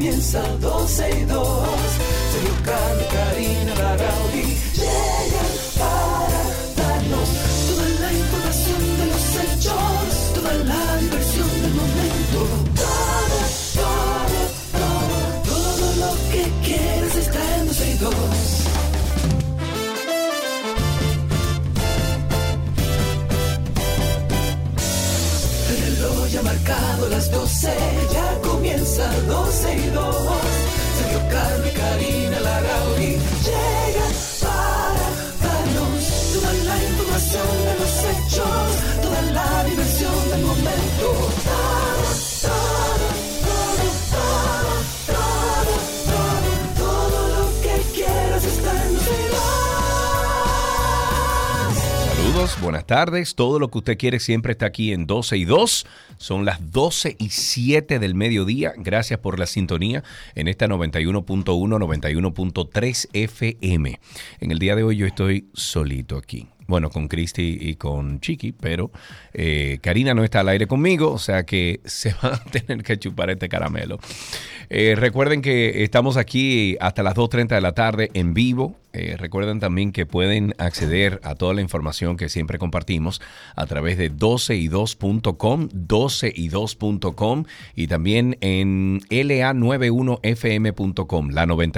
comienza 12 y 2. Sergio, Carlos, Karina, Larrauri llegan para darnos toda la información de los hechos, toda la diversión del momento. Todo lo que quieres está en 12 y 2. Ya marcado las 12, ya comienza 12 y 2. Sergio, Carlos y Karina Larrauri llegan para darnos toda la información de los hechos, toda la diversión del momento. Todo lo que quieras está en 12 y 2. Saludos, buenas tardes. Todo lo que usted quiere siempre está aquí en 12 y 2. Son las 12 y 7 del mediodía. Gracias por la sintonía en esta 91.1, 91.3 FM. En el día de hoy yo estoy solito aquí. Bueno, con Cristi y con Chiqui, pero Karina no está al aire conmigo, o sea que se van a tener que chupar este caramelo. Recuerden que estamos aquí hasta las 2:30 de la tarde en vivo. Recuerden también que pueden acceder a toda la información que siempre compartimos a través de 12y2.com, 12y2.com y también en la91fm.com,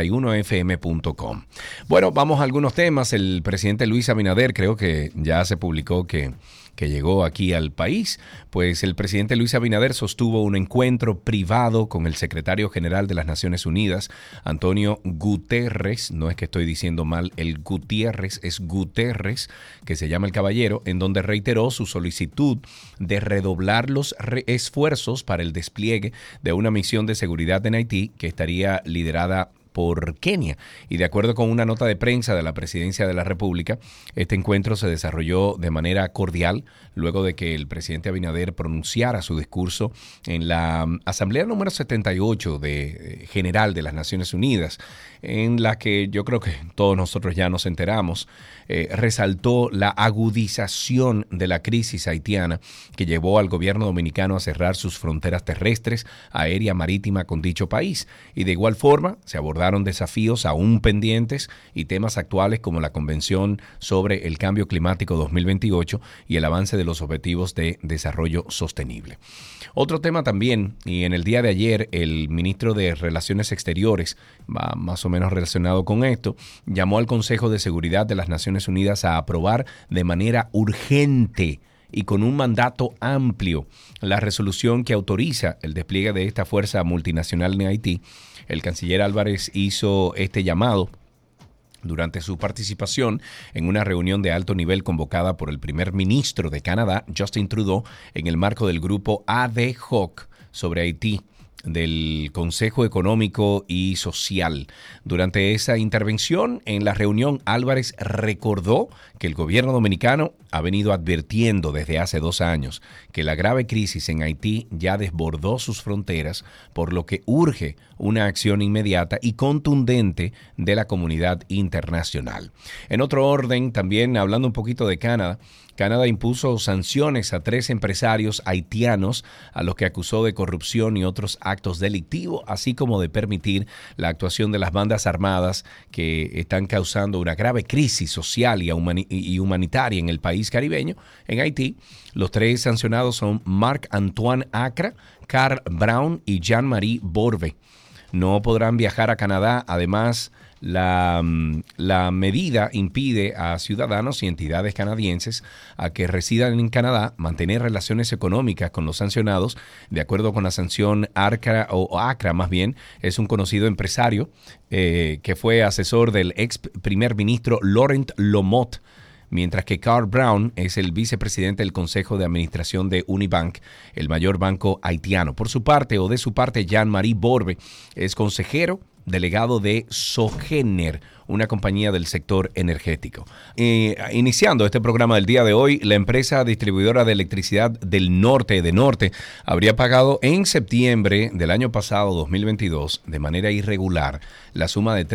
la91fm.com. Bueno, vamos a algunos temas. El presidente Luis Abinader, creo que ya se publicó que llegó aquí al país, pues el presidente Luis Abinader sostuvo un encuentro privado con el secretario general de las Naciones Unidas, Antonio Guterres. No es que estoy diciendo mal el Gutiérrez, es Guterres, que se llama el caballero, en donde reiteró su solicitud de redoblar los esfuerzos para el despliegue de una misión de seguridad en Haití que estaría liderada por Kenia. Y de acuerdo con una nota de prensa de la Presidencia de la República, este encuentro se desarrolló de manera cordial luego de que el presidente Abinader pronunciara su discurso en la Asamblea número 78 General de las Naciones Unidas, en la que yo creo que todos nosotros ya nos enteramos. Resaltó la agudización de la crisis haitiana que llevó al gobierno dominicano a cerrar sus fronteras terrestres, aérea, marítima con dicho país. Y de igual forma se abordaron desafíos aún pendientes y temas actuales como la Convención sobre el Cambio Climático 2028 y el avance de los Objetivos de Desarrollo Sostenible. Otro tema también, y en el día de ayer el ministro de Relaciones Exteriores, va más o menos relacionado con esto, llamó al Consejo de Seguridad de las Naciones Unidas a aprobar de manera urgente y con un mandato amplio la resolución que autoriza el despliegue de esta fuerza multinacional en Haití. El canciller Álvarez hizo este llamado durante su participación en una reunión de alto nivel convocada por el primer ministro de Canadá, Justin Trudeau, en el marco del grupo ad hoc sobre Haití del Consejo Económico y Social. Durante esa intervención en la reunión, Álvarez recordó que el gobierno dominicano ha venido advirtiendo desde hace 2 años que la grave crisis en Haití ya desbordó sus fronteras, por lo que urge una acción inmediata y contundente de la comunidad internacional. En otro orden, también hablando un poquito de Canadá, Canadá impuso sanciones a 3 empresarios haitianos a los que acusó de corrupción y otros actos delictivos, así como de permitir la actuación de las bandas armadas que están causando una grave crisis social y humanitaria en el país caribeño, en Haití. Los 3 sancionados son Marc-Antoine Acra, Carl Brown y Jean-Marie Borbe. No podrán viajar a Canadá. Además, la medida impide a ciudadanos y entidades canadienses a que residan en Canadá mantener relaciones económicas con los sancionados. De acuerdo con la sanción, Acra más bien, es un conocido empresario que fue asesor del ex primer ministro Laurent Lamothe, mientras que Carl Brown es el vicepresidente del Consejo de Administración de Unibank, el mayor banco haitiano. De su parte, Jean-Marie Borbe es consejero delegado de Sogener, una compañía del sector energético. Iniciando este programa del día de hoy, la empresa distribuidora de electricidad del norte, de Norte, habría pagado en septiembre del año pasado, 2022, de manera irregular, la suma de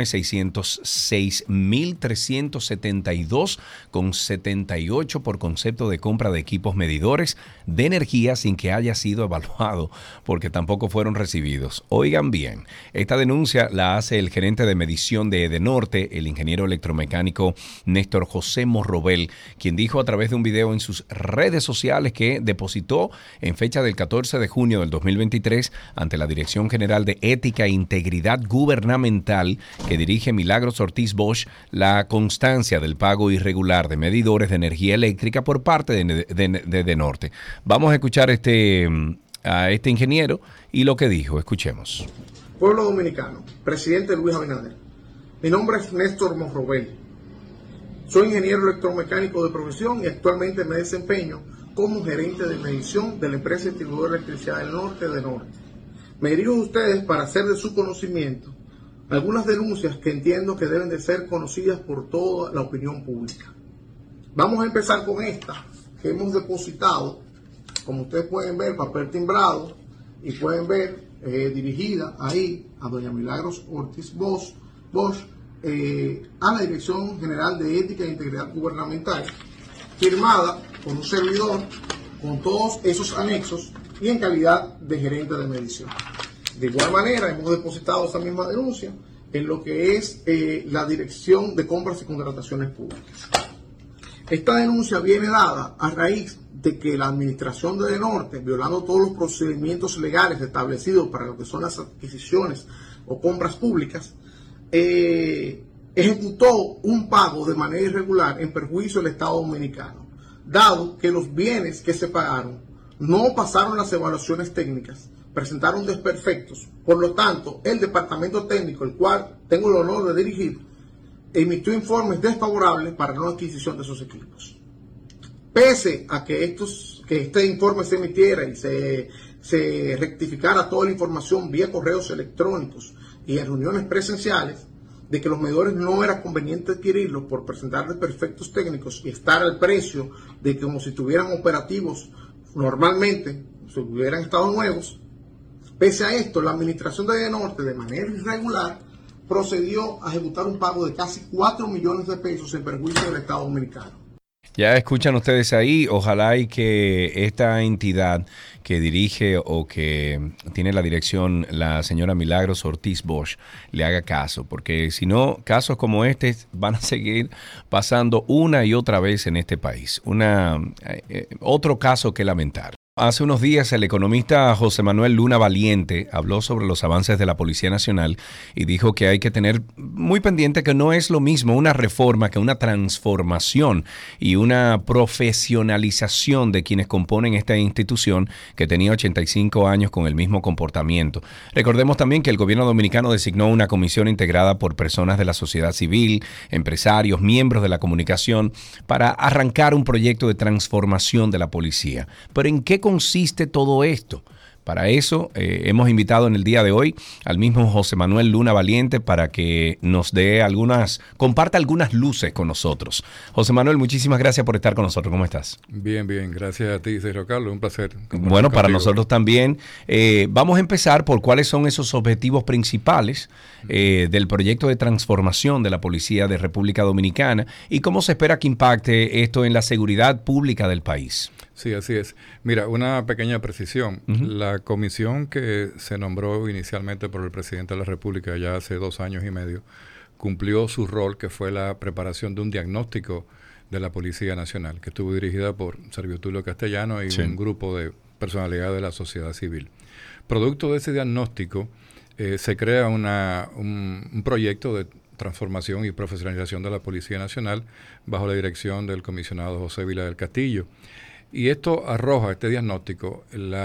3.606.372,78 por concepto de compra de equipos medidores de energía sin que haya sido evaluado, porque tampoco fueron recibidos. Oigan bien, esta denuncia la hace el gerente de medición de Norte, el ingeniero electromecánico Néstor José Morrobel, quien dijo a través de un video en sus redes sociales que depositó en fecha del 14 de junio del 2023 ante la Dirección General de Ética e Integridad Gubernamental que dirige Milagros Ortiz Bosch la constancia del pago irregular de medidores de energía eléctrica por parte de Norte. Vamos a escuchar a este ingeniero y lo que dijo. Escuchemos. Pueblo dominicano, presidente Luis Abinader. Mi nombre es Néstor Morrobel. Soy ingeniero electromecánico de profesión y actualmente me desempeño como gerente de medición de la empresa distribuidora de electricidad del norte de Norte. Me dirijo a ustedes para hacer de su conocimiento algunas denuncias que entiendo que deben de ser conocidas por toda la opinión pública. Vamos a empezar con esta que hemos depositado, como ustedes pueden ver, papel timbrado, y pueden ver dirigida ahí a doña Milagros Ortiz Bosch, a la Dirección General de Ética e Integridad Gubernamental, firmada por un servidor con todos esos anexos y en calidad de gerente de medición. De igual manera, hemos depositado esa misma denuncia en lo que es la Dirección de Compras y Contrataciones Públicas. Esta denuncia viene dada a raíz de que la administración de Norte, violando todos los procedimientos legales establecidos para lo que son las adquisiciones o compras públicas, ejecutó un pago de manera irregular en perjuicio del Estado Dominicano, dado que los bienes que se pagaron no pasaron las evaluaciones técnicas, presentaron desperfectos. Por lo tanto, el departamento técnico, el cual tengo el honor de dirigir, emitió informes desfavorables para la no adquisición de esos equipos. Pese a que este informe se emitiera y se rectificara toda la información vía correos electrónicos y en reuniones presenciales, de que los medidores no era conveniente adquirirlos por presentar desperfectos técnicos y estar al precio de que como si estuvieran operativos normalmente, si hubieran estado nuevos. Pese a esto, la administración de Norte, de manera irregular, procedió a ejecutar un pago de casi 4 millones de pesos en perjuicio del Estado Dominicano. Ya escuchan ustedes ahí, ojalá y que esta entidad que dirige o que tiene la dirección la señora Milagros Ortiz Bosch le haga caso, porque si no, casos como este van a seguir pasando una y otra vez en este país. Otro caso que lamentar. Hace unos días el economista José Manuel Luna Valiente habló sobre los avances de la Policía Nacional y dijo que hay que tener muy pendiente que no es lo mismo una reforma que una transformación y una profesionalización de quienes componen esta institución que tenía 85 años con el mismo comportamiento. Recordemos también que el gobierno dominicano designó una comisión integrada por personas de la sociedad civil, empresarios, miembros de la comunicación para arrancar un proyecto de transformación de la policía. Pero ¿en qué consiste todo esto? Para eso hemos invitado en el día de hoy al mismo José Manuel Luna Valiente para que nos dé comparta algunas luces con nosotros. José Manuel, muchísimas gracias por estar con nosotros. ¿Cómo estás? Bien, gracias a ti, Sergio Carlos, un placer. Bueno, para nosotros también. Vamos a empezar por cuáles son esos objetivos principales del proyecto de transformación de la Policía de República Dominicana y cómo se espera que impacte esto en la seguridad pública del país. Sí, así es. Mira, una pequeña precisión. La comisión que se nombró inicialmente por el presidente de la República ya hace 2 años y medio cumplió su rol, que fue la preparación de un diagnóstico de la Policía Nacional, que estuvo dirigida por Servio Tulio Castellano y un grupo de personalidades de la sociedad civil. Producto de ese diagnóstico, se crea un proyecto de transformación y profesionalización de la Policía Nacional bajo la dirección del comisionado José Vila del Castillo. Y esto arroja, este diagnóstico,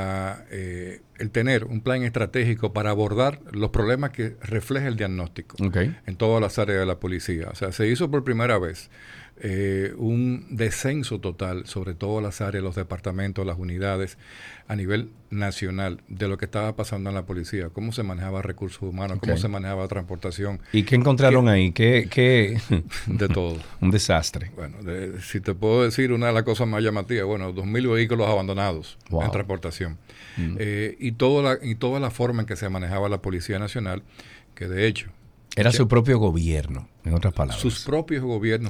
el tener un plan estratégico para abordar los problemas que refleja el diagnóstico en todas las áreas de la policía. O sea, se hizo por primera vez un descenso total sobre todas las áreas, los departamentos, las unidades a nivel nacional de lo que estaba pasando en la policía, cómo se manejaba recursos humanos, cómo se manejaba transportación. ¿Y qué encontraron ahí? ¿Qué? De todo. Un desastre. Bueno, si te puedo decir una de las cosas más llamativas, 2.000 vehículos abandonados en transportación. Y toda la forma en que se manejaba la Policía Nacional, que de hecho... Era su propio gobierno, en otras palabras. Sus propios gobiernos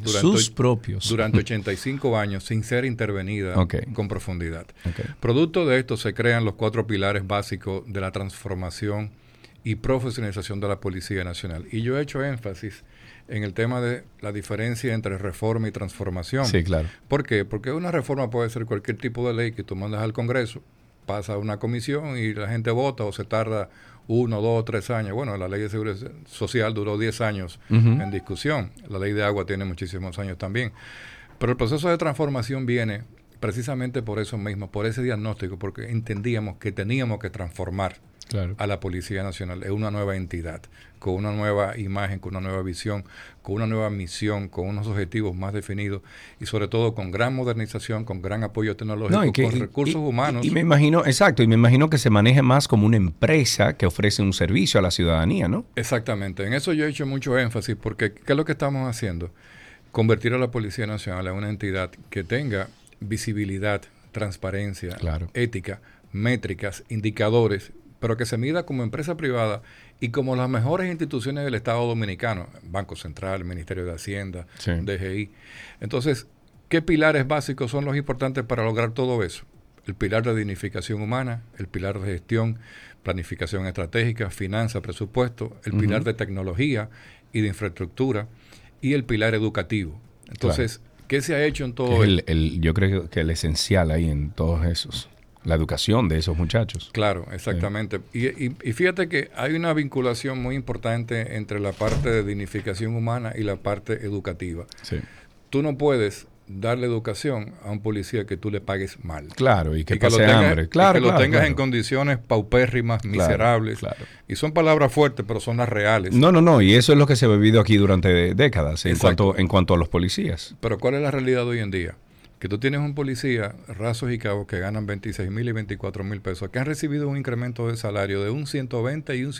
durante 85 años sin ser intervenida con profundidad. Producto de esto se crean los 4 pilares básicos de la transformación y profesionalización de la Policía Nacional. Y yo he hecho énfasis en el tema de la diferencia entre reforma y transformación. Sí, claro. ¿Por qué? Porque una reforma puede ser cualquier tipo de ley que tú mandas al Congreso, pasa a una comisión y la gente vota o se tarda 1, 2, 3 años. Bueno, la ley de seguridad social duró 10 años en discusión. La ley de agua tiene muchísimos años también. Pero el proceso de transformación viene precisamente por eso mismo, por ese diagnóstico, porque entendíamos que teníamos que transformar a la Policía Nacional. Es una nueva entidad, con una nueva imagen, con una nueva visión, con una nueva misión, con unos objetivos más definidos y sobre todo con gran modernización, con gran apoyo tecnológico, con recursos humanos. Y me imagino, exacto, y me imagino que se maneje más como una empresa que ofrece un servicio a la ciudadanía, ¿no? Exactamente. En eso yo he hecho mucho énfasis porque ¿qué es lo que estamos haciendo? Convertir a la Policía Nacional en una entidad que tenga visibilidad, transparencia, ética, métricas, indicadores, pero que se mida como empresa privada y como las mejores instituciones del Estado Dominicano, Banco Central, Ministerio de Hacienda, DGI. Entonces, ¿qué pilares básicos son los importantes para lograr todo eso? El pilar de dignificación humana, el pilar de gestión, planificación estratégica, finanzas, presupuesto, el pilar de tecnología y de infraestructura y el pilar educativo. Entonces, ¿qué se ha hecho en todo esto? Yo creo que el esencial ahí en todos esos. La educación de esos muchachos. Claro, exactamente. Y fíjate que hay una vinculación muy importante entre la parte de dignificación humana y la parte educativa. Tú no puedes darle educación a un policía que tú le pagues mal. Claro, y que pase hambre. Claro, que lo tengas en condiciones paupérrimas, miserables. Y son palabras fuertes, pero son las reales. No, y eso es lo que se ha vivido aquí durante décadas en cuanto a los policías. Pero ¿cuál es la realidad de hoy en día? Que tú tienes un policía, rasos y cabos, que ganan 26,000 y 24,000 pesos, que han recibido un incremento de salario de un 120 y un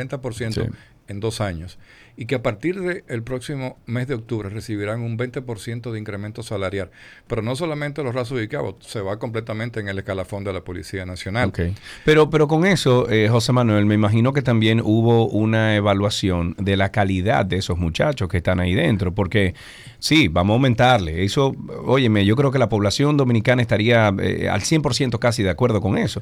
140% en 2 años, y que a partir del próximo mes de octubre recibirán un 20% de incremento salarial. Pero no solamente los rasos y cabos, se va completamente en el escalafón de la Policía Nacional. Pero con eso, José Manuel, me imagino que también hubo una evaluación de la calidad de esos muchachos que están ahí dentro, porque sí, vamos a aumentarle. Eso, óyeme, yo creo que la población dominicana estaría al 100% casi de acuerdo con eso.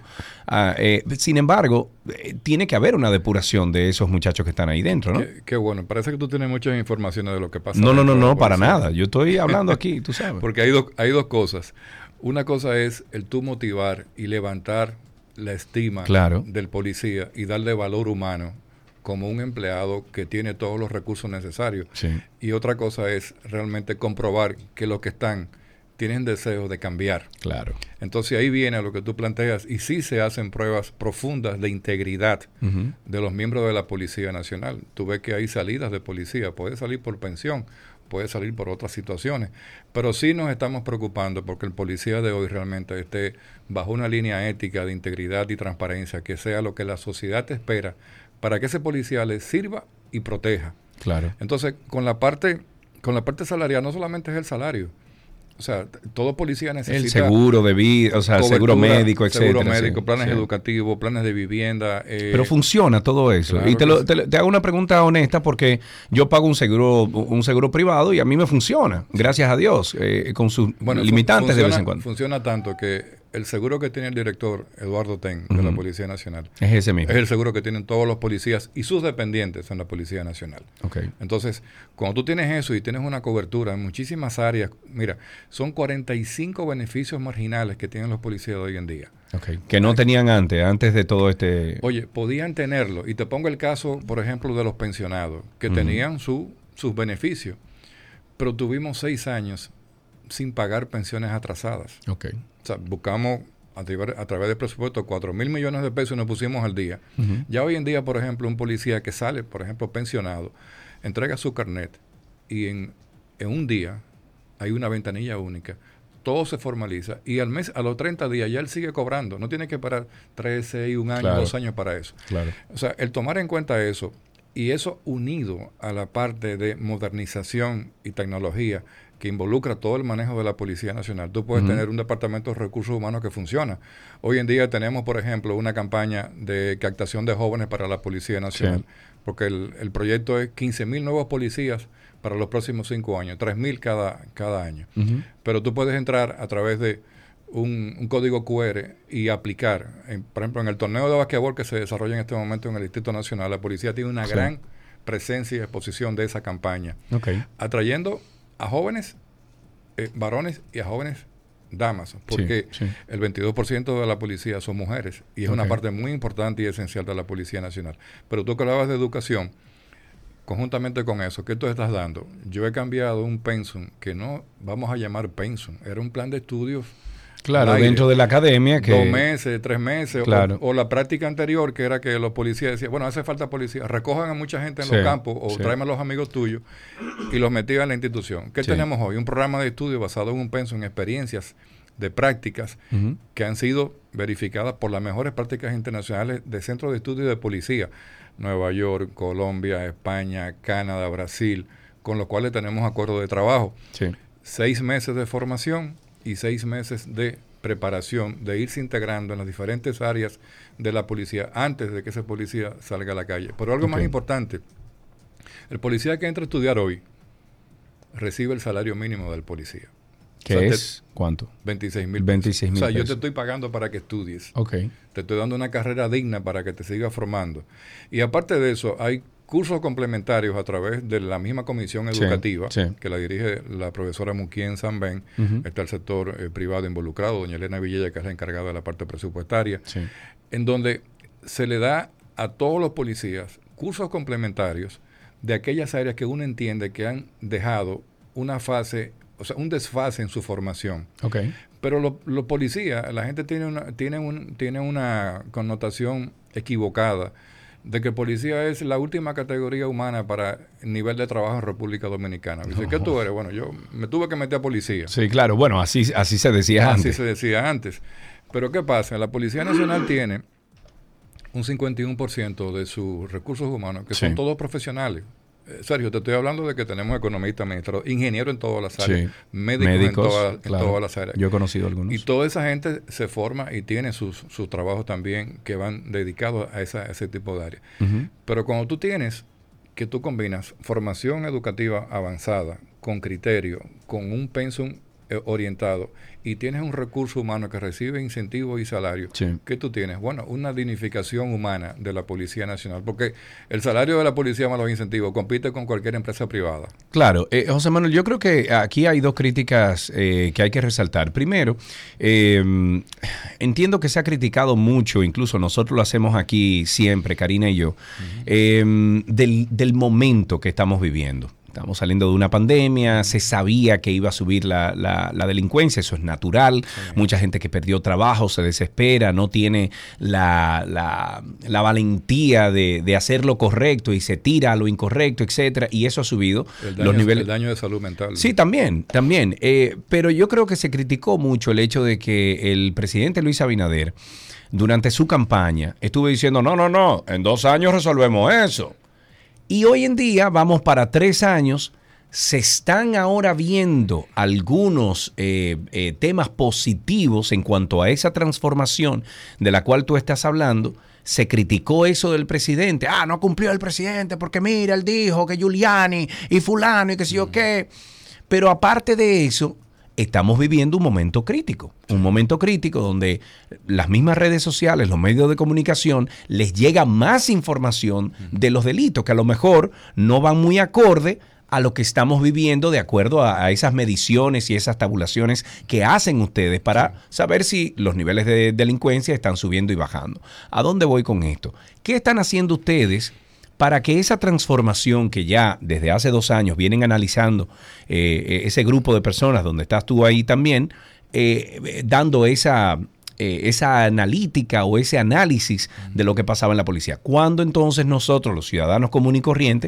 Sin embargo, tiene que haber una depuración de esos muchachos que están ahí dentro, ¿no? Qué bueno. Parece que tú tienes muchas informaciones de lo que pasa. No, para nada. Yo estoy hablando aquí, tú sabes. Porque hay dos cosas. Una cosa es el tú motivar y levantar la estima del policía y darle valor humano como un empleado que tiene todos los recursos necesarios. Y otra cosa es realmente comprobar que los que están tienen deseo de cambiar. Entonces ahí viene a lo que tú planteas y sí se hacen pruebas profundas de integridad de los miembros de la Policía Nacional. Tú ves que hay salidas de policía, puede salir por pensión, puede salir por otras situaciones, pero sí nos estamos preocupando porque el policía de hoy realmente esté bajo una línea ética de integridad y transparencia, que sea lo que la sociedad espera para que ese policía le sirva y proteja. Entonces, con la parte salarial, no solamente es el salario. O sea, todo policía necesita... El seguro de vida, o sea, seguro médico, etcétera. Seguro médico, planes educativos, planes de vivienda. Pero funciona todo eso. Y te hago una pregunta honesta porque yo pago un seguro privado y a mí me funciona, gracias a Dios, con sus limitantes de vez en cuando. Funciona tanto que el seguro que tiene el director Eduardo Ten de la Policía Nacional es ese mismo. Es el seguro que tienen todos los policías y sus dependientes en la Policía Nacional. Entonces, cuando tú tienes eso y tienes una cobertura en muchísimas áreas, mira, son 45 beneficios marginales que tienen los policías de hoy en día. Que no tenían antes de todo este... Oye, podían tenerlo. Y te pongo el caso, por ejemplo, de los pensionados, que tenían sus beneficios. Pero tuvimos 6 años sin pagar pensiones atrasadas. O sea, buscamos a través del presupuesto 4,000 millones de pesos y nos pusimos al día. Ya hoy en día, por ejemplo, un policía que sale, por ejemplo, pensionado, entrega su carnet y en un día hay una ventanilla única, todo se formaliza y al mes, a los 30 días ya él sigue cobrando, no tiene que parar 3, 6, un año, Claro. 2 años para eso. Claro. O sea, el tomar en cuenta eso y eso unido a la parte de modernización y tecnología que involucra todo el manejo de la Policía Nacional, tú puedes tener un departamento de recursos humanos que funciona. Hoy en día tenemos, por ejemplo, una campaña de captación de jóvenes para la Policía Nacional, porque el proyecto es 15,000 nuevos policías para los próximos 5 años, 3,000 cada año. Pero tú puedes entrar a través de un código QR y aplicar. Por ejemplo, en el torneo de basquetbol que se desarrolla en este momento en el Distrito Nacional, la policía tiene una gran presencia y exposición de esa campaña, atrayendo a jóvenes varones y a jóvenes damas, porque el 22% de la policía son mujeres y es una parte muy importante y esencial de la Policía Nacional. Pero tú que hablabas de educación, conjuntamente con eso, ¿qué tú estás dando? Yo he cambiado un pensum que no vamos a llamar pensum, era un plan de estudios. Claro, dentro de la academia que... 2 meses, 3 meses, Claro. o la práctica anterior que era que los policías decían, bueno, hace falta policía, recojan a mucha gente en los campos o tráeme a los amigos tuyos y los metían en la institución. ¿Qué tenemos hoy? Un programa de estudio basado en un pensum, en experiencias de prácticas que han sido verificadas por las mejores prácticas internacionales de centros de estudio de policía. Nueva York, Colombia, España, Canadá, Brasil, con los cuales tenemos acuerdos de trabajo. 6 meses de formación y 6 meses de preparación, de irse integrando en las diferentes áreas de la policía antes de que ese policía salga a la calle. Pero algo más importante, el policía que entra a estudiar hoy recibe el salario mínimo del policía. ¿Qué es? ¿Cuánto? 26,000 pesos. 26,000 O sea, yo pesos. te estoy pagando para que estudies. Okay. Te estoy dando una carrera digna para que te sigas formando. Y aparte de eso, hay cursos complementarios a través de la misma comisión educativa que la dirige la profesora Muquien Sanben. Está el sector privado involucrado, doña Elena Villella, que es la encargada de la parte presupuestaria, en donde se le da a todos los policías cursos complementarios de aquellas áreas que uno entiende que han dejado una fase, o sea, un desfase en su formación. Pero los policías, la gente tiene una connotación equivocada de que policía es la última categoría humana para el nivel de trabajo en República Dominicana. Dice, ¿qué tú eres? Bueno, yo me tuve que meter a policía. Sí, claro. Bueno, así se decía antes. Así se decía antes. Pero ¿qué pasa? La Policía Nacional tiene un 51% de sus recursos humanos, que son todos profesionales. Sergio, te estoy hablando de que tenemos economistas, administradores, ingenieros en todas las áreas, médicos en todas las áreas. Yo he conocido algunos. Y toda esa gente se forma y tiene sus trabajos también que van dedicados a ese tipo de áreas. Pero cuando tú combinas formación educativa avanzada, con criterio, con un pensum orientado, y tienes un recurso humano que recibe incentivos y salarios, ¿qué tú tienes? Bueno, una dignificación humana de la Policía Nacional, porque el salario de la policía más los incentivos compite con cualquier empresa privada. Claro. José Manuel, yo creo que aquí hay 2 críticas que hay que resaltar. Primero, entiendo que se ha criticado mucho, incluso nosotros lo hacemos aquí siempre, Karina y yo, del momento que estamos viviendo. Estamos saliendo de una pandemia, se sabía que iba a subir la delincuencia, eso es natural. Mucha gente que perdió trabajo se desespera, no tiene la valentía de hacer lo correcto y se tira a lo incorrecto, etcétera, y eso ha subido los niveles. El daño de salud mental. Sí, también. Pero yo creo que se criticó mucho el hecho de que el presidente Luis Abinader, durante su campaña, estuvo diciendo, no, en 2 años resolvemos eso. Y hoy en día vamos para 3 años, se están ahora viendo algunos temas positivos en cuanto a esa transformación de la cual tú estás hablando. Se criticó eso del presidente. No cumplió el presidente porque mira, él dijo que Giuliani y fulano y qué sé yo qué. Pero aparte de eso, estamos viviendo un momento crítico donde las mismas redes sociales, los medios de comunicación, les llega más información de los delitos que a lo mejor no van muy acorde a lo que estamos viviendo de acuerdo a esas mediciones y esas tabulaciones que hacen ustedes para saber si los niveles de delincuencia están subiendo y bajando. ¿A dónde voy con esto? ¿Qué están haciendo ustedes para que esa transformación que ya desde hace 2 años vienen analizando ese grupo de personas donde estás tú ahí también, dando esa analítica o ese análisis de lo que pasaba en la policía? ¿Cuándo entonces nosotros, los ciudadanos comunes y corrientes,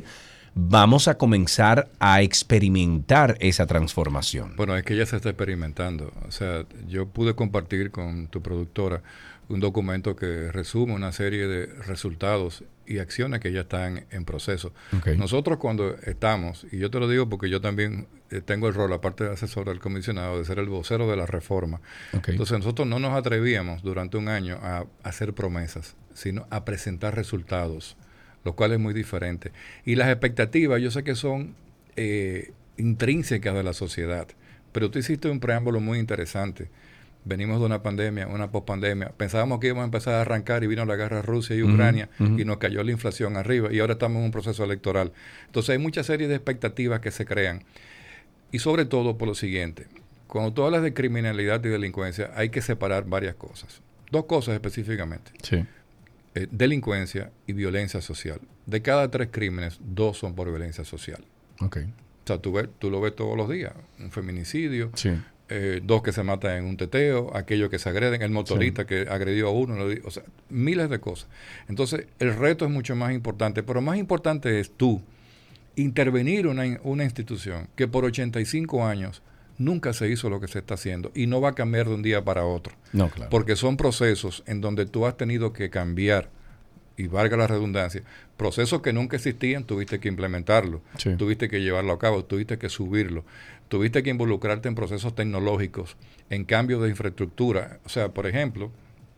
vamos a comenzar a experimentar esa transformación. Bueno, es que ya se está experimentando. O sea, yo pude compartir con tu productora un documento que resume una serie de resultados y acciones que ya están en proceso. Okay. Nosotros cuando estamos, y yo te lo digo porque yo también tengo el rol, aparte de asesor del comisionado, de ser el vocero de la reforma. Okay. Entonces nosotros no nos atrevíamos durante un año a hacer promesas, sino a presentar resultados, lo cual es muy diferente. Y las expectativas yo sé que son intrínsecas de la sociedad, pero tú hiciste un preámbulo muy interesante. Venimos de una pandemia, una pospandemia. Pensábamos que íbamos a empezar a arrancar y vino la guerra Rusia y Ucrania y nos cayó la inflación arriba y ahora estamos en un proceso electoral. Entonces hay mucha serie de expectativas que se crean y sobre todo por lo siguiente. Cuando tú hablas de criminalidad y delincuencia hay que separar varias cosas. Dos cosas específicamente. Sí. Delincuencia y violencia social. De cada 3 crímenes, 2 son por violencia social. Okay. O sea, tú lo ves todos los días. Un feminicidio. Sí. 2 que se matan en un teteo, aquellos que se agreden, el motorista que agredió a uno, o sea, miles de cosas. Entonces, el reto es mucho más importante, pero más importante es tú intervenir una institución que por 85 años nunca se hizo lo que se está haciendo y no va a cambiar de un día para otro. No, claro. Porque son procesos en donde tú has tenido que cambiar, y valga la redundancia, procesos que nunca existían, tuviste que implementarlo, Sí. tuviste que llevarlo a cabo, tuviste que subirlo, tuviste que involucrarte en procesos tecnológicos, en cambios de infraestructura. O sea, por ejemplo,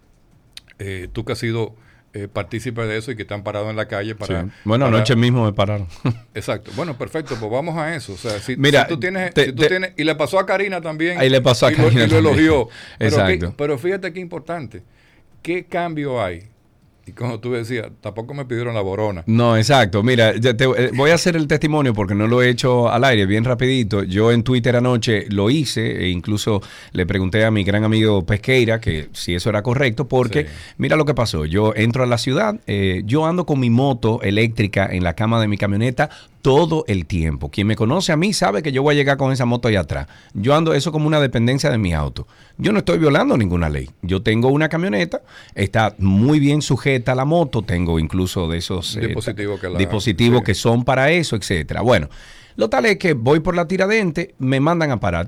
tú que has sido partícipe de eso y que te han parado en la calle para... Sí. Bueno, anoche mismo me pararon. Exacto. Bueno, perfecto, pues vamos a eso. O sea, Mira, si tú tienes... Y le pasó a Karina también. Ahí le pasó a Karina y lo elogió. Exacto. Pero fíjate qué importante. ¿Qué cambio hay? Y como tú decías, tampoco me pidieron la borona. No, exacto. Mira, voy a hacer el testimonio porque no lo he hecho al aire, bien rapidito. Yo en Twitter anoche lo hice e incluso le pregunté a mi gran amigo Pesqueira que si eso era correcto porque mira lo que pasó. Yo entro a la ciudad, yo ando con mi moto eléctrica en la cama de mi camioneta todo el tiempo. Quien me conoce a mí sabe que yo voy a llegar con esa moto allá atrás. Yo ando eso como una dependencia de mi auto. Yo no estoy violando ninguna ley. Yo tengo una camioneta, está muy bien sujeta a la moto, tengo incluso de esos dispositivos que son para eso, etcétera. Bueno, lo tal es que voy por la Tiradentes, me mandan a parar.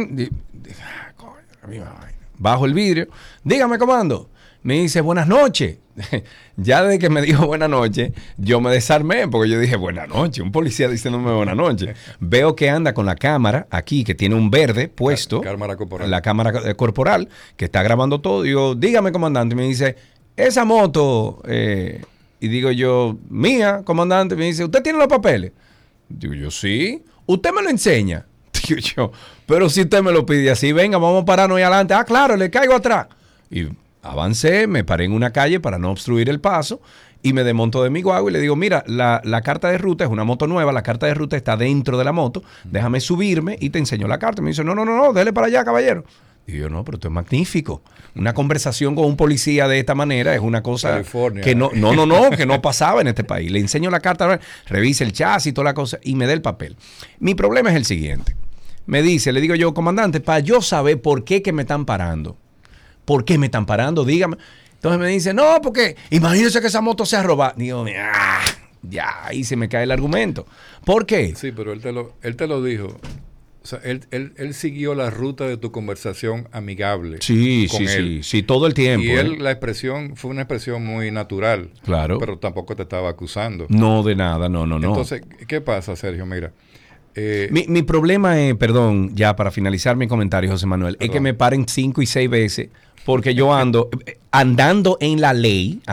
Bajo el vidrio, dígame, comando. Me dice, buenas noches. Ya desde que me dijo buenas noches, yo me desarmé porque yo dije, buenas noches, un policía diciéndome buenas noches. Veo que anda con la cámara aquí, que tiene un verde puesto, la cámara corporal, que está grabando todo. Digo, dígame, comandante. Me dice, esa moto, y digo yo, mía, comandante. Me dice, ¿usted tiene los papeles? Digo yo, sí. ¿Usted me lo enseña? Digo yo, pero si usted me lo pide así, venga, vamos a pararnos ahí adelante. Ah, claro, le caigo atrás. Y avancé, me paré en una calle para no obstruir el paso y me desmonto de mi guagua y le digo, mira, la carta de ruta es una moto nueva, la carta de ruta está dentro de la moto, déjame subirme y te enseño la carta. Me dice, no, dele para allá, caballero. Y yo, no, pero esto es magnífico. Una conversación con un policía de esta manera es una cosa California, que que no pasaba en este país. Le enseño la carta, revisa el chasis y toda la cosa y me da el papel. Mi problema es el siguiente. Me dice, le digo yo, comandante, para yo saber por qué que me están parando. ¿Por qué me están parando? Dígame. Entonces me dice, no, porque imagínese que esa moto se ha robado. Digo, ya, ahí se me cae el argumento. ¿Por qué? Sí, pero él te lo dijo. O sea, él siguió la ruta de tu conversación amigable. Sí, con él. sí, todo el tiempo. Y él, la expresión, fue una expresión muy natural. Claro. Pero tampoco te estaba acusando. No, de nada, no. Entonces, ¿qué pasa, Sergio? Mira. Mi problema es, perdón, ya para finalizar mi comentario, José Manuel, es que me paren 5 y 6 veces porque yo andando en la ley,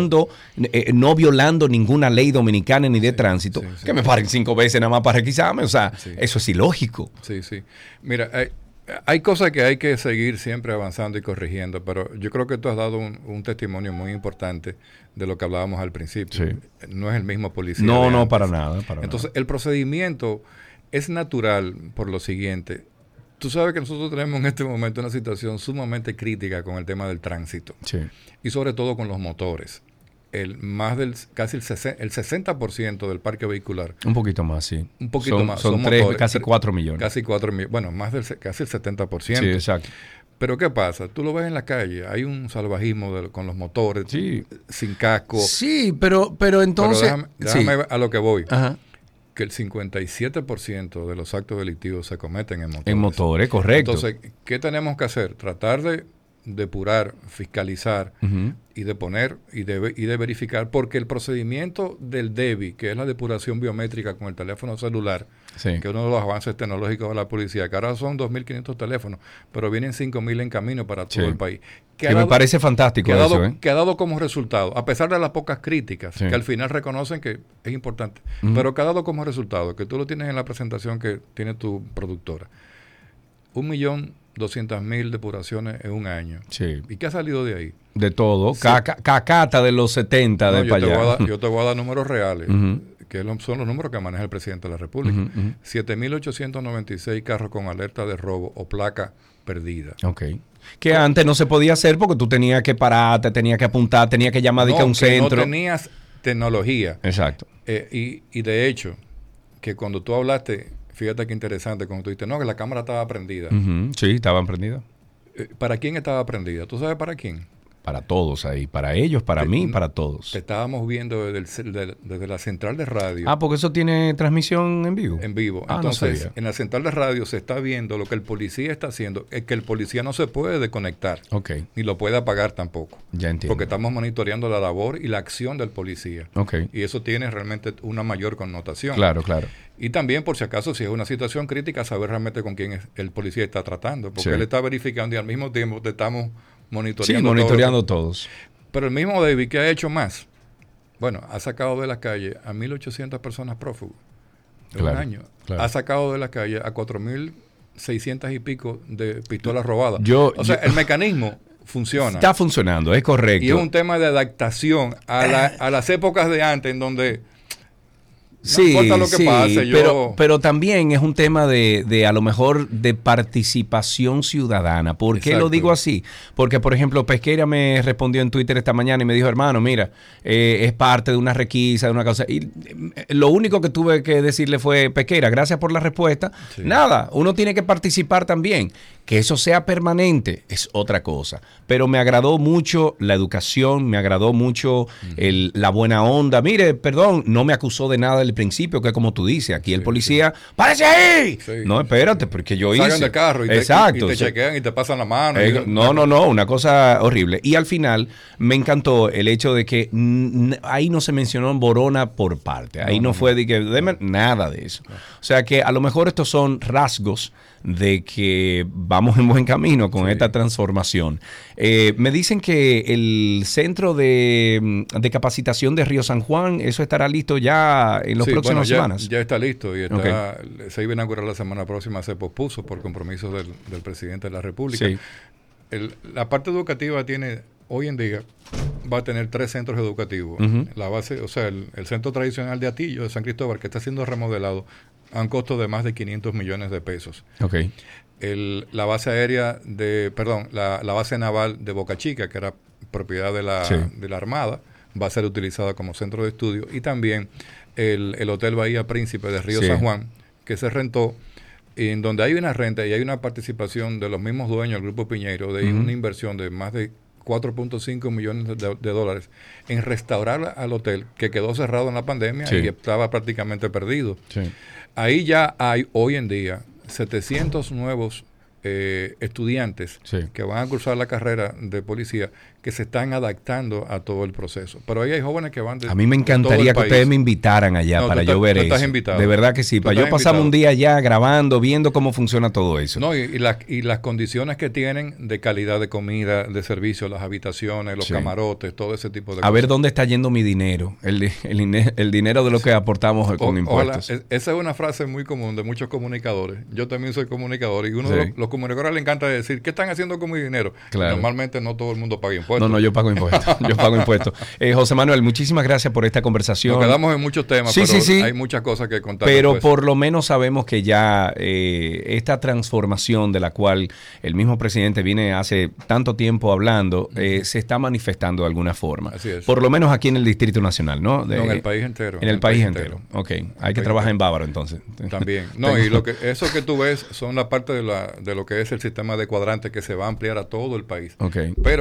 no violando ninguna ley dominicana ni de tránsito, que me paren 5 veces nada más para requisarme. O sea, eso es ilógico. Sí. Mira, hay cosas que hay que seguir siempre avanzando y corrigiendo, pero yo creo que tú has dado un testimonio muy importante de lo que hablábamos al principio. Sí. No es el mismo policía. No, para nada. Entonces, el procedimiento es natural por lo siguiente. Tú sabes que nosotros tenemos en este momento una situación sumamente crítica con el tema del tránsito. Sí. Y sobre todo con los motores. Casi el 60% del parque vehicular. Un poquito más, sí. Un poquito más. Son casi 4 millones. Casi 4 millones. Bueno, casi el 70%. Sí, exacto. Pero ¿qué pasa? Tú lo ves en la calle, hay un salvajismo con los motores, sin casco. Sí, pero entonces... Pero déjame a lo que voy. Ajá. que el 57% de los actos delictivos se cometen en motores. En motores, correcto. Entonces, ¿qué tenemos que hacer? Tratar de depurar, fiscalizar y de poner y de verificar, porque el procedimiento del DEVI, que es la depuración biométrica con el teléfono celular, que es uno de los avances tecnológicos de la policía, que ahora son 2.500 teléfonos, pero vienen 5.000 en camino para todo el país. Que me parece fantástico eso. Que ha dado como resultado, a pesar de las pocas críticas, que al final reconocen que es importante, pero que ha dado como resultado, que tú lo tienes en la presentación que tiene tu productora, 1.200.000 depuraciones en un año. Sí. ¿Y qué ha salido de ahí? De todo. Sí. Cacata de los 70 de para allá. Yo te voy a dar números reales, que son los números que maneja el presidente de la República. 7.896 carros con alerta de robo o placa perdida. Ok. Que antes no se podía hacer porque tú tenías que pararte, tenías que apuntar, tenías que llamar a un centro. No tenías tecnología. Exacto. Y de hecho, que cuando tú hablaste, fíjate qué interesante, cuando tú dijiste, no, que la cámara estaba prendida. Sí, estaban prendidas. ¿Para quién estaba prendida? ¿Tú sabes para quién? Para todos ahí, para ellos, para mí, para todos. Te estábamos viendo desde la central de radio. Ah, porque eso tiene transmisión en vivo. En vivo. Entonces, en la central de radio se está viendo lo que el policía está haciendo. Es que el policía no se puede desconectar. Okay. Ni lo puede apagar tampoco. Ya entiendo. Porque estamos monitoreando la labor y la acción del policía. Okay. Y eso tiene realmente una mayor connotación. Claro, claro. Y también, por si acaso, si es una situación crítica, saber realmente con quién el policía está tratando. Porque él está verificando y al mismo tiempo te estamos monitoreando. Sí, monitoreando todos. Pero el mismo David, ¿qué ha hecho más? Bueno, ha sacado de la calle a 1.800 personas prófugos en un año. Claro. Ha sacado de la calle a 4.600 y pico de pistolas robadas. El mecanismo funciona. Está funcionando, es correcto. Y es un tema de adaptación a las épocas de antes en donde... No importa lo que pase, pero también es un tema de a lo mejor de participación ciudadana. ¿Por qué lo digo así? Porque, por ejemplo, Pesqueira me respondió en Twitter esta mañana y me dijo, hermano, mira, es parte de una requisa, de una cosa. Y lo único que tuve que decirle fue, Pesqueira, gracias por la respuesta. Sí. Nada, uno tiene que participar también. Que eso sea permanente es otra cosa. Pero me agradó mucho la educación, me agradó mucho la buena onda. Mire, perdón, no me acusó de nada del principio, que como tú dices, aquí el policía, ¡párese ahí! Sí, no, espérate, porque yo Salgan del carro y te chequean y te pasan la mano. No, una cosa horrible. Y al final me encantó el hecho de que ahí no se mencionó Borona por parte. Ahí no fue de que nada de eso. O sea que a lo mejor estos son rasgos de que vamos en buen camino con esta transformación. Me dicen que el centro de capacitación de Río San Juan, eso estará listo ya en las próximas semanas. Ya está listo y se iba a inaugurar la semana próxima, se pospuso por compromisos del presidente de la República. Sí. La parte educativa hoy en día va a tener 3 centros educativos. La base, o sea, el centro tradicional de Atillo, de San Cristóbal, que está siendo remodelado, a un costo de más de 500 millones de pesos. Okay. La base aérea la base naval de Boca Chica, que era propiedad de la Armada, va a ser utilizada como centro de estudio. Y también el Hotel Bahía Príncipe de Río San Juan, que se rentó, en donde hay una renta y hay una participación de los mismos dueños del Grupo Piñeiro, de una inversión de más de 4.5 millones de dólares en restaurar al hotel, que quedó cerrado en la pandemia y estaba prácticamente perdido. Sí. Ahí ya hay hoy en día 700 nuevos estudiantes que van a cursar la carrera de policía, que se están adaptando a todo el proceso. Pero ahí hay jóvenes que van a mí me encantaría que ustedes me invitaran allá para yo ver eso. Estás invitado. De verdad que sí. Para yo pasarme un día allá grabando, viendo cómo funciona todo eso. No, y las condiciones que tienen de calidad de comida, de servicio, las habitaciones, los camarotes, todo ese tipo de cosas. A ver dónde está yendo mi dinero. El dinero de lo que aportamos con impuestos. Esa es una frase muy común de muchos comunicadores. Yo también soy comunicador y uno de los comunicadores le encanta decir, ¿qué están haciendo con mi dinero? Claro. Normalmente no todo el mundo paga impuestos. No, yo pago impuestos. Yo pago impuestos. José Manuel, muchísimas gracias por esta conversación. Nos quedamos en muchos temas, pero hay muchas cosas que contar. Pero después, por lo menos sabemos que ya esta transformación de la cual el mismo presidente viene hace tanto tiempo hablando, se está manifestando de alguna forma. Así es. Por lo menos aquí en el Distrito Nacional, ¿no? En el país entero. En el país entero. Ok. Hay que trabajar en Bávaro, entonces. También. No, y eso que tú ves son la parte de lo que es el sistema de cuadrantes que se va a ampliar a todo el país. Okay. Pero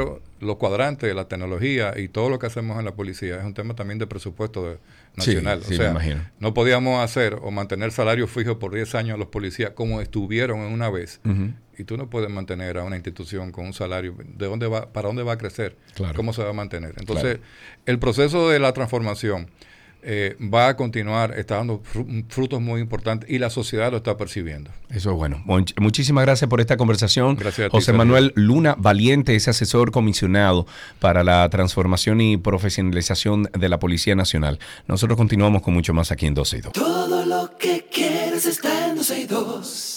los cuadrantes, la tecnología y todo lo que hacemos en la policía es un tema también de presupuesto nacional. Sí, o sea, me imagino. no podíamos hacer o mantener salarios fijos por 10 años a los policías como estuvieron en una vez. Y tú no puedes mantener a una institución con un salario. ¿De dónde va, para dónde va a crecer? Claro. ¿Cómo se va a mantener? Entonces, el proceso de la transformación va a continuar, está dando frutos muy importantes y la sociedad lo está percibiendo. Eso es bueno. Muchísimas gracias por esta conversación. Gracias a ti, José Sergio. Manuel Luna Valiente es asesor comisionado para la transformación y profesionalización de la Policía Nacional. Nosotros continuamos con mucho más aquí en 12 y 2. Todo lo que quieres está en 12 y 2.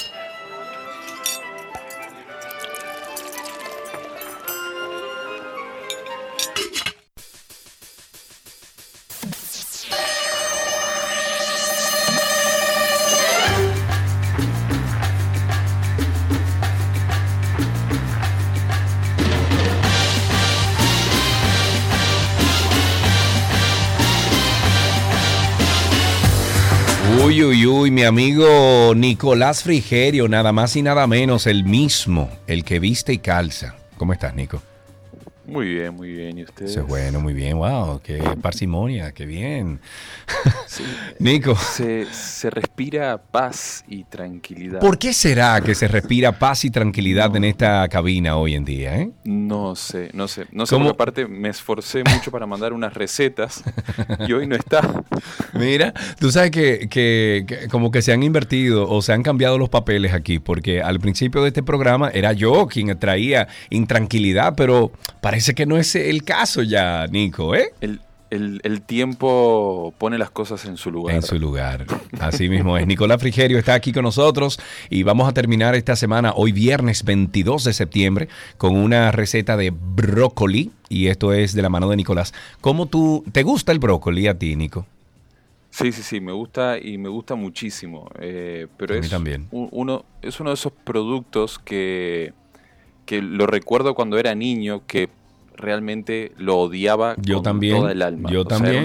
Uy, uy, uy, mi amigo Nicolás Frigerio, nada más y nada menos, el mismo, el que viste y calza. ¿Cómo estás, Nico? Muy bien, muy bien. ¿Y ustedes? Eso es bueno, muy bien. Wow, qué parsimonia, qué bien. Sí, Nico. se respira paz y tranquilidad. ¿Por qué será que se respira paz y tranquilidad en esta cabina hoy en día, eh? No sé. ¿Cómo? Porque aparte me esforcé mucho para mandar unas recetas y hoy no está. Mira, tú sabes que como que se han invertido o se han cambiado los papeles aquí, porque al principio de este programa era yo quien traía intranquilidad, pero parece que no es el caso ya, Nico, ¿eh? El tiempo pone las cosas en su lugar. En su lugar. Así mismo es. Nicolás Frigerio está aquí con nosotros y vamos a terminar esta semana, hoy viernes 22 de septiembre, con una receta de brócoli. Y esto es de la mano de Nicolás. ¿Cómo te gusta el brócoli a ti, Nico? Sí, me gusta y me gusta muchísimo. Pero A mí también. Es uno de esos productos que lo recuerdo cuando era niño, que realmente lo odiaba con toda el alma. Yo también,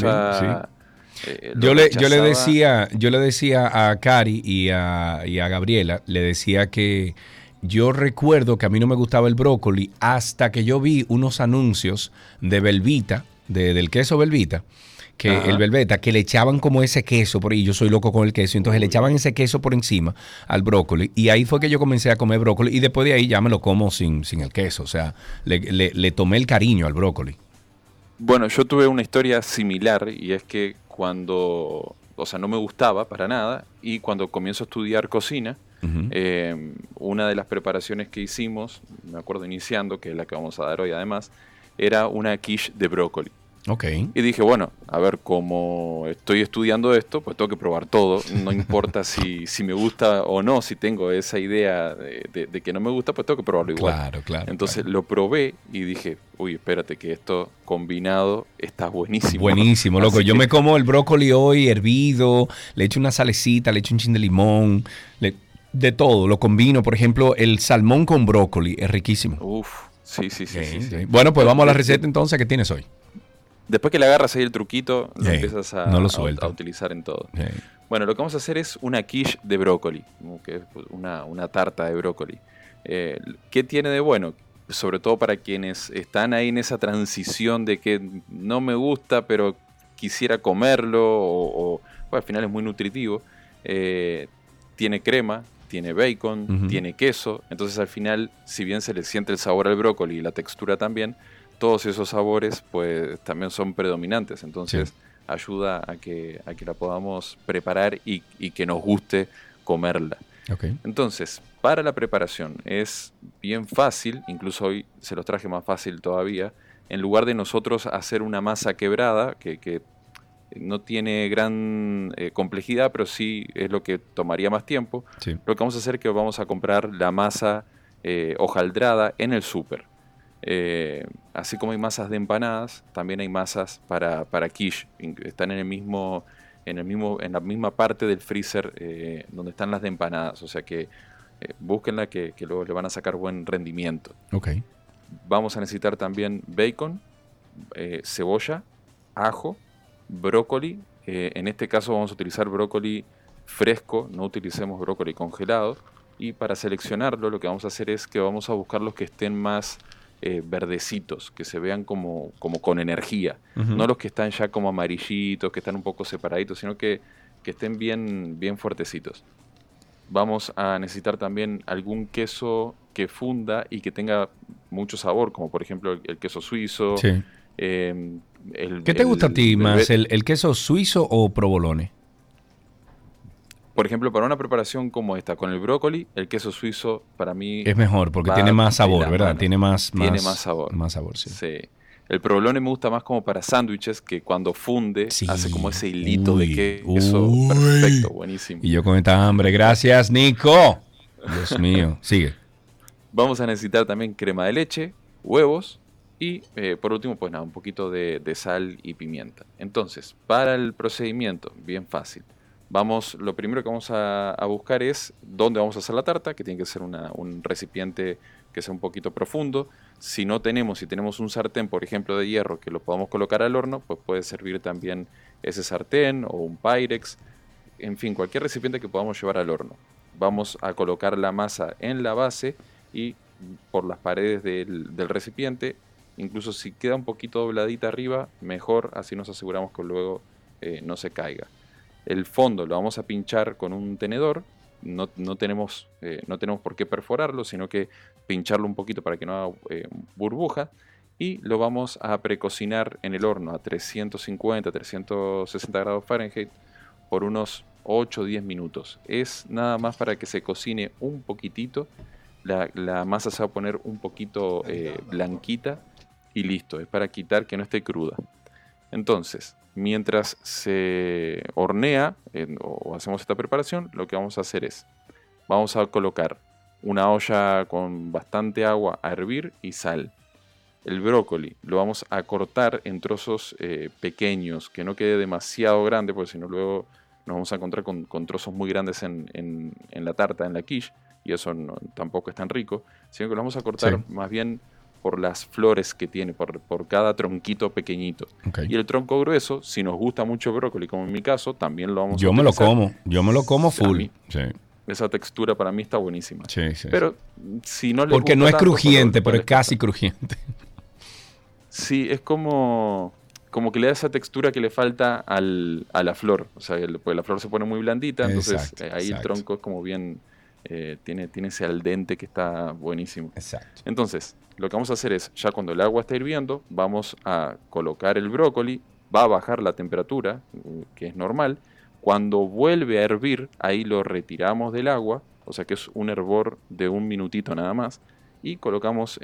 sí. Yo le decía a Cari y a Gabriela, le decía que yo recuerdo que a mí no me gustaba el brócoli hasta que yo vi unos anuncios de Velveeta, del queso Velveeta, que el Velveeta, que le echaban como ese queso por ahí, yo soy loco con el queso, entonces le echaban ese queso por encima al brócoli, y ahí fue que yo comencé a comer brócoli, y después de ahí ya me lo como sin el queso, o sea, le tomé el cariño al brócoli. Bueno, yo tuve una historia similar, y es que cuando, o sea, no me gustaba para nada, y cuando comienzo a estudiar cocina, una de las preparaciones que hicimos, me acuerdo iniciando, que es la que vamos a dar hoy además, era una quiche de brócoli. Okay. Y dije, bueno, a ver, como estoy estudiando esto, pues tengo que probar todo. No importa si me gusta o no, si tengo esa idea de que no me gusta, pues tengo que probarlo igual. Claro. Entonces lo probé y dije, uy, espérate que esto combinado está buenísimo. Buenísimo, loco. Yo me como el brócoli hoy hervido, le echo una salecita, le echo un chin de limón, de todo. Lo combino, por ejemplo, el salmón con brócoli, es riquísimo. Uf, sí. Bueno, pues vamos a la receta entonces que tienes hoy. Después que le agarras ahí el truquito, lo empiezas a utilizar en todo. Bueno, lo que vamos a hacer es una quiche de brócoli, que es una tarta de brócoli. ¿Qué tiene de bueno? Sobre todo para quienes están ahí en esa transición de que no me gusta, pero quisiera comerlo, o al final es muy nutritivo. Tiene crema, tiene bacon, tiene queso. Entonces al final, si bien se le siente el sabor al brócoli y la textura también, todos esos sabores pues también son predominantes, entonces ayuda a que la podamos preparar y que nos guste comerla. Okay. Entonces, para la preparación es bien fácil, incluso hoy se los traje más fácil todavía. En lugar de nosotros hacer una masa quebrada, que no tiene gran complejidad, pero sí es lo que tomaría más tiempo, lo que vamos a hacer es que vamos a comprar la masa hojaldrada en el súper. Así como hay masas de empanadas, también hay masas para quiche. Están en la misma parte del freezer donde están las de empanadas. O sea que búsquenla que luego le van a sacar buen rendimiento. Okay. Vamos a necesitar también bacon, cebolla, ajo, brócoli. En este caso vamos a utilizar brócoli fresco, no utilicemos brócoli congelado. Y para seleccionarlo lo que vamos a hacer es que vamos a buscar los que estén más verdecitos, que se vean como con energía. No los que están ya como amarillitos, que están un poco separaditos, sino que estén bien fuertecitos. Vamos a necesitar también algún queso que funda y que tenga mucho sabor, como por ejemplo el queso suizo. Sí. ¿Qué te gusta a ti más, el queso suizo o provolone? Por ejemplo, para una preparación como esta, con el brócoli, el queso suizo para mí es mejor porque tiene más sabor, ¿verdad? Mano. Tiene más sabor. Más sabor, sí. Sí. El provolone me gusta más como para sándwiches, que cuando funde hace como ese hilito de queso. Perfecto, buenísimo. Y yo con esta hambre. Gracias, Nico. Dios mío. Sigue. Vamos a necesitar también crema de leche, huevos y por último, pues nada, un poquito de sal y pimienta. Entonces, para el procedimiento, bien fácil. Lo primero que vamos a buscar es dónde vamos a hacer la tarta, que tiene que ser un recipiente que sea un poquito profundo. Si tenemos un sartén, por ejemplo, de hierro, que lo podamos colocar al horno, pues puede servir también ese sartén o un Pyrex. En fin, cualquier recipiente que podamos llevar al horno. Vamos a colocar la masa en la base y por las paredes del recipiente. Incluso si queda un poquito dobladita arriba, mejor, así nos aseguramos que luego no se caiga. El fondo lo vamos a pinchar con un tenedor. No tenemos por qué perforarlo, sino que pincharlo un poquito para que no haga burbuja. Y lo vamos a precocinar en el horno a 350, 360 grados Fahrenheit por unos 8 o 10 minutos. Es nada más para que se cocine un poquitito. La masa se va a poner un poquito blanquita y listo. Es para quitar que no esté cruda. Entonces, mientras se hornea o hacemos esta preparación, lo que vamos a hacer es, vamos a colocar una olla con bastante agua a hervir y sal. El brócoli lo vamos a cortar en trozos pequeños, que no quede demasiado grande, porque si no luego nos vamos a encontrar con trozos muy grandes en la tarta, en la quiche, y eso tampoco es tan rico, sino que lo vamos a cortar más bien por las flores que tiene, por cada tronquito pequeñito. Okay. Y el tronco grueso, si nos gusta mucho el brócoli, como en mi caso, también lo vamos a utilizar. Yo me lo como full. Sí. Esa textura para mí está buenísima. Sí. Pero si no le porque gusta no es tanto, crujiente, pero es casi crujiente. Sí, es como que le da esa textura que le falta a la flor. O sea, pues la flor se pone muy blandita, entonces ahí el tronco es como bien... tiene ese al dente que está buenísimo. Exacto. Entonces, lo que vamos a hacer es, ya cuando el agua está hirviendo, vamos a colocar el brócoli, va a bajar la temperatura, que es normal. Cuando vuelve a hervir, ahí lo retiramos del agua, o sea que es un hervor de 1 minutito nada más, y colocamos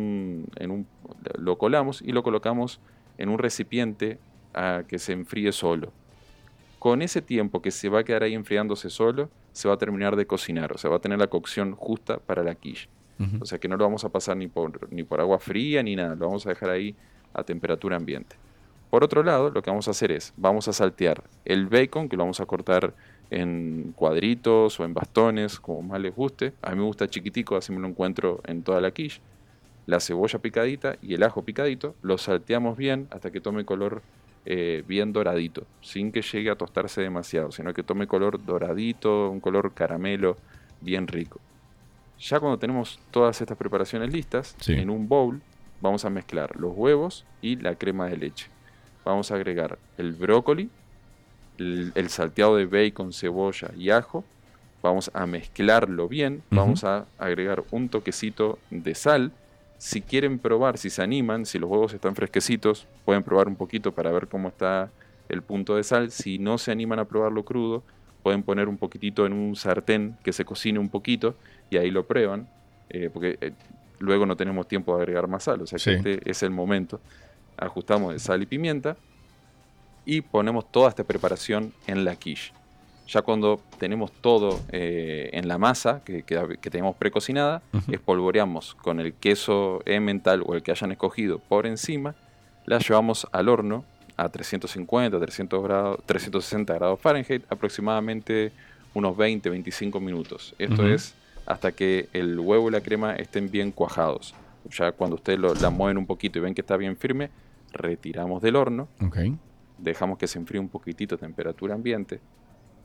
lo colamos y lo colocamos en un recipiente a que se enfríe solo. Con ese tiempo que se va a quedar ahí enfriándose solo, se va a terminar de cocinar, o sea, va a tener la cocción justa para la quiche. Uh-huh. O sea que no lo vamos a pasar ni por agua fría ni nada, lo vamos a dejar ahí a temperatura ambiente. Por otro lado, lo que vamos a hacer es, vamos a saltear el bacon, que lo vamos a cortar en cuadritos o en bastones, como más les guste. A mí me gusta chiquitico, así me lo encuentro en toda la quiche. La cebolla picadita y el ajo picadito, lo salteamos bien hasta que tome color bien doradito, sin que llegue a tostarse demasiado, sino que tome color doradito, un color caramelo bien rico. Ya cuando tenemos todas estas preparaciones listas, en un bowl vamos a mezclar los huevos y la crema de leche. Vamos a agregar el brócoli, el salteado de bacon, cebolla y ajo. Vamos a mezclarlo bien. Uh-huh. Vamos a agregar un toquecito de sal. Si quieren probar, si se animan, si los huevos están fresquecitos, pueden probar un poquito para ver cómo está el punto de sal. Si no se animan a probarlo crudo, pueden poner un poquitito en un sartén que se cocine un poquito y ahí lo prueban, porque luego no tenemos tiempo de agregar más sal. O sea que este es el momento. Ajustamos de sal y pimienta y ponemos toda esta preparación en la quiche. Ya cuando tenemos todo en la masa que tenemos precocinada, uh-huh, espolvoreamos con el queso emmental o el que hayan escogido por encima, la llevamos al horno a 350, 360 grados Fahrenheit, aproximadamente unos 20-25 minutos. Esto uh-huh, es hasta que el huevo y la crema estén bien cuajados. Ya cuando ustedes la mueven un poquito y ven que está bien firme, retiramos del horno, dejamos que se enfríe un poquitito a temperatura ambiente.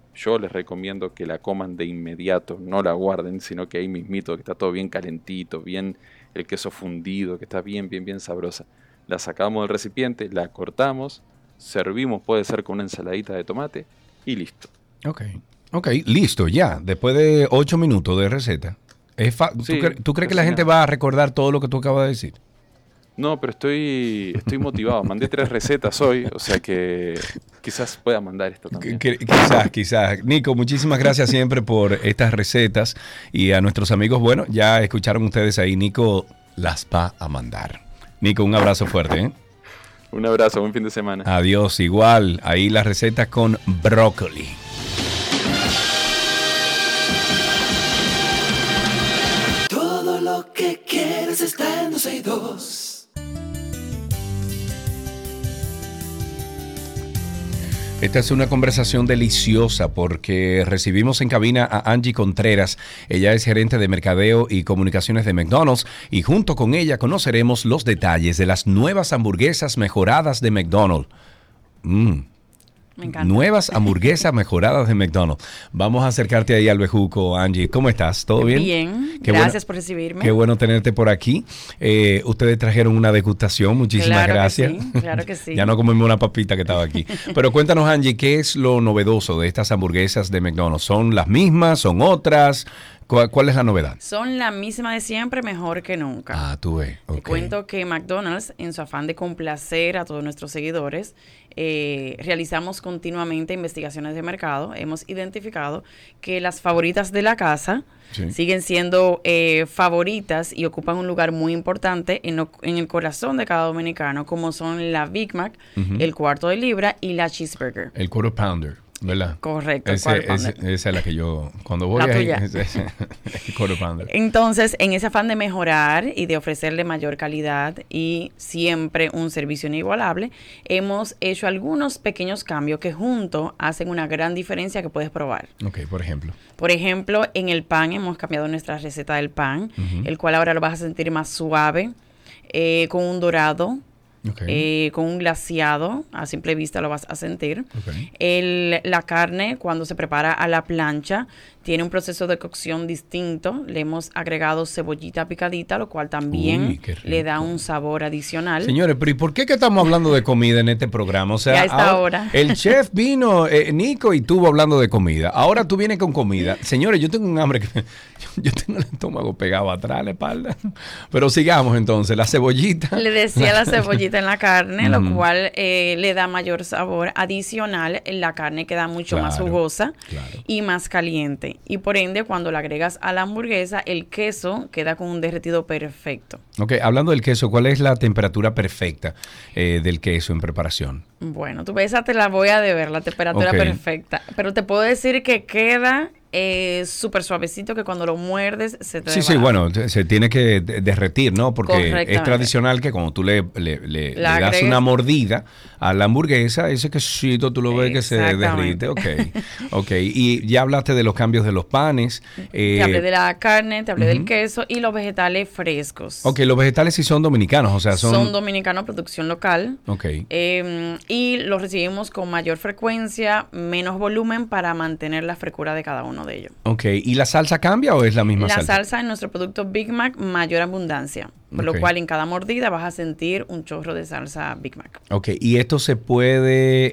yo les recomiendo que la coman de inmediato, no la guarden, sino que ahí mismito, que está todo bien calentito, bien el queso fundido, que está bien sabrosa. La sacamos del recipiente, la cortamos, servimos, puede ser con una ensaladita de tomate y listo. Ok, listo, ya. Después de 8 minutos de receta. Sí, ¿Tú crees que la gente va a recordar todo lo que tú acabas de decir? No, pero estoy motivado. Mandé 3 recetas hoy, o sea que quizás pueda mandar esto también. Quizás. Nico, muchísimas gracias siempre por estas recetas. Y a nuestros amigos, bueno, ya escucharon ustedes ahí. Nico las va a mandar. Nico, un abrazo fuerte, ¿eh? Un abrazo, buen fin de semana. Adiós, igual. Ahí las recetas con brócoli. Todo lo que quieres está en 262. Esta es una conversación deliciosa porque recibimos en cabina a Angie Contreras. Ella es gerente de mercadeo y comunicaciones de McDonald's y junto con ella conoceremos los detalles de las nuevas hamburguesas mejoradas de McDonald's. Me encanta. Nuevas hamburguesas mejoradas de McDonald's. Vamos a acercarte ahí al bejuco, Angie. ¿Cómo estás? ¿Todo bien? Bien, Qué gracias por recibirme. Qué bueno tenerte por aquí. Ustedes trajeron una degustación, muchísimas gracias. Claro que sí. Ya no comimos una papita que estaba aquí. Pero cuéntanos, Angie, ¿qué es lo novedoso de estas hamburguesas de McDonald's? ¿Son las mismas? ¿Son otras? ¿Cuál es la novedad? Son la misma de siempre, mejor que nunca. Ah, tú ves. Te cuento que McDonald's, en su afán de complacer a todos nuestros seguidores, realizamos continuamente investigaciones de mercado. Hemos identificado que las favoritas de la casa siguen siendo favoritas y ocupan un lugar muy importante en el corazón de cada dominicano, como son la Big Mac, el cuarto de libra y la cheeseburger. El quarter pounder, ¿verdad? Correcto. Esa es la que yo, cuando voy la ahí, tuya. el quarter pounder. Entonces, en ese afán de mejorar y de ofrecerle mayor calidad y siempre un servicio inigualable, hemos hecho algunos pequeños cambios que juntos hacen una gran diferencia que puedes probar. Ok, por ejemplo. Por ejemplo, en el pan hemos cambiado nuestra receta del pan, el cual ahora lo vas a sentir más suave, con un dorado. Con un glaseado, a simple vista lo vas a sentir. La carne, cuando se prepara a la plancha, tiene un proceso de cocción distinto. Le hemos agregado cebollita picadita, lo cual también le da un sabor adicional. Señores, pero ¿y por qué que estamos hablando de comida en este programa? O sea, ya está ahora. El chef vino, Nico, y estuvo hablando de comida. Ahora tú vienes con comida. Señores, yo tengo un hambre que yo tengo el estómago pegado atrás, la espalda. Pero sigamos entonces, la cebollita. Le decía la cebollita en la carne, lo cual le da mayor sabor adicional. La carne queda mucho más jugosa y más caliente. Y por ende, cuando la agregas a la hamburguesa, el queso queda con un derretido perfecto. Ok, hablando del queso, ¿cuál es la temperatura perfecta del queso en preparación? Bueno, esa te la voy a deber, la temperatura perfecta. Pero te puedo decir que queda súper suavecito, que cuando lo muerdes se te Sí, bueno, se tiene que derretir, ¿no? Porque es tradicional que cuando tú le das una mordida a la hamburguesa, ese quesito tú lo ves que se derrite. Ok. Y ya hablaste de los cambios de los panes. Te hablé de la carne, te hablé del queso y los vegetales frescos. Ok, los vegetales sí son dominicanos, o sea, son dominicanos, producción local. Ok. Y los recibimos con mayor frecuencia, menos volumen para mantener la frescura de cada uno de ellos. Ok, ¿y la salsa cambia o es la misma salsa? La salsa en nuestro producto Big Mac, mayor abundancia, por lo cual en cada mordida vas a sentir un chorro de salsa Big Mac. Ok, y esto se puede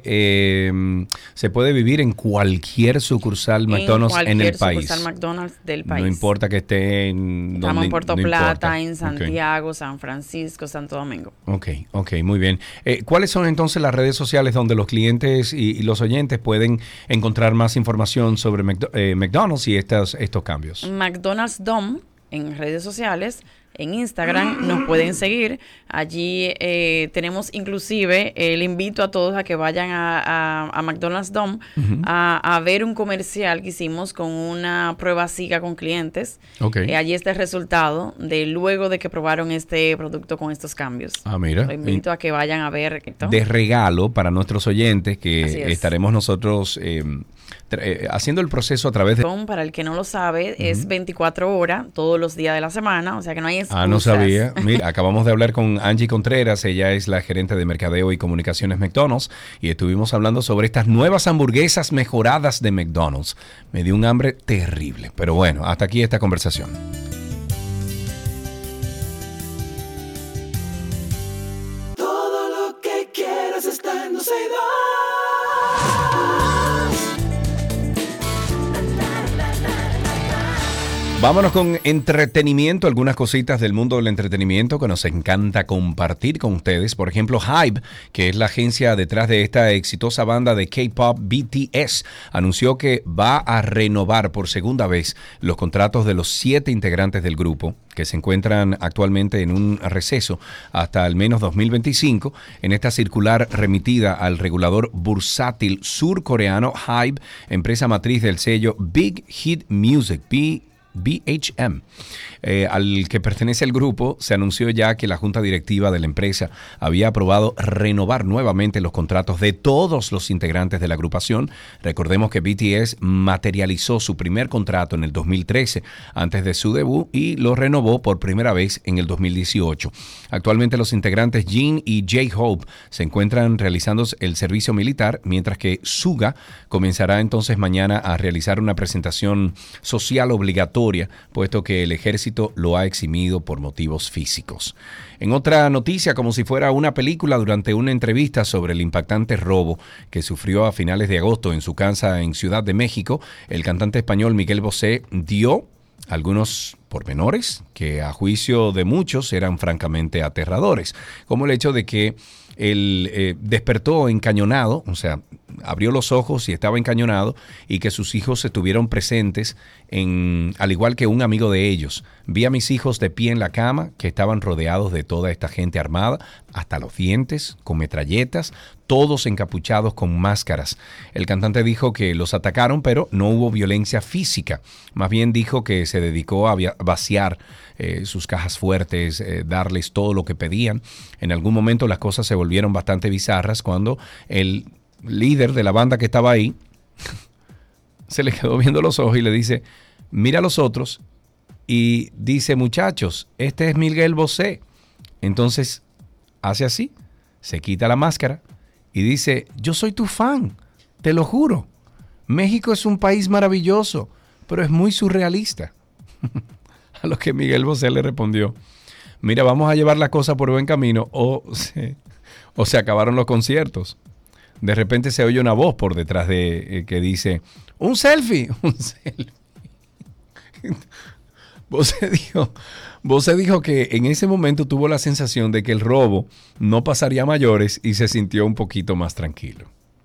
vivir en cualquier sucursal McDonald's en el país. En cualquier sucursal McDonald's del país. No importa que esté en... Estamos en Puerto Plata, en Santiago, San Francisco, Santo Domingo. Ok, muy bien. ¿Cuáles son entonces las redes sociales donde los clientes y los oyentes pueden encontrar más información sobre McDonald's y estos cambios? McDonald's Dom en redes sociales. En Instagram nos pueden seguir. Allí tenemos inclusive, le invito a todos a que vayan a McDonald's Dome a ver un comercial que hicimos con una prueba SIGA con clientes. Allí está el resultado de luego de que probaron este producto con estos cambios. Mira. Los invito a que vayan a ver esto. De regalo para nuestros oyentes que estaremos nosotros haciendo el proceso a través de... Para el que no lo sabe, es 24 horas todos los días de la semana, o sea que no hay excusas. No sabía. Mira, acabamos de hablar con Angie Contreras, ella es la gerente de mercadeo y comunicaciones McDonald's, y estuvimos hablando sobre estas nuevas hamburguesas mejoradas de McDonald's. Me dio un hambre terrible, pero bueno, hasta aquí esta conversación. Todo lo que quieras está en 12 y 2. Vámonos con entretenimiento, algunas cositas del mundo del entretenimiento que nos encanta compartir con ustedes. Por ejemplo, Hybe, que es la agencia detrás de esta exitosa banda de K-pop BTS, anunció que va a renovar por segunda vez los contratos de los 7 integrantes del grupo, que se encuentran actualmente en un receso hasta al menos 2025. En esta circular remitida al regulador bursátil surcoreano, Hybe, empresa matriz del sello Big Hit Music, BHM, al que pertenece el grupo, se anunció ya que la junta directiva de la empresa había aprobado renovar nuevamente los contratos de todos los integrantes de la agrupación. Recordemos que BTS materializó su primer contrato en el 2013 antes de su debut y lo renovó por primera vez en el 2018. Actualmente los integrantes Jin y J-Hope se encuentran realizando el servicio militar, mientras que Suga comenzará entonces mañana a realizar una presentación social obligatoria, puesto que el ejército lo ha eximido por motivos físicos. En otra noticia, como si fuera una película, durante una entrevista sobre el impactante robo que sufrió a finales de agosto en su casa en Ciudad de México, el cantante español Miguel Bosé dio algunos pormenores que a juicio de muchos eran francamente aterradores, como el hecho de que él despertó encañonado, o sea, abrió los ojos y estaba encañonado, y que sus hijos estuvieron presentes, al igual que un amigo de ellos. Vi a mis hijos de pie en la cama, que estaban rodeados de toda esta gente armada, hasta los dientes, con metralletas, todos encapuchados con máscaras. El cantante dijo que los atacaron, pero no hubo violencia física. Más bien dijo que se dedicó a vaciar sus cajas fuertes, darles todo lo que pedían. En algún momento las cosas se volvieron bastante bizarras cuando el líder de la banda que estaba ahí se le quedó viendo los ojos y le dice: mira a los otros, y dice: muchachos, este es Miguel Bosé. Entonces hace así, se quita la máscara y dice: yo soy tu fan, te lo juro. México es un país maravilloso, pero es muy surrealista. A lo que Miguel Bosé le respondió: mira, vamos a llevar la cosa por buen camino o se acabaron los conciertos. De repente se oye una voz por detrás de que dice: un selfie, un selfie. Bosé dijo que en ese momento tuvo la sensación de que el robo no pasaría a mayores y se sintió un poquito más tranquilo.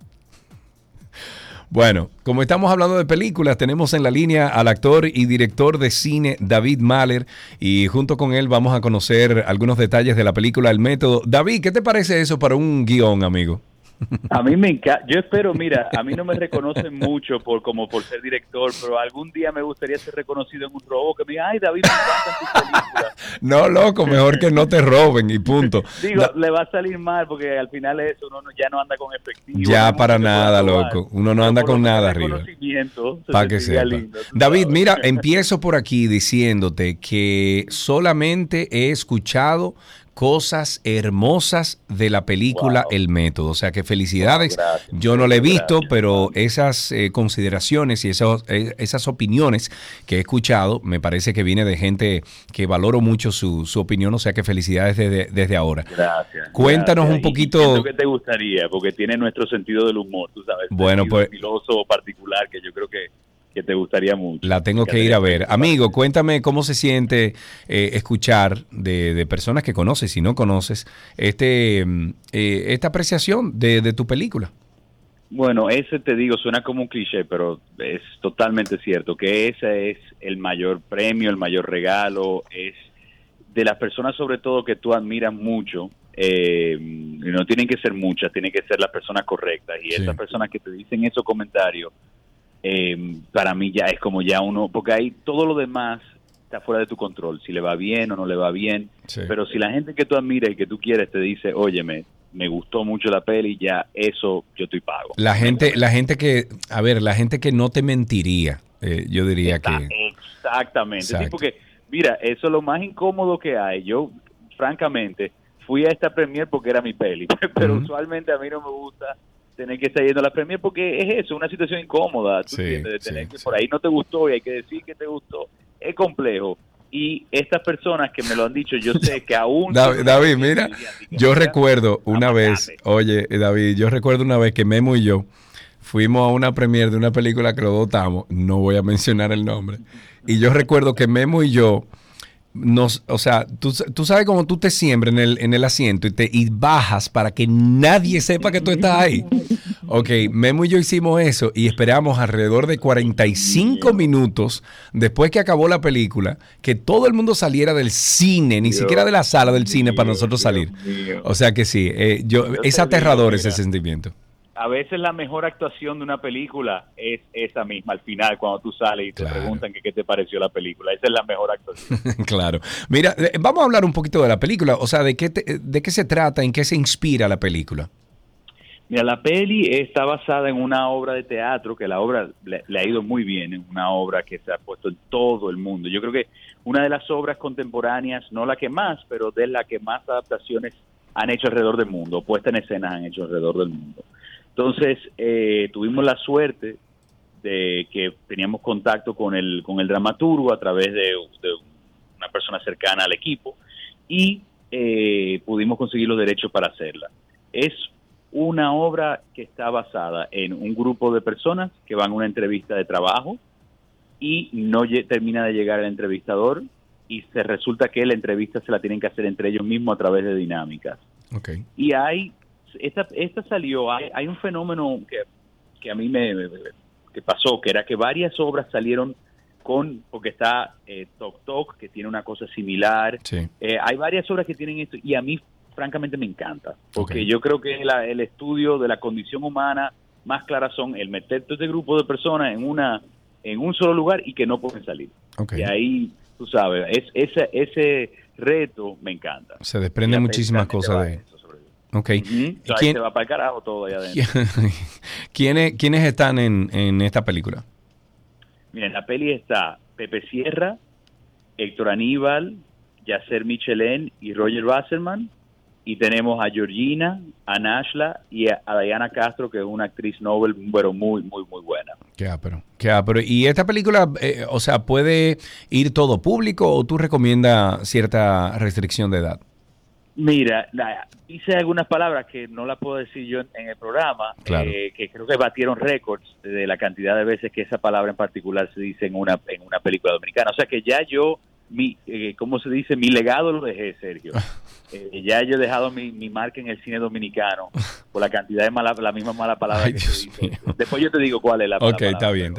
Bueno, como estamos hablando de películas, tenemos en la línea al actor y director de cine David Mahler, y junto con él vamos a conocer algunos detalles de la película El Método. David, ¿qué te parece eso para un guión, amigo? A mí me encanta. Yo espero, mira, a mí no me reconocen mucho por ser director, pero algún día me gustaría ser reconocido en un robo, que me diga: ay, David, me encantan tus películas. No, loco, mejor que no te roben y punto. Digo, le va a salir mal porque al final eso uno ya no anda con efectivo. Ya para nada, loco. Uno no anda con nada arriba. Para que sepa. David, mira, empiezo por aquí diciéndote que solamente he escuchado cosas hermosas de la película El Método. O sea que felicidades. Gracias. Yo no la he visto, pero esas consideraciones y esas opiniones que he escuchado, me parece que viene de gente que valoro mucho su opinión. O sea que felicidades desde ahora. Gracias. Cuéntanos gracias. Un poquito. ¿Qué te gustaría? Porque tiene nuestro sentido del humor, tú sabes. Bueno, pues filoso particular que yo creo que te gustaría mucho. La tengo que ir a ver. Amigo, cuéntame cómo se siente escuchar de personas que conoces y no conoces esta apreciación de tu película. Bueno, ese, te digo, suena como un cliché, pero es totalmente cierto, que ese es el mayor premio, el mayor regalo, es de las personas sobre todo que tú admiras mucho. No tienen que ser muchas, tienen que ser las personas correctas, y esas personas que te dicen esos comentarios, para mí ya es como ya uno, porque ahí todo lo demás está fuera de tu control, si le va bien o no le va bien, pero si la gente que tú admiras y que tú quieres te dice: óyeme, me gustó mucho la peli, ya eso yo estoy pago. La gente que no te mentiría, yo diría que... Exactamente. Sí, porque, mira, eso es lo más incómodo que hay. Yo, francamente, fui a esta premier porque era mi peli, pero usualmente a mí no me gusta tener que estar yendo a la premier porque es eso, una situación incómoda, ¿tú entiendes? De tener que por ahí no te gustó y hay que decir que te gustó. Es complejo. Y estas personas que me lo han dicho, yo sé que aún... David, mira, yo recuerdo una vez, oye, David, yo recuerdo una vez que Memo y yo fuimos a una premiere de una película que los dos estamos, no voy a mencionar el nombre, y yo recuerdo que Memo y yo, o sea, tú sabes cómo tú te siembras en el asiento y bajas para que nadie sepa que tú estás ahí. Ok, Memo y yo hicimos eso y esperamos alrededor de 45 minutos después que acabó la película, que todo el mundo saliera del cine, ni siquiera de la sala del cine para nosotros salir. O sea que sí, es aterrador ese sentimiento. A veces la mejor actuación de una película es esa misma, al final, cuando tú sales y te preguntan que qué te pareció la película. Esa es la mejor actuación. Claro. Mira, vamos a hablar un poquito de la película. O sea, ¿de qué se trata? ¿En qué se inspira la película? Mira, la peli está basada en una obra de teatro, que la obra le ha ido muy bien. Es una obra que se ha puesto en todo el mundo. Yo creo que una de las obras contemporáneas, no la que más, pero de la que más adaptaciones han hecho alrededor del mundo, puesta en escenas han hecho alrededor del mundo. Entonces, tuvimos la suerte de que teníamos contacto con el dramaturgo a través de una persona cercana al equipo y pudimos conseguir los derechos para hacerla. Es una obra que está basada en un grupo de personas que van a una entrevista de trabajo y no termina de llegar el entrevistador y se resulta que la entrevista se la tienen que hacer entre ellos mismos a través de dinámicas. Okay. Y esta salió, hay un fenómeno que a mí que pasó, que era que varias obras salieron porque está Tok Tok, que tiene una cosa similar. Sí. Hay varias obras que tienen esto, y a mí francamente me encanta, porque yo creo que el estudio de la condición humana más clara son el meter todo este grupo de personas en un solo lugar y que no pueden salir. Okay. Y ahí, tú sabes, ese reto me encanta. Se desprenden muchísimas cosas de... Okay. Ahí se va para el carajo todo allá adentro. ¿Quiénes están en esta película? Mira, en la peli está Pepe Sierra, Héctor Aníbal, Yasser Michelén y Roger Wasserman. Y tenemos a Georgina, a Nashla y a Diana Castro, que es una actriz novel, pero muy, muy, muy buena. Qué ápero. ¿Y esta película, o sea, puede ir todo público o tú recomiendas cierta restricción de edad? Mira, hice algunas palabras que no las puedo decir yo en el programa, claro. Que creo que batieron récords de la cantidad de veces que esa palabra en particular se dice en una película dominicana. O sea que ya yo, ¿cómo se dice? Mi legado lo dejé, Sergio. Ya yo he dejado mi marca en el cine dominicano por la cantidad de la misma mala palabra que se dice. Después yo te digo cuál es la palabra. Ok, está bien.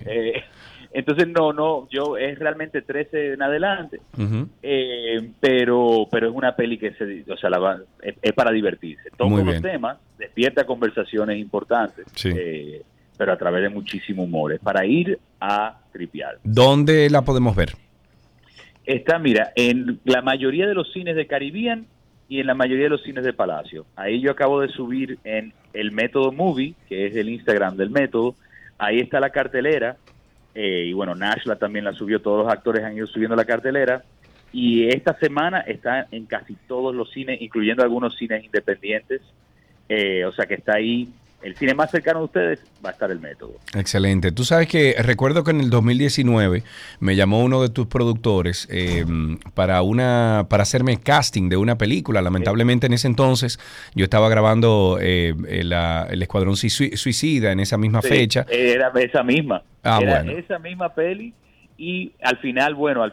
Entonces, yo es realmente 13 en adelante, pero es una peli que es para divertirse. Toca unos temas, despierta conversaciones importantes, sí. Pero a través de muchísimo humor. Es para ir a tripear. ¿Dónde la podemos ver? Está, mira, en la mayoría de los cines de Caribbean y en la mayoría de los cines de Palacio. Ahí yo acabo de subir en el Método Movie, que es el Instagram del Método. Ahí está la cartelera. Y bueno, Nashla también la subió, todos los actores han ido subiendo la cartelera, y esta semana está en casi todos los cines, incluyendo algunos cines independientes, o sea que está ahí, el cine más cercano de ustedes va a estar el Método. Excelente. Tú sabes que recuerdo que en el 2019 me llamó uno de tus productores para hacerme casting de una película. Lamentablemente en ese entonces yo estaba grabando el Escuadrón Suicida en esa misma fecha. Era esa misma. Bueno. Esa misma peli, y al final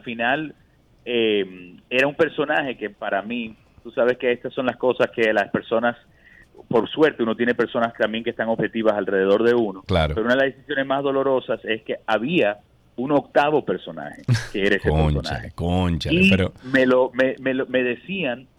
era un personaje que para mí, tú sabes que estas son las cosas que las personas, por suerte uno tiene personas también que están objetivas alrededor de uno, claro. Pero una de las decisiones más dolorosas es que había un octavo personaje que era ese personaje. Cónchale, y pero me decían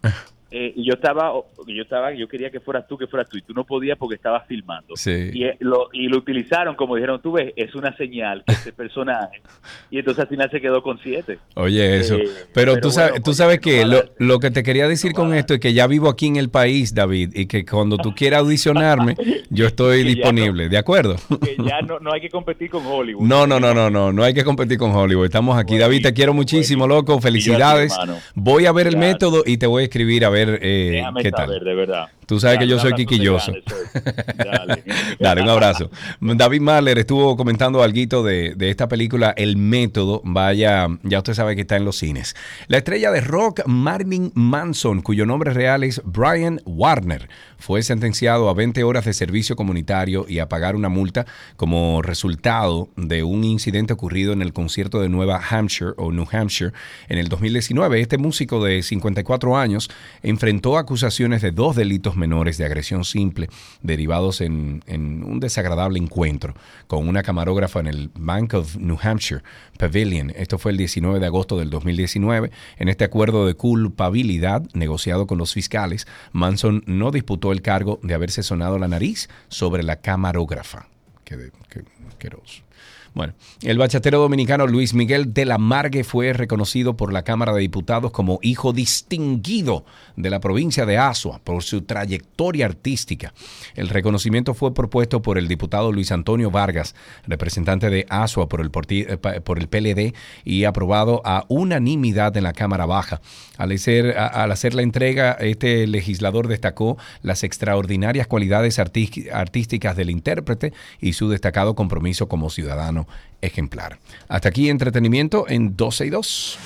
y yo quería que fueras tú, y tú no podías porque estabas filmando. Sí. Y lo utilizaron, como dijeron, tú ves, es una señal que ese personaje, y entonces al final se quedó con 7. Oye, eso. Pero tú sabes que lo que te quería decir con esto es que ya vivo aquí en el país, David, y que cuando tú quieras audicionarme, yo estoy disponible, ¿de acuerdo? Que ya no hay que competir con Hollywood. No hay que competir con Hollywood. Estamos aquí. David, te quiero muchísimo, loco. Felicidades. Voy a ver el método y te voy a escribir a ver qué tal. De verdad. Tú sabes que yo soy quiquilloso. Dale, un abrazo. David Mahler estuvo comentando algo de esta película, El Método. Vaya, ya usted sabe que está en los cines. La estrella de rock Marilyn Manson, cuyo nombre real es Brian Warner, fue sentenciado a 20 horas de servicio comunitario y a pagar una multa como resultado de un incidente ocurrido en el concierto de New Hampshire en el 2019. Este músico de 54 años enfrentó acusaciones de 2 delitos menores de agresión simple derivados en un desagradable encuentro con una camarógrafa en el Bank of New Hampshire Pavilion. Esto fue el 19 de agosto del 2019. En este acuerdo de culpabilidad negociado con los fiscales, Manson no disputó el cargo de haberse sonado la nariz sobre la camarógrafa. Qué asqueroso. Bueno, el bachatero dominicano Luis Miguel de la Margue fue reconocido por la Cámara de Diputados como hijo distinguido de la provincia de Azua por su trayectoria artística. El reconocimiento fue propuesto por el diputado Luis Antonio Vargas, representante de Azua por el PLD, y aprobado a unanimidad en la Cámara Baja. Al hacer la entrega, este legislador destacó las extraordinarias cualidades artísticas del intérprete y su destacado compromiso como ciudadano ejemplar. Hasta aquí entretenimiento en 12 y 2.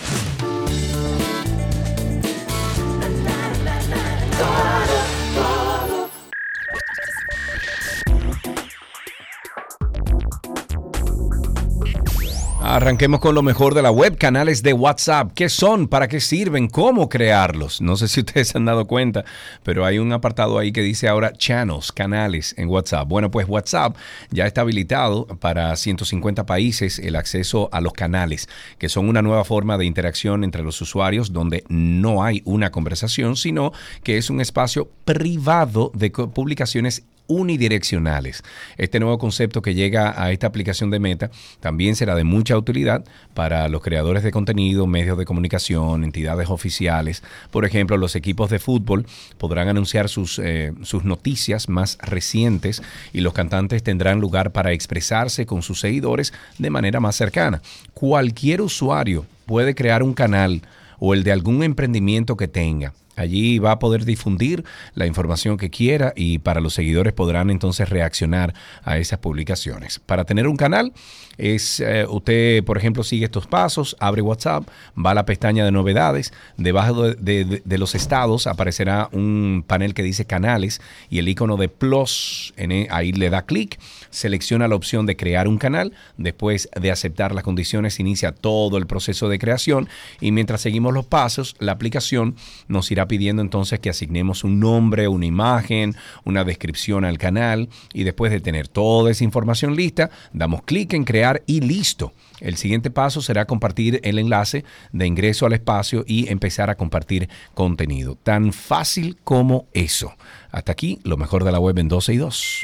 Arranquemos con lo mejor de la web, canales de WhatsApp. ¿Qué son? ¿Para qué sirven? ¿Cómo crearlos? No sé si ustedes se han dado cuenta, pero hay un apartado ahí que dice ahora channels, canales en WhatsApp. Bueno, pues WhatsApp ya está habilitado para 150 países el acceso a los canales, que son una nueva forma de interacción entre los usuarios donde no hay una conversación, sino que es un espacio privado de publicaciones unidireccionales. Este nuevo concepto que llega a esta aplicación de Meta también será de mucha utilidad para los creadores de contenido, medios de comunicación, entidades oficiales. Por ejemplo, los equipos de fútbol podrán anunciar sus noticias más recientes y los cantantes tendrán lugar para expresarse con sus seguidores de manera más cercana. Cualquier usuario puede crear un canal o el de algún emprendimiento que tenga. Allí va a poder difundir la información que quiera y para los seguidores podrán entonces reaccionar a esas publicaciones. Para tener un canal, usted, por ejemplo, sigue estos pasos, abre WhatsApp, va a la pestaña de novedades, debajo de los estados aparecerá un panel que dice canales y el icono de plus, ahí le da clic, selecciona la opción de crear un canal, después de aceptar las condiciones inicia todo el proceso de creación y mientras seguimos los pasos, la aplicación nos irá pidiendo entonces que asignemos un nombre, una imagen, una descripción al canal y después de tener toda esa información lista, damos clic en crear y listo. El siguiente paso será compartir el enlace de ingreso al espacio y empezar a compartir contenido. Tan fácil como eso. Hasta aquí, lo mejor de la web en 12 y 2.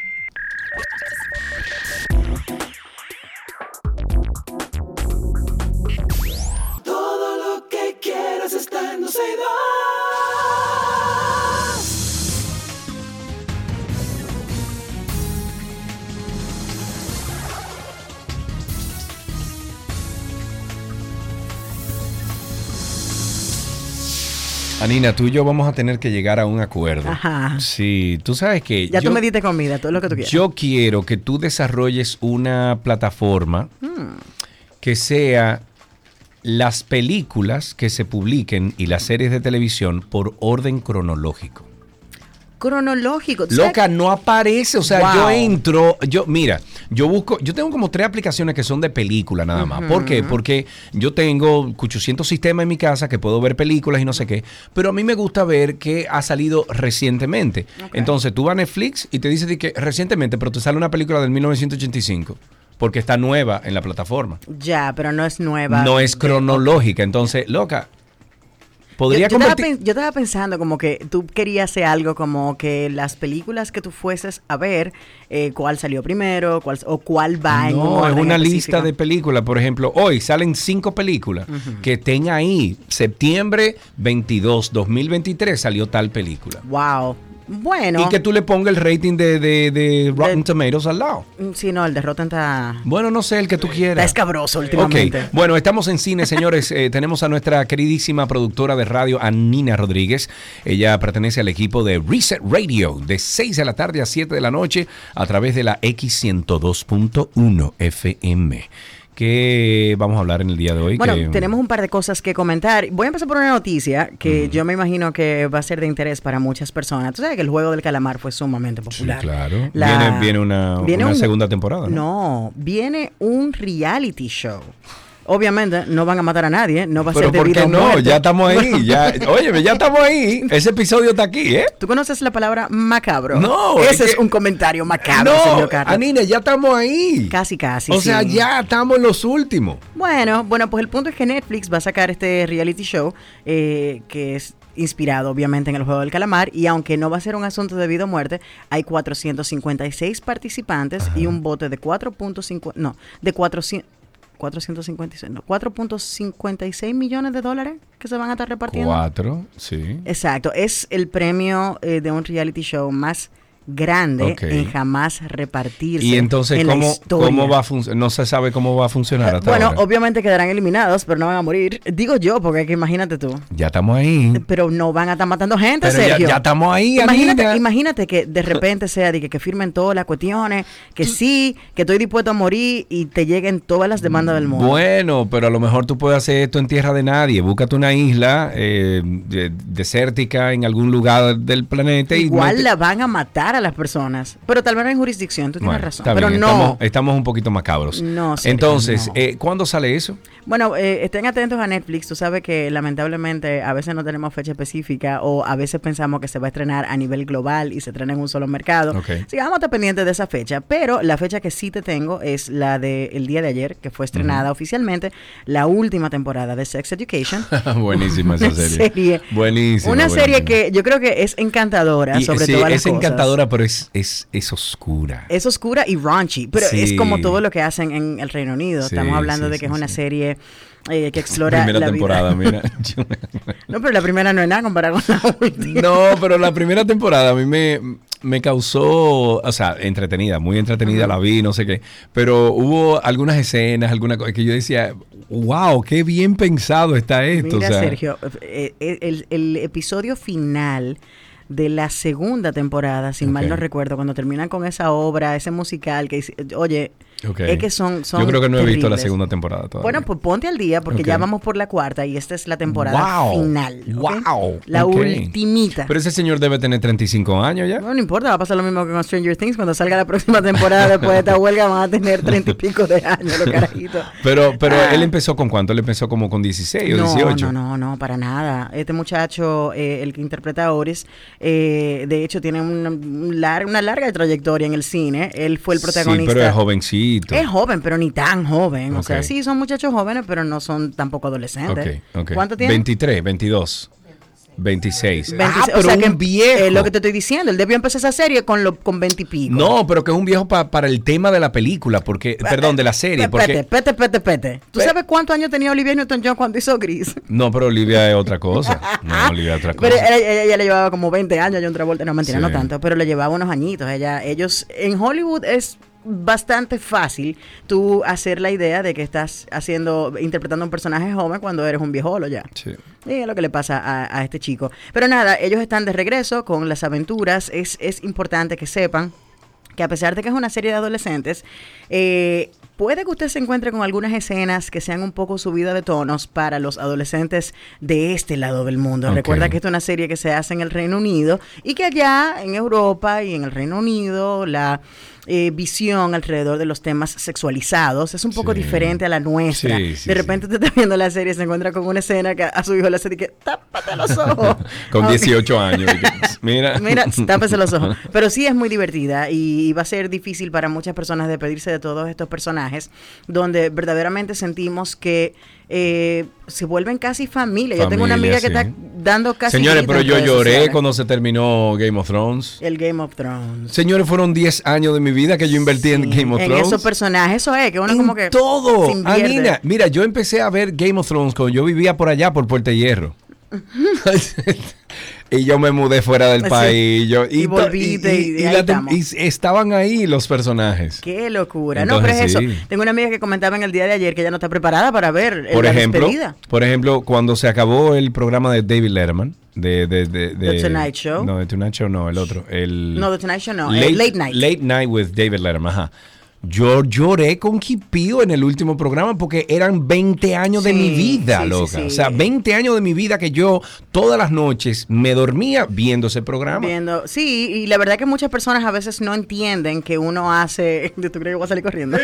Todo lo que quieras está en 12 y 2. Anina, tú y yo vamos a tener que llegar a un acuerdo. Ajá. Sí, tú sabes que... Ya tú me diste comida, todo lo que tú quieras. Yo quiero que tú desarrolles una plataforma que sea las películas que se publiquen y las series de televisión por orden cronológico. Cronológico. Loca, no aparece, o sea, yo entro, mira, yo busco, yo tengo como 3 aplicaciones que son de película nada más. ¿Por qué? Porque yo tengo 800 sistemas en mi casa que puedo ver películas y no sé qué, pero a mí me gusta ver qué ha salido recientemente. Okay. Entonces, tú vas a Netflix y te dice que recientemente, pero te sale una película del 1985. Porque está nueva en la plataforma. Ya, pero no es nueva. No es cronológica, entonces, loca. Podría convertir... Yo estaba pensando como que tú querías hacer algo como que las películas que tú fueses a ver, cuál salió primero, cuál va en un orden es una específico. lista de películas. Por ejemplo, hoy salen 5 películas que estén ahí. Septiembre 22, 2023 salió tal película. Wow. Bueno. Y que tú le pongas el rating de Rotten Tomatoes al lado. Sí, no, el de Rotten está... Bueno, no sé, el que tú quieras. Está escabroso últimamente. Ok, bueno, estamos en cine, señores. Tenemos a nuestra queridísima productora de radio, Anina Rodríguez. Ella pertenece al equipo de Reset Radio, de 6 de la tarde a 7 de la noche, a través de la X102.1 FM. ¿Qué vamos a hablar en el día de hoy? Bueno, tenemos un par de cosas que comentar. Voy a empezar por una noticia que yo me imagino que va a ser de interés para muchas personas. Tú sabes que el Juego del Calamar fue sumamente popular. Sí, claro. Viene una segunda temporada, ¿no? No, viene un reality show. Obviamente no van a matar a nadie, no va a ser debido a ¿por qué no? muerte. Ya estamos ahí. Óyeme, ya estamos ahí. Ese episodio está aquí, ¿eh? ¿Tú conoces la palabra macabro? No. Ese es un comentario macabro, señor Carlos. Anina, ya estamos ahí. Casi. O sea, ya estamos en los últimos. Bueno, pues el punto es que Netflix va a sacar este reality show que es inspirado obviamente en el Juego del Calamar, y aunque no va a ser un asunto de vida o muerte, hay 456 participantes y un bote de 4.56 millones de dólares que se van a estar repartiendo. 4, sí. Exacto. Es el premio de un reality show más grande en jamás repartirse. Y entonces, ¿cómo va a funcionar? No se sabe cómo va a funcionar hasta bueno, ahora. obviamente quedarán eliminados, pero no van a morir. Digo yo, porque es que imagínate tú. Ya estamos ahí. Pero no van a estar matando gente, pero Sergio. Ya estamos ahí, imagínate que de repente sea de que firmen todas las cuestiones, que sí, que estoy dispuesto a morir y te lleguen todas las demandas del mundo. Bueno, pero a lo mejor tú puedes hacer esto en tierra de nadie. Búscate una isla desértica en algún lugar del planeta. Igual la van a matar a las personas, pero tal vez no hay jurisdicción, tú tienes razón, pero bien, no. Estamos un poquito macabros. No, Sergio, entonces, no. ¿cuándo sale eso? Bueno, estén atentos a Netflix. Tú sabes que lamentablemente a veces no tenemos fecha específica o a veces pensamos que se va a estrenar a nivel global y se estrena en un solo mercado. Sí, vamos a estar pendientes de esa fecha, pero la fecha que sí te tengo es la del día de ayer, que fue estrenada oficialmente la última temporada de Sex Education. Buenísima esa serie. Buenísima. Una serie que yo creo que es encantadora, sobre todas las cosas. Es encantadora, pero es oscura. Es oscura y raunchy, pero es como todo lo que hacen en el Reino Unido. Estamos hablando de que es una serie que explora primera la temporada, vida. Mira. No, pero la primera no es nada comparada con la última. No, pero la primera temporada a mí me causó, o sea, entretenida, muy entretenida, la vi, no sé qué, pero hubo algunas escenas, alguna cosa que yo decía, wow, qué bien pensado está esto. Mira, o sea, Sergio, el episodio final de la segunda temporada, si mal no recuerdo, cuando terminan con esa obra, ese musical que oye, es que son yo creo que no he visto la terribles. segunda temporada todavía. Bueno, pues ponte al día porque ya vamos por la cuarta y esta es la temporada final. Wow. La ultimita. Pero ese señor debe tener 35 años ya. No importa, va a pasar lo mismo que con Stranger Things. Cuando salga la próxima temporada después de esta huelga van a tener 30 y pico de años los carajitos. Pero él empezó ¿con cuánto? Él empezó como con 16 o 18. No, para nada. Este muchacho, el que interpreta a Oris, de hecho tiene una larga trayectoria en el cine. Él fue el protagonista. Sí, pero es jovencito. Es joven, pero ni tan joven. O sea, sí, son muchachos jóvenes, pero no son tampoco adolescentes. ¿Cuánto tiene? 23, 22. 26. Pero o sea, un viejo. Es lo que te estoy diciendo. Él debió empezar esa serie con 20 y pico. No, pero que es un viejo para el tema de la película, perdón, de la serie. Pete. ¿Tú sabes cuántos años tenía Olivia Newton-John cuando hizo Gris? No, pero Olivia es otra cosa. Pero ella le llevaba como 20 años a John Travolta. No, mentira, no tanto, pero le llevaba unos añitos. Ellos, en Hollywood es bastante fácil tú hacer la idea de que estás interpretando un personaje joven cuando eres un viejolo ya. Sí. Y es lo que le pasa a este chico. Pero nada, ellos están de regreso con las aventuras. Es importante que sepan que a pesar de que es una serie de adolescentes, puede que usted se encuentre con algunas escenas que sean un poco subida de tonos para los adolescentes de este lado del mundo. Recuerda que esta es una serie que se hace en el Reino Unido y que allá en Europa y en el Reino Unido la visión alrededor de los temas sexualizados es un poco diferente a la nuestra. De repente usted está viendo la serie y se encuentra con una escena que a su hijo le hace que tápate los ojos. Con 18 años. Mira, tápese los ojos. Pero sí es muy divertida y va a ser difícil para muchas personas despedirse de todos estos personajes. personajes donde verdaderamente sentimos que se vuelven casi familia. Yo tengo una amiga que está dando casi... Señores, pero yo lloré sociales. cuando se terminó Game of Thrones. El Game of Thrones. Señores, fueron 10 años de mi vida que yo invertí en Game of Thrones. En esos personajes, eso es, que uno como que... todo. Anina, mira, yo empecé a ver Game of Thrones cuando yo vivía por allá, por Puerto Hierro. Y yo me mudé fuera del país. Y volviste y estaban ahí los personajes. Qué locura. Entonces, no, pero es eso. Tengo una amiga que comentaba en el día de ayer que ella no está preparada para ver la despedida. Por ejemplo, cuando se acabó el programa de David Letterman, The Tonight Show. No, The Tonight Show no, el otro. No, The Tonight Show no. Late Night. Late Night with David Letterman, ajá. Yo lloré con Kipío en el último programa porque eran 20 años de mi vida, loca. O sea, 20 años de mi vida que yo todas las noches me dormía viendo ese programa. Sí, y la verdad que muchas personas a veces no entienden que uno hace... ¿Tú crees que voy a salir corriendo?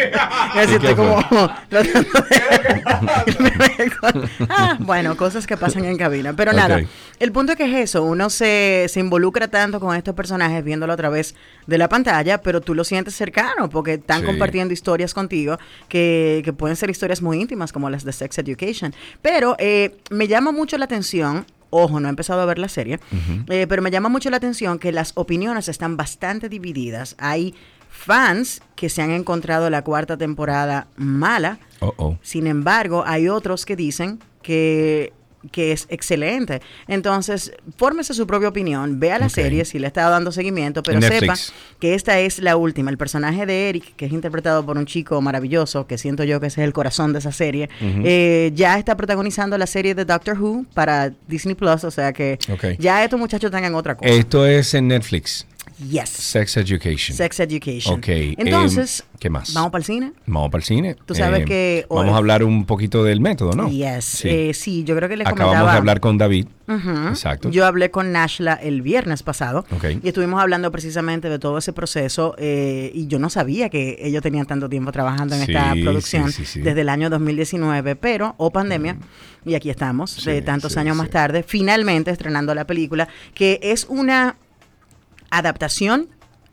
Bueno, cosas que pasan en cabina. Pero nada, el punto es que es eso. Uno se involucra tanto con estos personajes viéndolo a través de la pantalla, pero tú lo sientes cercano porque están compartiendo historias contigo que pueden ser historias muy íntimas como las de Sex Education. Pero me llama mucho la atención, ojo, no he empezado a ver la serie, pero me llama mucho la atención que las opiniones están bastante divididas. Hay fans que se han encontrado la 4ª temporada mala. Sin embargo, hay otros que dicen que es excelente. Entonces, fórmese su propia opinión, vea la serie si le está dando seguimiento, pero sepa que esta es la última. El personaje de Eric, que es interpretado por un chico maravilloso, que siento yo que ese es el corazón de esa serie, ya está protagonizando la serie de Doctor Who para Disney Plus, o sea que ya estos muchachos están en otra cosa. Esto es en Netflix. Yes. Sex Education. Ok. Entonces, ¿qué más? ¿Vamos para el cine? Vamos para el cine. Tú sabes que... Vamos a hablar un poquito del método, ¿no? Yes. Sí, yo creo que les comentaba... Acabamos de hablar con David. Exacto. Yo hablé con Nashla el viernes pasado. Y estuvimos hablando precisamente de todo ese proceso. Y yo no sabía que ellos tenían tanto tiempo trabajando en esta producción desde el año 2019. Pero, pandemia, y aquí estamos, tantos años más tarde, finalmente estrenando la película, que es una adaptación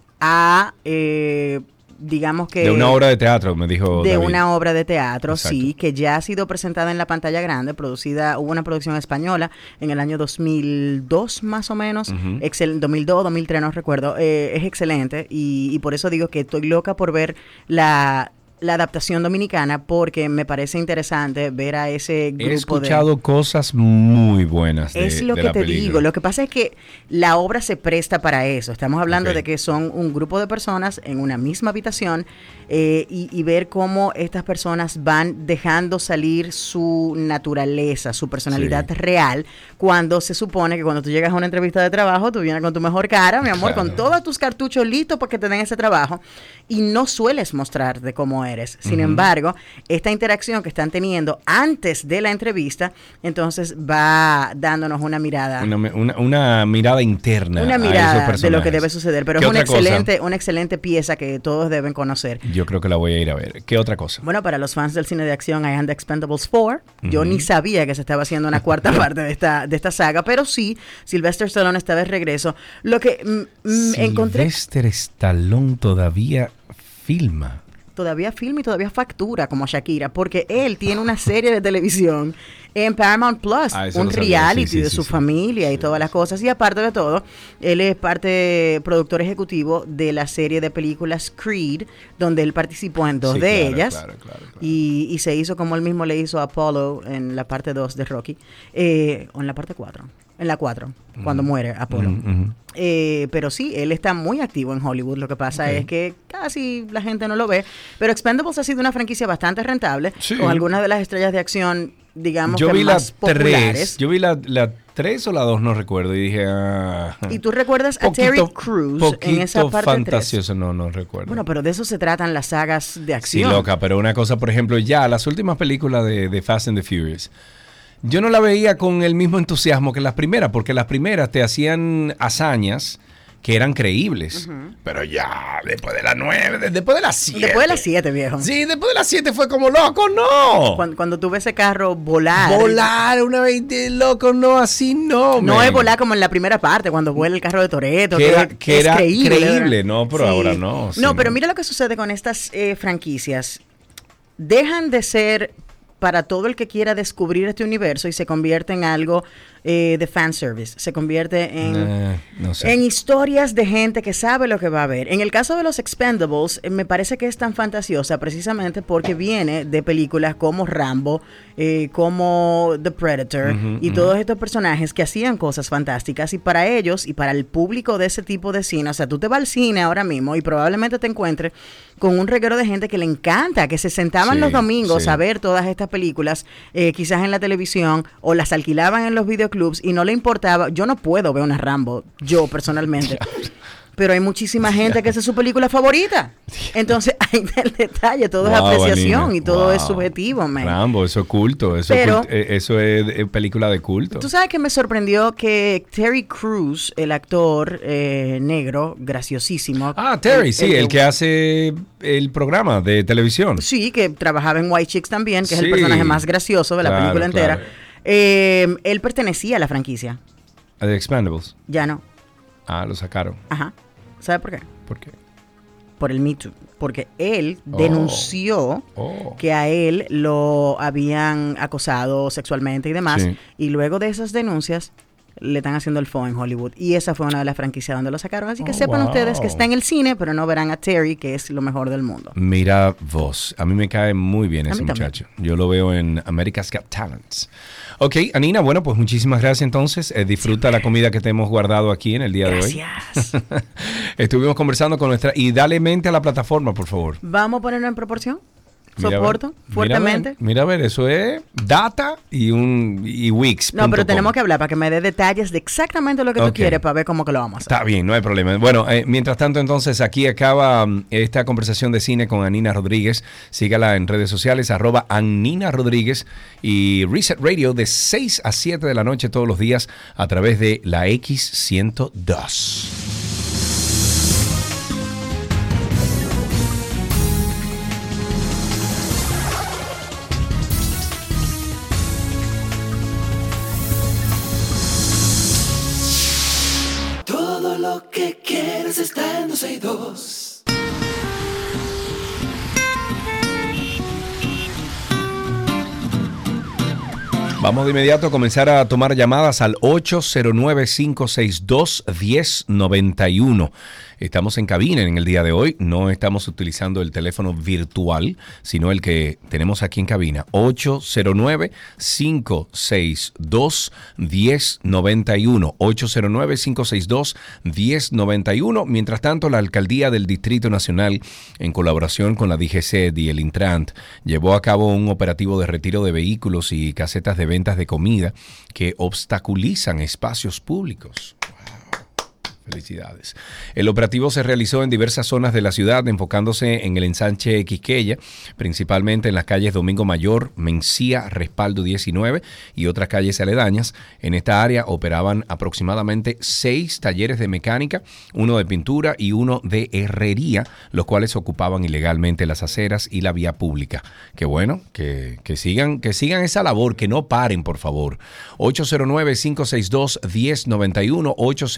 a, digamos que... De una obra de teatro, me dijo De David. una obra de teatro, Exacto. sí, que ya ha sido presentada en la pantalla grande, hubo una producción española en el año 2002 más o menos, 2002, 2003, no recuerdo, es excelente y por eso digo que estoy loca por ver la adaptación dominicana porque me parece interesante ver a ese grupo. He escuchado cosas muy buenas es lo que te digo. Lo que pasa es que la obra se presta para eso. Estamos hablando de que son un grupo de personas en una misma habitación y ver cómo estas personas van dejando salir su naturaleza, su personalidad real, cuando se supone que cuando tú llegas a una entrevista de trabajo, tú vienes con tu mejor cara, mi amor, con todos tus cartuchos listos para que te den ese trabajo y no sueles mostrar de cómo eres. Sin embargo, esta interacción que están teniendo antes de la entrevista, entonces va dándonos una mirada. Una mirada interna. Una mirada de lo que debe suceder. Pero es una excelente pieza que todos deben conocer. Yo creo que la voy a ir a ver. ¿Qué otra cosa? Bueno, para los fans del cine de acción, I Am the Expendables 4. Yo ni sabía que se estaba haciendo una cuarta parte de esta saga, pero sí, Sylvester Stallone está de regreso. Lo que encontré... Sylvester Stallone todavía filma y todavía factura como Shakira, porque él tiene una serie de televisión en Paramount Plus, un reality de su familia y todas las cosas, y aparte de todo, él es productor ejecutivo de la serie de películas Creed, donde él participó en dos de ellas, claro. Y se hizo como él mismo le hizo a Apollo en la parte 2 de Rocky, o en la parte 4, en la 4, cuando muere Apollo. Pero sí, él está muy activo en Hollywood. Lo que pasa es que casi la gente no lo ve. Pero Expendables ha sido una franquicia bastante rentable, con algunas de las estrellas de acción, digamos, yo que vi más populares. Yo vi la 3 o la 2, no recuerdo, y dije... ¿Y tú recuerdas a Terry Crews en esa parte fantasioso, 3? No recuerdo. Bueno, pero de eso se tratan las sagas de acción. Sí, loca, pero una cosa, por ejemplo, ya las últimas películas de Fast and the Furious... Yo no la veía con el mismo entusiasmo que las primeras, porque las primeras te hacían hazañas que eran creíbles. Pero ya, después de las 9, después de las 7. Después de las 7, viejo. Sí, después de las 7 fue como loco, no. Cuando tú ves ese carro volar. Volar una vez, loco, no, así no. No man. es volar como en la primera parte, cuando vuela el carro de Toretto. Que era creíble. Creíble, no, pero ahora no. No, sí, pero mira lo que sucede con estas franquicias. Dejan de ser para todo el que quiera descubrir este universo y se convierte en algo de fanservice. Se convierte en historias de gente que sabe lo que va a ver. En el caso de los Expendables, me parece que es tan fantasiosa precisamente porque viene de películas como Rambo, como The Predator y todos estos personajes que hacían cosas fantásticas, y para ellos y para el público de ese tipo de cine, o sea, tú te vas al cine ahora mismo y probablemente te encuentres con un reguero de gente que le encanta, que se sentaban los domingos a ver todas estas películas, quizás en la televisión, o las alquilaban en los videoclubs y no le importaba. Yo no puedo ver una Rambo, yo personalmente. Pero hay muchísima gente que esa es su película favorita. Entonces, ahí está el detalle. Todo es apreciación, Anina, y todo es subjetivo, man. Rambo, eso es culto. Eso es película de culto. Tú sabes que me sorprendió que Terry Crews, el actor negro, graciosísimo. Terry, el que hace el programa de televisión. Sí, que trabajaba en White Chicks también, que es el personaje más gracioso de la película entera. Él pertenecía a la franquicia. ¿A The Expendables? Ya no. Lo sacaron. Ajá. ¿Sabe por qué? ¿Por qué? Por el Me Too. Porque él denunció que a él lo habían acosado sexualmente y demás. Sí. Y luego de esas denuncias le están haciendo el fo en Hollywood. Y esa fue una de las franquicias donde lo sacaron. Así que sepan ustedes que está en el cine, pero no verán a Terry, que es lo mejor del mundo. Mira vos. A mí me cae muy bien ese muchacho. Yo lo veo en America's Got Talents. Ok, Anina, bueno, pues muchísimas gracias entonces. Disfruta la comida que te hemos guardado aquí en el día de hoy. Gracias. Estuvimos conversando con nuestra... Y dale mente a la plataforma, por favor. ¿Vamos a ponerlo en proporción? Soporto fuertemente. Mira a ver, eso es data y Wix. No, pero tenemos que hablar para que me dé detalles de exactamente lo que tú quieres para ver cómo que lo vamos a hacer. Está bien, no hay problema. Bueno, mientras tanto, entonces, aquí acaba esta conversación de cine con Anina Rodríguez. Sígala en redes sociales, @Anina Rodríguez, y Reset Radio de 6 a 7 de la noche todos los días a través de la X102. Lo que quieres está en 262. Vamos de inmediato a comenzar a tomar llamadas al 809-562-1091. Estamos en cabina en el día de hoy. No estamos utilizando el teléfono virtual, sino el que tenemos aquí en cabina. 809-562-1091. 809-562-1091. Mientras tanto, la Alcaldía del Distrito Nacional, en colaboración con la DGCET y el Intrant, llevó a cabo un operativo de retiro de vehículos y casetas de ventas de comida que obstaculizan espacios públicos. Felicidades. El operativo se realizó en diversas zonas de la ciudad, enfocándose en el ensanche Quisqueya, principalmente en las calles Domingo Mayor, Mencía, Respaldo 19 y otras calles aledañas. En esta área operaban aproximadamente 6 talleres de mecánica, uno de pintura y uno de herrería, los cuales ocupaban ilegalmente las aceras y la vía pública. Qué bueno, que sigan esa labor, que no paren, por favor. 809-562-1091,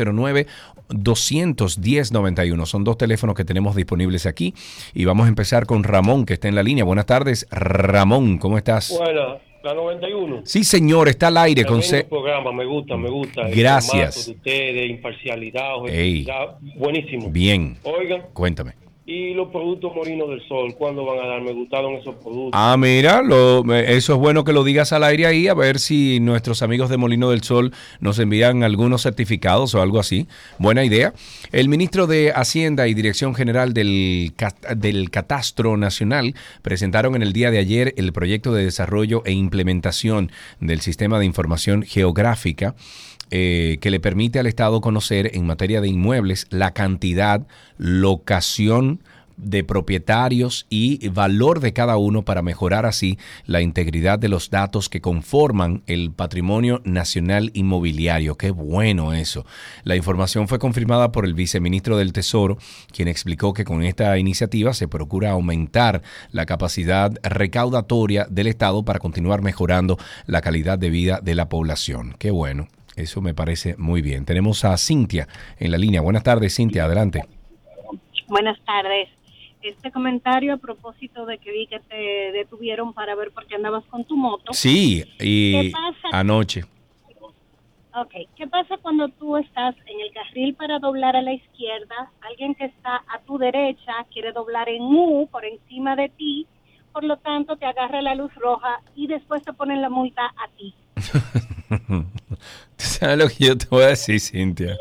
809-210-91. Son dos teléfonos que tenemos disponibles aquí. Y vamos a empezar con Ramón, que está en la línea. Buenas tardes, Ramón, ¿cómo estás? Buenas, la 91. Sí, señor, está al aire. Programa, me gusta. Gracias. De ustedes, imparcialidad, objetividad, buenísimo. Bien. Oigan. Cuéntame. ¿Y los productos Molinos del Sol? ¿Cuándo van a dar? Me gustaron esos productos. Mira, eso es bueno que lo digas al aire ahí, a ver si nuestros amigos de Molino del Sol nos envían algunos certificados o algo así. Buena idea. El ministro de Hacienda y Dirección General del Catastro Nacional presentaron en el día de ayer el proyecto de desarrollo e implementación del Sistema de Información Geográfica, que le permite al Estado conocer en materia de inmuebles la cantidad, locación, de propietarios y valor de cada uno para mejorar así la integridad de los datos que conforman el patrimonio nacional inmobiliario. Qué bueno eso. La información fue confirmada por el viceministro del Tesoro, quien explicó que con esta iniciativa se procura aumentar la capacidad recaudatoria del Estado para continuar mejorando la calidad de vida de la población. Qué bueno. Eso me parece muy bien. Tenemos a Cintia en la línea. Buenas tardes, Cintia. Adelante. Buenas tardes. Este comentario a propósito de que vi que te detuvieron para ver por qué andabas con tu moto. Sí, y anoche. Ok, ¿qué pasa cuando tú estás en el carril para doblar a la izquierda? Alguien que está a tu derecha quiere doblar en U por encima de ti, por lo tanto te agarra la luz roja y después te ponen la multa a ti. ¿Tú sabes lo que yo te voy a decir, Cintia?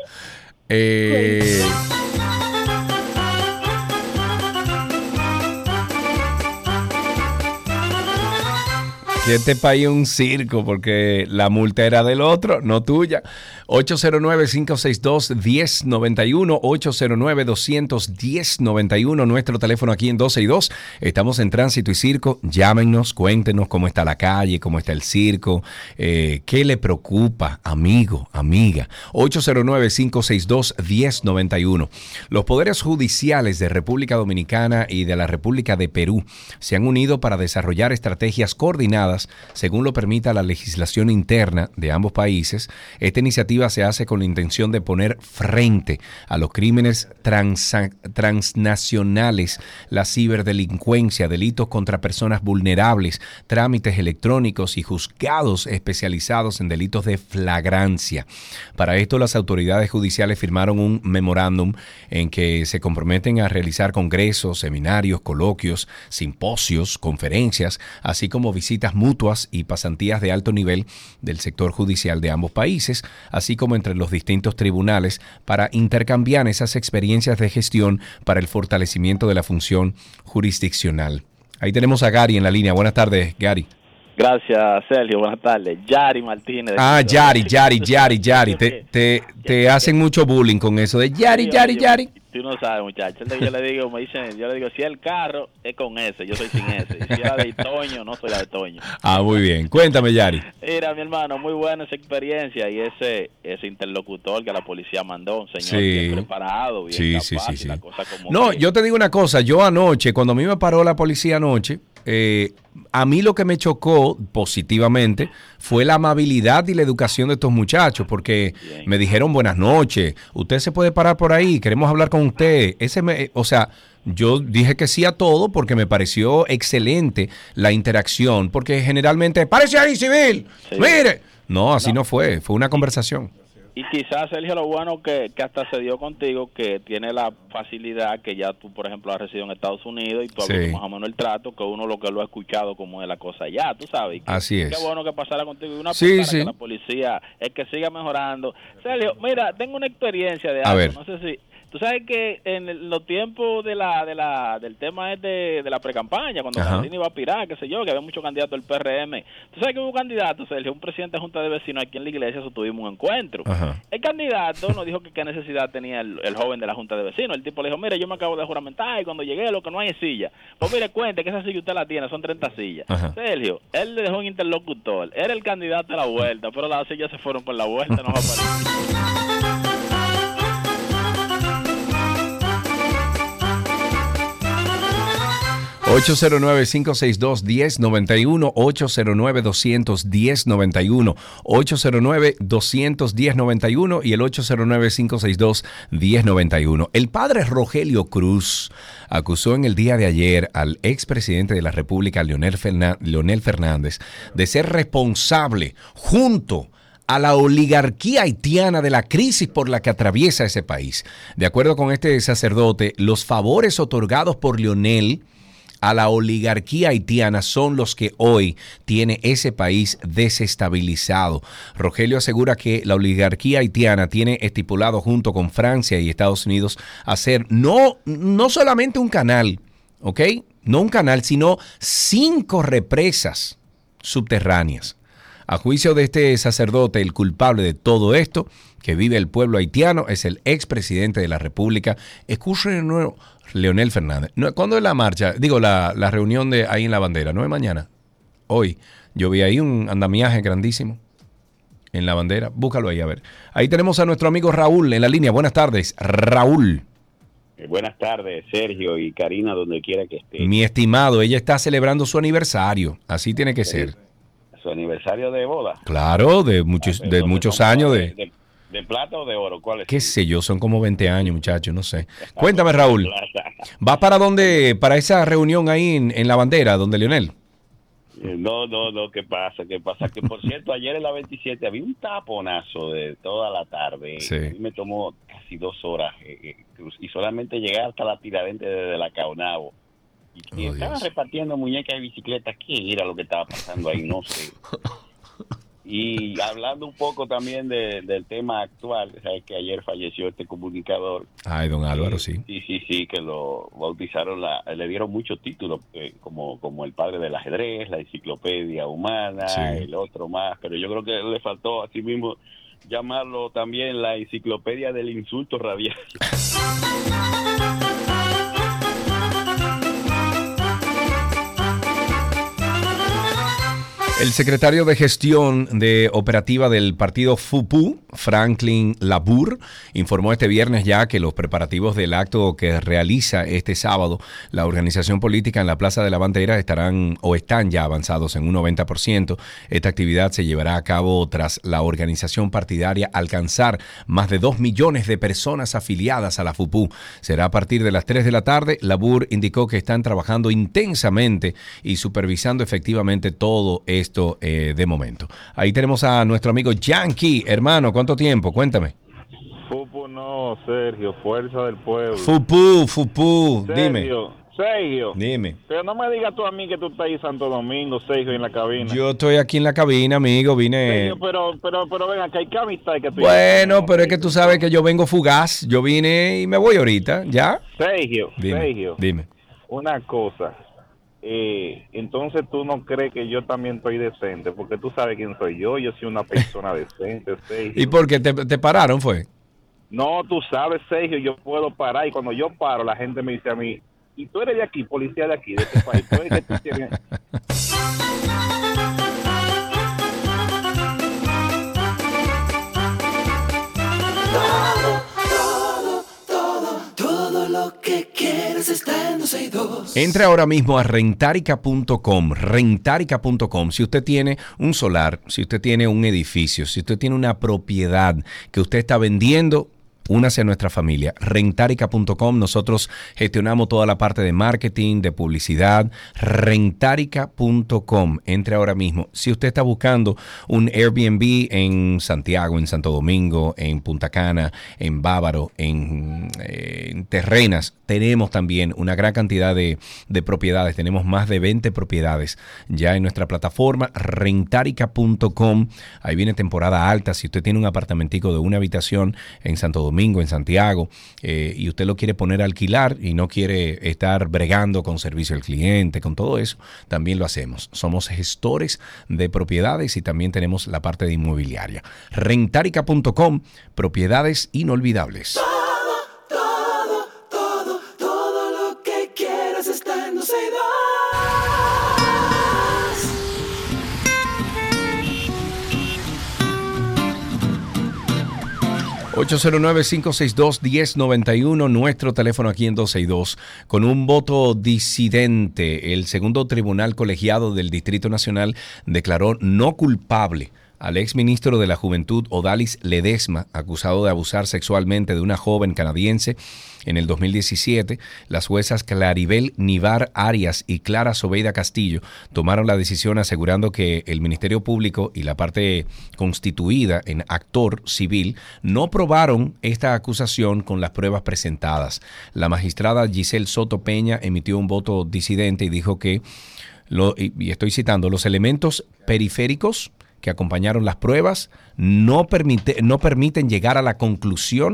Que este país es un circo porque la multa era del otro, no tuya. 809-562-1091, 809-210-91, nuestro teléfono aquí en 12 y 2. Estamos en Tránsito y Circo. Llámenos, cuéntenos cómo está la calle, cómo está el circo, qué le preocupa, amigo, amiga. 809-562-1091. Los poderes judiciales de República Dominicana y de la República de Perú se han unido para desarrollar estrategias coordinadas según lo permita la legislación interna de ambos países. Esta iniciativa se hace con la intención de poner frente a los crímenes transnacionales, la ciberdelincuencia, delitos contra personas vulnerables, trámites electrónicos y juzgados especializados en delitos de flagrancia. Para esto, las autoridades judiciales firmaron un memorándum en que se comprometen a realizar congresos, seminarios, coloquios, simposios, conferencias, así como visitas mutuas y pasantías de alto nivel del sector judicial de ambos países, así como entre los distintos tribunales, para intercambiar esas experiencias de gestión para el fortalecimiento de la función jurisdiccional. Ahí tenemos a Gary en la línea. Buenas tardes, Gary. Gracias, Sergio. Buenas tardes. Yari Martínez. Yari. Te hacen mucho bullying con eso de Yari. Tú no sabes, muchacho. Yo le digo, si el carro es con ese, yo soy sin ese. Y si era de Toño, no soy la de Toño. Muy bien. Cuéntame, Yari. Mira, mi hermano, muy buena esa experiencia y ese interlocutor que la policía mandó, un señor bien preparado, bien capaz. Sí. La cosa como no, yo te digo una cosa. Yo anoche, cuando a mí me paró la policía anoche, a mí lo que me chocó positivamente fue la amabilidad y la educación de estos muchachos, porque me dijeron buenas noches, usted se puede parar por ahí, queremos hablar con usted. Yo dije que sí a todo porque me pareció excelente la interacción, porque generalmente, ¡párese ahí, civil! Sí. ¡Mire! No, así no fue una conversación. Y quizás, Sergio, lo bueno que hasta se dio contigo, que tiene la facilidad que ya tú, por ejemplo, has residido en Estados Unidos y tú has visto más o menos el trato, que uno lo que lo ha escuchado como es la cosa ya, tú sabes. Así es. Qué bueno que pasara contigo. Y una que la policía es que siga mejorando. Sergio, mira, tengo una experiencia de algo. A ver. No sé si... Tú sabes que en los tiempos del tema de la precampaña, cuando Martín iba a aspirar, qué sé yo, que había muchos candidatos del PRM. Tú sabes que hubo un candidato, Sergio, un presidente de Junta de Vecinos aquí en la iglesia, tuvimos un encuentro. El candidato nos dijo que qué necesidad tenía el joven de la Junta de Vecinos. El tipo le dijo, mire, yo me acabo de juramentar y cuando llegué lo que no hay es silla. Pues mire, cuente que esa silla usted la tiene, son 30 sillas. Sergio, él le dejó un interlocutor, era el candidato a la vuelta, pero las sillas se fueron por la vuelta, no va a aparecer. 809-562-1091, 809-210-91, 809-210-91 y el 809-562-1091. El padre Rogelio Cruz acusó en el día de ayer al expresidente de la República, Leonel Fernández, de ser responsable junto a la oligarquía haitiana de la crisis por la que atraviesa ese país. De acuerdo con este sacerdote, los favores otorgados por Leonel a la oligarquía haitiana son los que hoy tiene ese país desestabilizado. Rogelio asegura que la oligarquía haitiana tiene estipulado junto con Francia y Estados Unidos hacer no solamente un canal, ¿ok? No un canal, sino 5 represas subterráneas. A juicio de este sacerdote, el culpable de todo esto que vive el pueblo haitiano es el expresidente de la República. Escuchen de nuevo, Leonel Fernández. ¿Cuándo es la marcha? Digo, la reunión de ahí en la bandera. ¿No es mañana? Hoy. Yo vi ahí un andamiaje grandísimo en la bandera. Búscalo ahí, a ver. Ahí tenemos a nuestro amigo Raúl en la línea. Buenas tardes, Raúl. Buenas tardes, Sergio y Karina, donde quiera que esté. Mi estimado, ella está celebrando su aniversario. Así tiene que ser. ¿Su aniversario de boda? Claro, de muchos años. ¿De plata o de oro? ¿Cuál es? Qué sé yo, son como 20 años, muchachos, no sé. Cuéntame, Raúl. ¿Vas para dónde? ¿Para esa reunión ahí en la bandera, donde Leonel? No, ¿qué pasa? Que por cierto, ayer en la 27 había un taponazo de toda la tarde. Sí. Y me tomó casi 2 horas y solamente llegué hasta la Tiradentes desde la Caonabo. Y estaban repartiendo muñecas y bicicletas. ¿Qué era lo que estaba pasando ahí? No sé. Y hablando un poco también del tema actual, sabes que ayer falleció este comunicador. Ay, don Álvaro, sí. Sí, que lo bautizaron, le dieron muchos títulos, como el padre del ajedrez, la enciclopedia humana, sí. El otro más, pero yo creo que le faltó así mismo llamarlo también la enciclopedia del insulto radial. El secretario de Gestión de Operativa del partido FUPU, Franklin Labour, informó este viernes ya que los preparativos del acto que realiza este sábado la organización política en la Plaza de la Bandera están ya avanzados en un 90%. Esta actividad se llevará a cabo tras la organización partidaria alcanzar más de 2 millones de personas afiliadas a la FUPU. Será a partir de las 3 de la tarde. Labour indicó que están trabajando intensamente y supervisando efectivamente todo esto de momento. Ahí tenemos a nuestro amigo Yankee. Hermano, ¿cuánto tiempo? Cuéntame. FUPU no, Sergio, Fuerza del Pueblo. FUPU, Sergio, dime. Pero no me digas tú a mí que tú estás ahí en Santo Domingo, Sergio, en la cabina. Yo estoy aquí en la cabina, amigo, vine... Sergio, pero venga, que hay que amistad que tú... Bueno, pero es que tú sabes que yo vengo fugaz. Yo vine y me voy ahorita, ¿ya? Sergio, dime. Una cosa... entonces tú no crees que yo también estoy decente, porque tú sabes quién soy yo soy una persona decente, Sergio. ¿Y por qué te pararon fue? No, tú sabes, Sergio, yo puedo parar y cuando yo paro la gente me dice a mí, y tú eres de aquí, policía de aquí, de este país, tú eres que tú tienes... Todo lo que quieres está en 262. Entre ahora mismo a rentarica.com, rentarica.com. Si usted tiene un solar, si usted tiene un edificio, si usted tiene una propiedad que usted está vendiendo, únase a nuestra familia. Rentarica.com. Nosotros gestionamos toda la parte de marketing, de publicidad. Rentarica.com. Entre ahora mismo. Si usted está buscando un Airbnb en Santiago, en Santo Domingo, en Punta Cana, en Bávaro, en Terrenas, tenemos también una gran cantidad de propiedades. Tenemos más de 20 propiedades ya en nuestra plataforma. Rentarica.com. Ahí viene temporada alta. Si usted tiene un apartamentico de una habitación en Santo Domingo, en Santiago, y usted lo quiere poner a alquilar y no quiere estar bregando con servicio al cliente, con todo eso, también lo hacemos. Somos gestores de propiedades y también tenemos la parte de inmobiliaria. Rentarica.com, propiedades inolvidables. Todo lo que quieras está en 262. 809-562-1091, nuestro teléfono aquí en 262, con un voto disidente. El segundo tribunal colegiado del Distrito Nacional declaró no culpable al exministro de la Juventud, Odalis Ledesma, acusado de abusar sexualmente de una joven canadiense en el 2017. Las juezas Claribel Nivar Arias y Clara Sobeida Castillo tomaron la decisión asegurando que el Ministerio Público y la parte constituida en actor civil no probaron esta acusación con las pruebas presentadas. La magistrada Giselle Soto Peña emitió un voto disidente y dijo que, y estoy citando, los elementos periféricos que acompañaron las pruebas no permiten llegar a la conclusión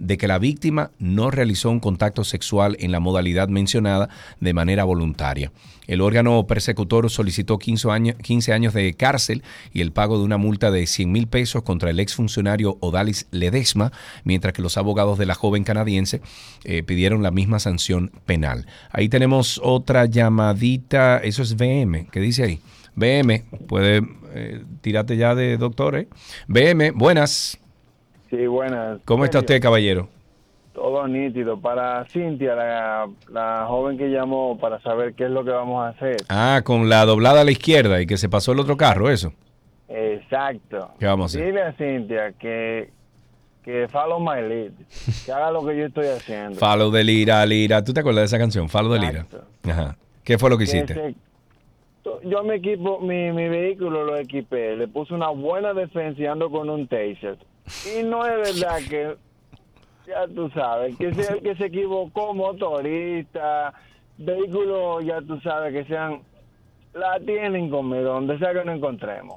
de que la víctima no realizó un contacto sexual en la modalidad mencionada de manera voluntaria. El órgano persecutor solicitó 15 años de cárcel y el pago de una multa de 100,000 pesos contra el exfuncionario Odalis Ledesma, mientras que los abogados de la joven canadiense pidieron la misma sanción penal. Ahí tenemos otra llamadita, eso es BM, ¿qué dice ahí? BM, puede tirarte ya de doctor, BM, buenas. Sí, buenas. ¿Cómo está usted, caballero? Todo nítido. Para Cintia, la joven que llamó para saber qué es lo que vamos a hacer. Ah, con la doblada a la izquierda y que se pasó el otro carro, eso. Exacto. ¿Qué vamos a hacer? Dile a Cintia que follow my lead, que haga lo que yo estoy haciendo. Follow the Lira. ¿Tú te acuerdas de esa canción? Follow the Lira. Ajá. ¿Qué fue lo que hiciste? Yo mi vehículo lo equipé, le puse una buena defensa y ando con un taser. Y no es verdad que, ya tú sabes, que sea el que se equivocó, motorista, vehículo, ya tú sabes, que sean, la tienen conmigo, donde sea que nos encontremos.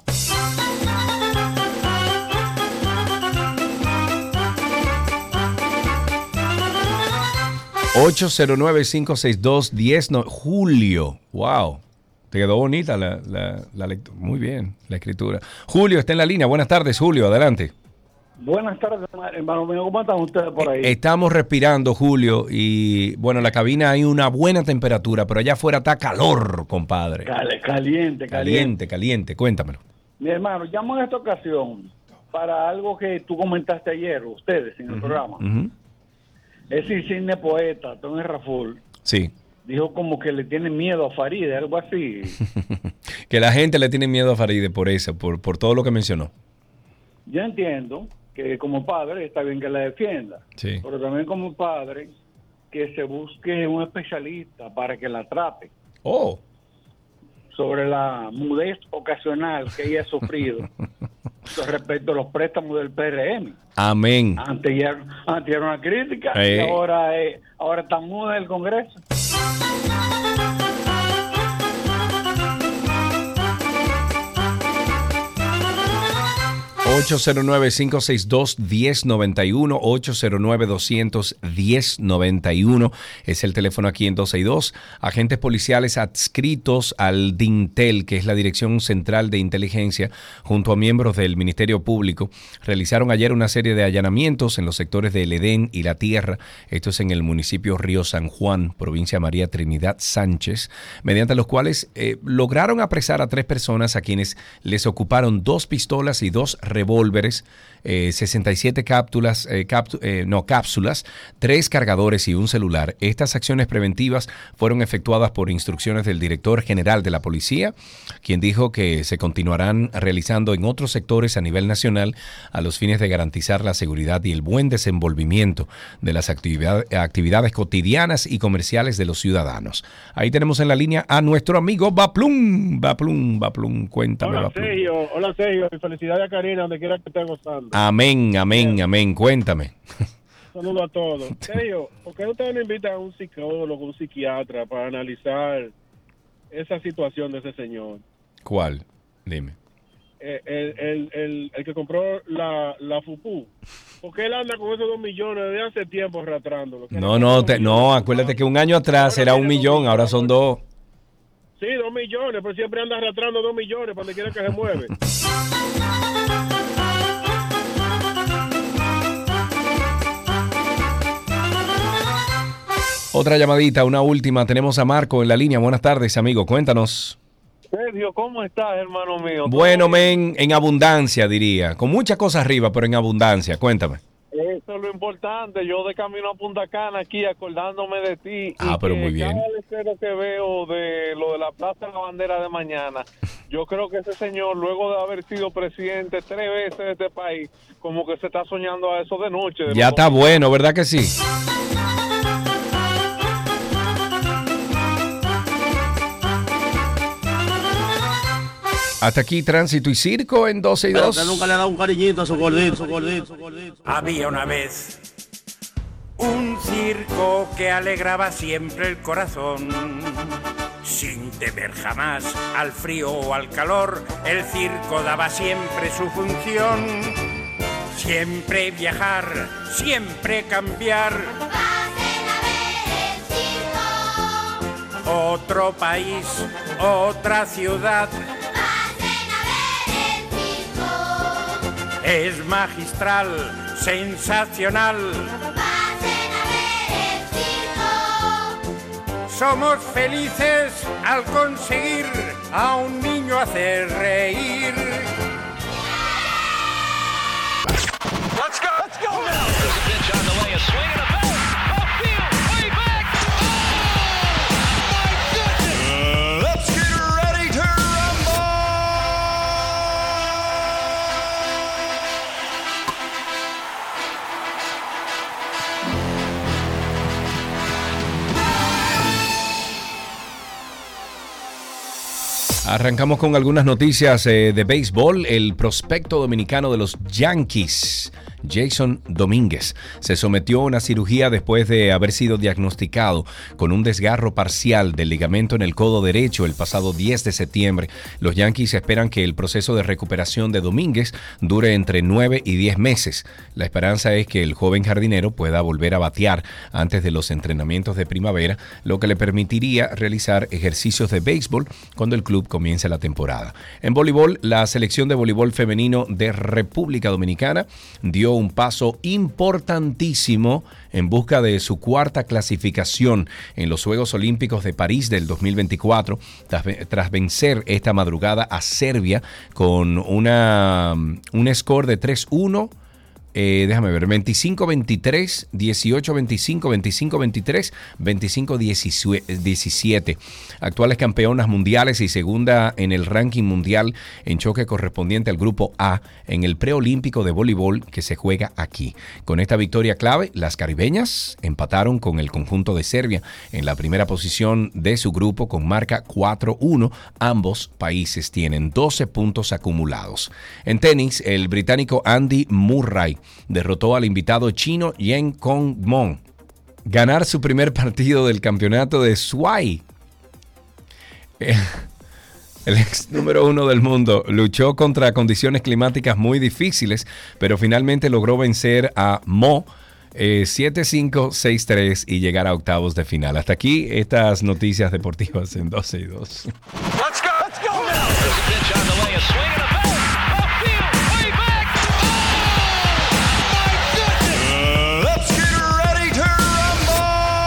...809-562-10... Julio, wow, te quedó bonita la lectura, muy bien, la escritura. Julio está en la línea, buenas tardes, Julio, adelante. Buenas tardes, hermano mío, ¿cómo están ustedes por ahí? Estamos respirando, Julio, y bueno, en la cabina hay una buena temperatura, pero allá afuera está calor, compadre. Caliente, cuéntamelo. Mi hermano, llamo en esta ocasión para algo que tú comentaste ayer, ustedes, en el programa. Ese insigne poeta, Tony Raful, sí, dijo como que le tiene miedo a Faride, algo así. Que la gente le tiene miedo a Faride por eso, por todo lo que mencionó. Yo entiendo que como padre está bien que la defienda, sí, pero también como padre que se busque un especialista para que la trate. Sobre la mudez ocasional que ella ha sufrido respecto a los préstamos del PRM. Amén. Antes era una crítica y ahora está muda el Congreso. 809-562-1091, 809-200-1091 es el teléfono aquí en 262. Agentes policiales adscritos al DINTEL, que es la Dirección Central de Inteligencia, junto a miembros del Ministerio Público, realizaron ayer una serie de allanamientos en los sectores de El Edén y La Tierra. Esto es en el municipio Río San Juan, provincia María Trinidad Sánchez, mediante los cuales lograron apresar a 3 personas a quienes les ocuparon 2 pistolas y 2 revólveres, 67 cápsulas, 3 cargadores y un celular. Estas acciones preventivas fueron efectuadas por instrucciones del director general de la policía, quien dijo que se continuarán realizando en otros sectores a nivel nacional a los fines de garantizar la seguridad y el buen desenvolvimiento de las actividades cotidianas y comerciales de los ciudadanos. Ahí tenemos en la línea a nuestro amigo Baplum, cuéntame. Hola Sergio, felicidades a Karina, donde quiera que esté gozando. Amén, cuéntame. Saludos a todos. Sergio, ¿por qué ustedes no invitan a un psicólogo, un psiquiatra para analizar esa situación de ese señor? ¿Cuál? Dime. El que compró la FUPU. Porque él anda con esos 2 millones desde hace tiempo arrastrándolo. No, acuérdate que un año atrás era 1 millón, ahora son 2. Sí, 2 millones, pero siempre anda arrastrando 2 millones para donde quiera que se mueve. Otra llamadita, una última. Tenemos a Marco en la línea. Buenas tardes, amigo. Cuéntanos. Sergio, ¿cómo estás, hermano mío? Bueno, men, en abundancia, diría. Con muchas cosas arriba, pero en abundancia. Cuéntame. Eso es lo importante. Yo de camino a Punta Cana aquí acordándome de ti. Pero muy bien. Cada letrero que veo de lo de la Plaza de la Bandera de mañana, yo creo que ese señor, luego de haber sido presidente 3 veces de este país, como que se está soñando a eso de noche. Ya está bueno, ¿verdad que sí? Hasta aquí Tránsito y Circo en 12 y 2. Usted nunca le ha dado un cariñito a su gordito. Había una vez un circo que alegraba siempre el corazón. Sin temer jamás al frío o al calor, el circo daba siempre su función. Siempre viajar, siempre cambiar. Pasen a ver el circo. Otro país, otra ciudad. Pasen a ver el circo. Es magistral, sensacional. Pasen a ver el circo. Somos felices al conseguir a un niño hacer reír. Let's go! Let's go now! There's a pitch on the way, a swing and a bat. Up field, way back. Oh, my goodness! Let's get ready to rumble! Arrancamos con algunas noticias de béisbol. El prospecto dominicano de los Yankees, Jason Domínguez, se sometió a una cirugía después de haber sido diagnosticado con un desgarro parcial del ligamento en el codo derecho el pasado 10 de septiembre. Los Yankees esperan que el proceso de recuperación de Domínguez dure entre 9 y 10 meses. La esperanza es que el joven jardinero pueda volver a batear antes de los entrenamientos de primavera, lo que le permitiría realizar ejercicios de béisbol cuando el club comience la temporada. En voleibol, la selección de voleibol femenino de República Dominicana dio un paso importantísimo en busca de su cuarta clasificación en los Juegos Olímpicos de París del 2024, tras vencer esta madrugada a Serbia con un score de 3-1. Déjame ver, 25-23, 18-25, 25-23, 25-17. Actuales campeonas mundiales y segunda en el ranking mundial en choque correspondiente al grupo A en el preolímpico de voleibol que se juega aquí. Con esta victoria clave, las caribeñas empataron con el conjunto de Serbia en la primera posición de su grupo con marca 4-1. Ambos países tienen 12 puntos acumulados. En tenis, el británico Andy Murray derrotó al invitado chino Yen Kong-mon. Ganar su primer partido del campeonato de Swai. El ex número 1 del mundo luchó contra condiciones climáticas muy difíciles, pero finalmente logró vencer a Mo 7-5, 6-3 y llegar a octavos de final. Hasta aquí estas noticias deportivas en 12 y 2. Let's go! Let's go now! There's a pitch on the way, a swing and a bat. Up field, way back. Oh, my goodness! Let's get ready to rumble!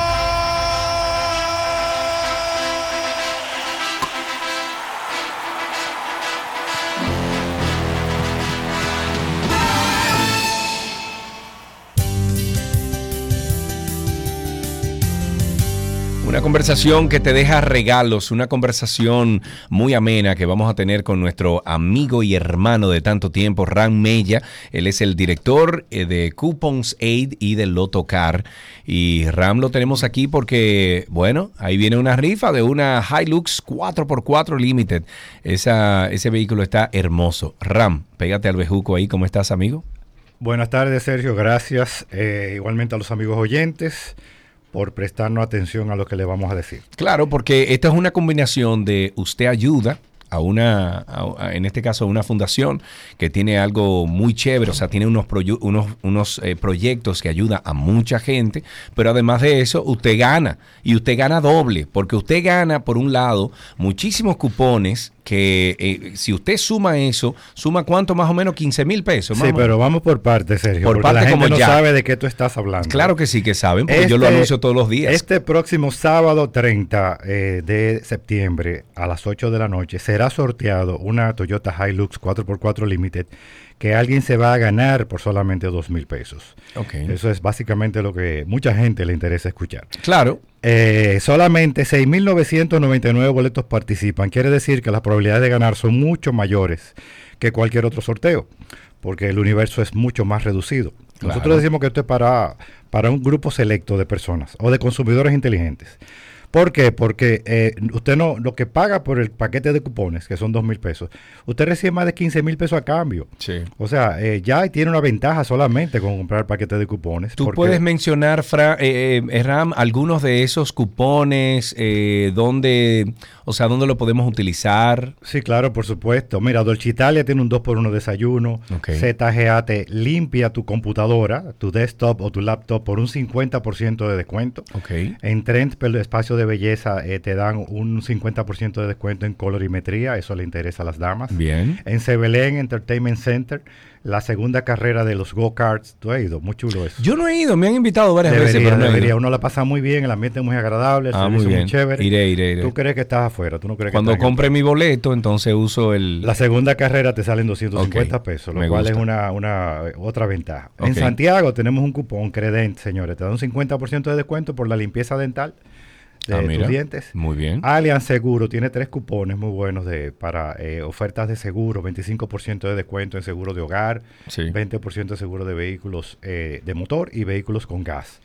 Una conversación que te deja regalos, una conversación muy amena que vamos a tener con nuestro amigo y hermano de tanto tiempo, Ram Mella. Él es el director de Coupons Aid y de Lotocar. Y Ram lo tenemos aquí porque, bueno, ahí viene una rifa de una Hilux 4x4 Limited. Ese vehículo está hermoso. Ram, pégate al bejuco ahí. ¿Cómo estás, amigo? Buenas tardes, Sergio. Gracias. Igualmente a los amigos oyentes por prestarnos atención a lo que le vamos a decir. Claro, porque esta es una combinación de usted ayuda en este caso a una fundación que tiene algo muy chévere, o sea, tiene unos proyectos que ayudan a mucha gente, pero además de eso, usted gana, y usted gana doble, porque usted gana, por un lado, muchísimos cupones que si usted suma eso, suma ¿cuánto? Más o menos 15,000 pesos. Sí, pero vamos por partes, Sergio, por porque parte, la gente como no ya sabe de qué tú estás hablando. Claro que sí que saben, porque yo lo anuncio todos los días. Este próximo sábado 30 de septiembre a las 8 de la noche será sorteado una Toyota Hilux 4x4 Limited que alguien se va a ganar por solamente 2,000 pesos. Okay. Eso es básicamente lo que mucha gente le interesa escuchar. Claro. Solamente 6,999 boletos participan. Quiere decir que las probabilidades de ganar son mucho mayores que cualquier otro sorteo, porque el universo es mucho más reducido. Claro. Nosotros decimos que esto es para un grupo selecto de personas o de consumidores inteligentes. ¿Por qué? Porque usted no, lo que paga por el paquete de cupones, que son 2,000 pesos, usted recibe más de 15,000 pesos a cambio. Sí. O sea, ya tiene una ventaja solamente con comprar el paquete de cupones. ¿Tú puedes mencionar, Ram, algunos de esos cupones, dónde lo podemos utilizar? Sí, claro, por supuesto. Mira, Dolce Italia tiene un 2x1 desayuno. Okay. ZGA te limpia tu computadora, tu desktop o tu laptop por un 50% de descuento. Okay. En Trend, pero espacio de belleza, te dan un 50% de descuento en colorimetría. Eso le interesa a las damas. Bien. En Sebelén Entertainment Center, la segunda carrera de los go-karts. ¿Tú has ido? Muy chulo eso. Yo no he ido, me han invitado varias veces. Pero Debería. Uno la pasa muy bien, el ambiente es muy agradable, el servicio es muy chévere. Iré. ¿Tú crees que estás afuera? ¿Tú no crees Cuando compre mi boleto, entonces uso el... La segunda carrera te salen 250 pesos, lo cual es una otra ventaja. Okay. En Santiago tenemos un cupón Credent, señores. Te da un 50% de descuento por la limpieza dental de tus dientes. Muy bien. Allianz Seguro tiene 3 cupones muy buenos para ofertas de seguro, 25% de descuento en seguro de hogar, 20% de seguro de vehículos de motor y vehículos con gas.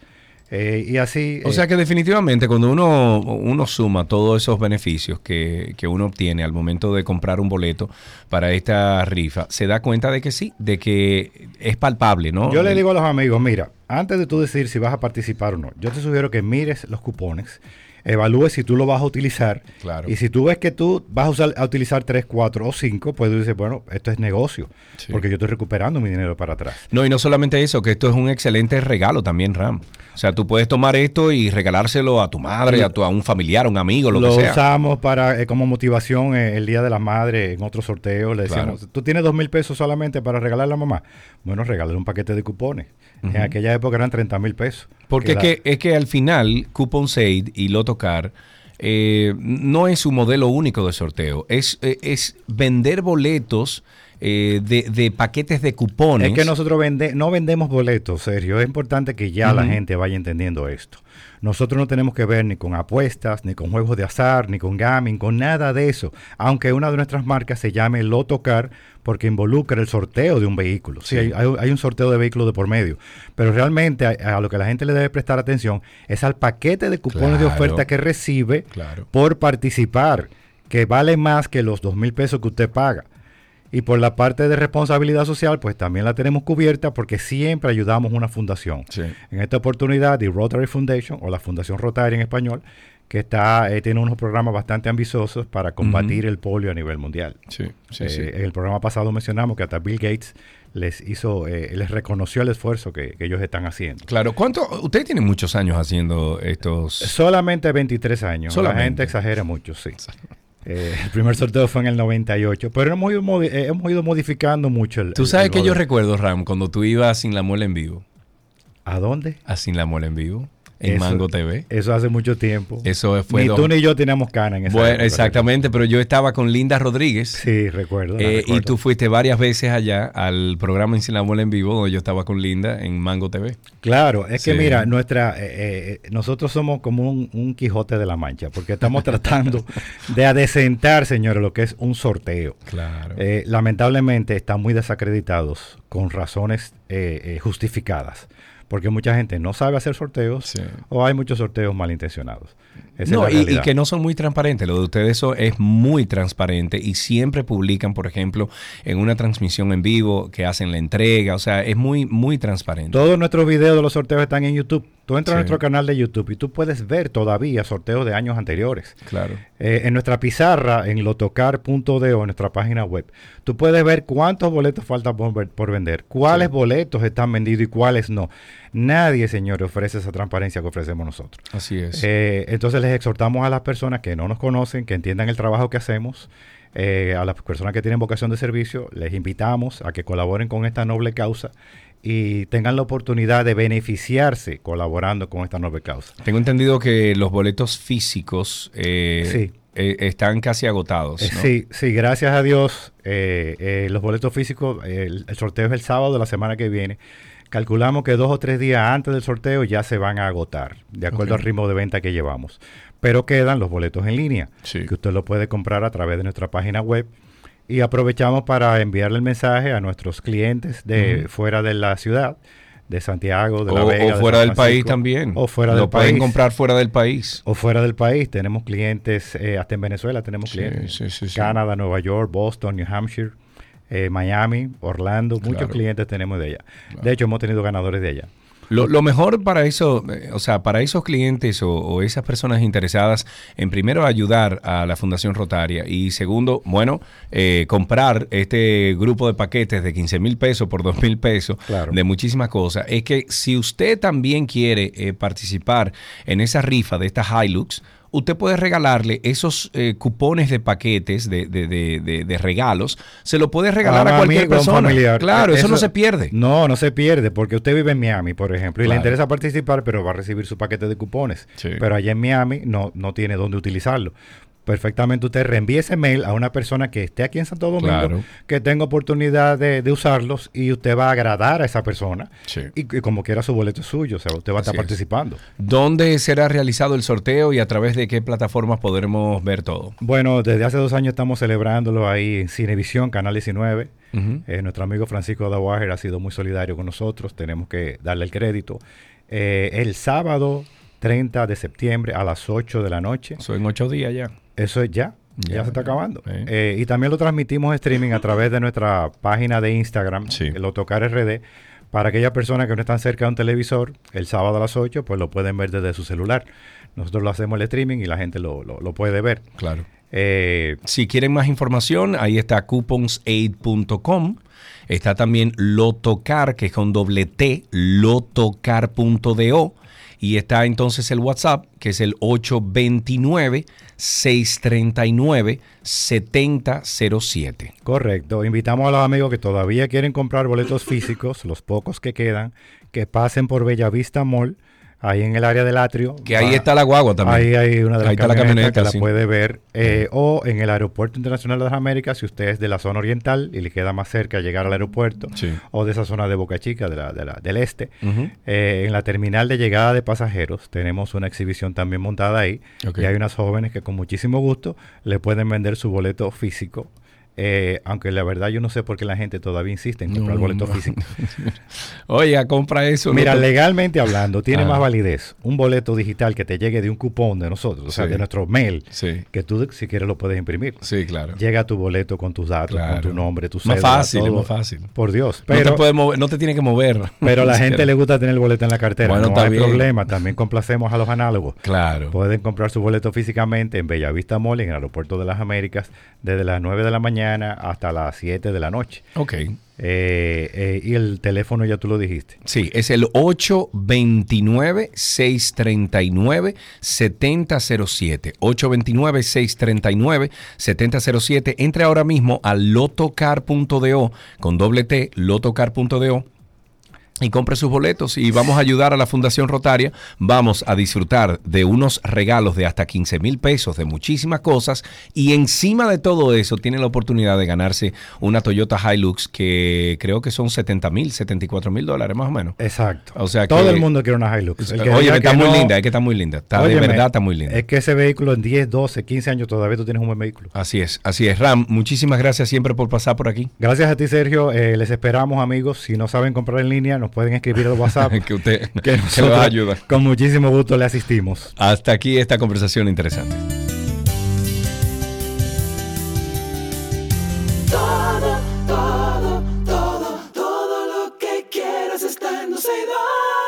Y así... O sea que definitivamente cuando uno suma todos esos beneficios que uno obtiene al momento de comprar un boleto para esta rifa, se da cuenta de que sí, de que es palpable, ¿no? Yo le digo a los amigos, mira, antes de tú decidir si vas a participar o no, yo te sugiero que mires los cupones, evalúes si tú lo vas a utilizar. Claro. Y si tú ves que tú vas a utilizar 3, 4 o 5, pues tú dices, bueno, esto es negocio, porque yo estoy recuperando mi dinero para atrás. No, y no solamente eso, que esto es un excelente regalo también, Ram. O sea, tú puedes tomar esto y regalárselo a tu madre, a un familiar, a un amigo, lo que sea. Lo usamos para como motivación el Día de la Madre en otro sorteo. Le decíamos, ¿tú tienes 2,000 pesos solamente para regalarle a mamá? Bueno, regálale un paquete de cupones. En aquella época eran 30,000 pesos. Porque es que al final, Coupons Aid y Lotocar no es un modelo único de sorteo. Es vender boletos de paquetes de cupones. Es que nosotros no vendemos boletos, Sergio. Es importante que ya la gente vaya entendiendo esto. Nosotros no tenemos que ver ni con apuestas, ni con juegos de azar, ni con gaming, con nada de eso. Aunque una de nuestras marcas se llame Lotocar, porque involucra el sorteo de un vehículo. Sí, hay un sorteo de vehículos de por medio. Pero realmente a lo que la gente le debe prestar atención es al paquete de cupones de oferta que recibe por participar, que vale más que los 2,000 pesos que usted paga. Y por la parte de responsabilidad social, pues también la tenemos cubierta porque siempre ayudamos a una fundación. Sí. En esta oportunidad, The Rotary Foundation, o la Fundación Rotary en español, que tiene unos programas bastante ambiciosos para combatir el polio a nivel mundial. Sí. En el programa pasado mencionamos que hasta Bill Gates les reconoció el esfuerzo que ellos están haciendo. Claro. Usted tiene muchos años haciendo estos... Solamente 23 años. Solamente. La gente exagera mucho, sí. El primer sorteo fue en el 98, pero hemos ido modificando mucho Tú sabes que yo recuerdo, Ram, cuando tú ibas a Sin la Muela en Vivo. ¿A dónde? A Sin la Muela en Vivo. En Mango TV. Eso hace mucho tiempo. Eso fue... Ni tú ni yo teníamos cana en esa época. Exactamente, pero yo estaba con Linda Rodríguez. Sí, recuerdo. Y tú fuiste varias veces allá al programa En Sin la Muela en Vivo, donde yo estaba con Linda en Mango TV. Claro, es que mira, nosotros somos como un Quijote de la Mancha, porque estamos tratando de adecentar, señores, lo que es un sorteo. Claro. Lamentablemente están muy desacreditados con razones justificadas. Porque mucha gente no sabe hacer sorteos o hay muchos sorteos malintencionados. No, y que no son muy transparentes. Lo de ustedes eso es muy transparente y siempre publican, por ejemplo, en una transmisión en vivo que hacen la entrega. O sea, es muy, muy transparente. Todos nuestros videos de los sorteos están en YouTube. Tú entras a nuestro canal de YouTube y tú puedes ver todavía sorteos de años anteriores. Claro. En nuestra pizarra, en lotocar.de o en nuestra página web, tú puedes ver cuántos boletos faltan por vender, cuáles boletos están vendidos y cuáles no. Nadie, señores, ofrece esa transparencia que ofrecemos nosotros. Así es. Entonces les exhortamos a las personas que no nos conocen, que entiendan el trabajo que hacemos, a las personas que tienen vocación de servicio, les invitamos a que colaboren con esta noble causa y tengan la oportunidad de beneficiarse colaborando con esta noble causa. Tengo entendido que los boletos físicos están casi agotados, ¿no? Sí, gracias a Dios. Los boletos físicos, el sorteo es el sábado de la semana que viene. Calculamos que 2 o 3 días antes del sorteo ya se van a agotar, de acuerdo al ritmo de venta que llevamos. Pero quedan los boletos en línea, que usted lo puede comprar a través de nuestra página web. Y aprovechamos para enviarle el mensaje a nuestros clientes de fuera de la ciudad de Santiago, de La Vega, o fuera de del país también. O fuera del país. Lo pueden comprar fuera del país. O fuera del país. Tenemos clientes, hasta en Venezuela tenemos clientes. Canadá, Nueva York, Boston, New Hampshire, Miami, Orlando. Muchos clientes tenemos de allá. Claro. De hecho, hemos tenido ganadores de allá. Lo mejor para eso, o sea, para esos clientes o esas personas interesadas, en primero ayudar a la Fundación Rotaria y segundo, bueno, comprar este grupo de paquetes de 15,000 pesos por 2,000 pesos, claro, de muchísimas cosas, es que si usted también quiere participar en esa rifa de esta Hilux, usted puede regalarle esos cupones de paquetes de regalos, se lo puede regalar a cualquier persona. Familiar. Claro, eso no se pierde. No se pierde, porque usted vive en Miami, por ejemplo, y le interesa participar, pero va a recibir su paquete de cupones. Sí. Pero allá en Miami no tiene dónde utilizarlo. Perfectamente usted reenvíe ese mail a una persona que esté aquí en Santo Domingo, claro, que tenga oportunidad de usarlos, y usted va a agradar a esa persona, sí, y como quiera su boleto es suyo, o sea, usted va a estar participando. ¿Dónde será realizado el sorteo y a través de qué plataformas podremos ver todo? Bueno, desde hace 2 años estamos celebrándolo ahí en Cinevisión, Canal 19. Nuestro amigo Francisco Dawager ha sido muy solidario con nosotros, tenemos que darle el crédito. El sábado 30 de septiembre a las 8 de la noche. Eso en 8 días ya. Eso es ya se está acabando. Y también lo transmitimos streaming a través de nuestra página de Instagram, el Autocar RD, para aquellas personas que no están cerca de un televisor, el sábado a las 8, pues lo pueden ver desde su celular. Nosotros lo hacemos el streaming y la gente lo puede ver. Claro. Si quieren más información, ahí está couponsaid.com. Está también Lotocar, que es con doble T, lotocar.do. Y está entonces el WhatsApp, que es el 829-639-7007. Correcto. Invitamos a los amigos que todavía quieren comprar boletos físicos, los pocos que quedan, que pasen por Bellavista Mall, ahí en el área del atrio. Que ahí está la guagua también. Ahí hay una de las camionetas que la puede ver. O en el Aeropuerto Internacional de las Américas, si usted es de la zona oriental y le queda más cerca llegar al aeropuerto, o de esa zona de Boca Chica, del este. En la terminal de llegada de pasajeros tenemos una exhibición también montada ahí. Y hay unas jóvenes que con muchísimo gusto le pueden vender su boleto físico. Aunque la verdad yo no sé por qué la gente todavía insiste en comprar boleto físico. Oye, compra eso. Mira, legalmente hablando, tiene más validez un boleto digital que te llegue de un cupón de nosotros, o sea, de nuestro mail, que tú si quieres lo puedes imprimir. Sí, claro. Llega tu boleto con tus datos, con tu nombre, tu cédula. Más fácil. Por Dios. Pero, no te tiene que mover. Pero a la gente le gusta tener el boleto en la cartera. Bueno, no hay problema. También complacemos a los análogos. Claro. Pueden comprar su boleto físicamente en Bellavista Mall, en el Aeropuerto de las Américas, desde las 9 de la mañana hasta las 7 de la noche. Ok. Y el teléfono ya tú lo dijiste. Sí, es el 829-639-7007. 829-639-7007. Entre ahora mismo a lotocar.do con doble T, lotocar.do. Y compre sus boletos y vamos a ayudar a la Fundación Rotaria. Vamos a disfrutar de unos regalos de hasta 15,000 pesos, de muchísimas cosas. Y encima de todo eso, tiene la oportunidad de ganarse una Toyota Hilux que creo que son $74,000 más o menos. Exacto. O sea, todo el mundo quiere una Hilux. Oye, está muy linda, es que está muy linda. De verdad está muy linda. Es que ese vehículo en 10, 12, 15 años todavía tú tienes un buen vehículo. Así es. Ram, muchísimas gracias siempre por pasar por aquí. Gracias a ti, Sergio. Les esperamos, amigos. Si no saben comprar en línea, nos pueden escribir al WhatsApp que usted que nosotros va a ayudar. Con muchísimo gusto le asistimos. Hasta aquí esta conversación interesante. Todo lo que quieras está en Dulce y Do.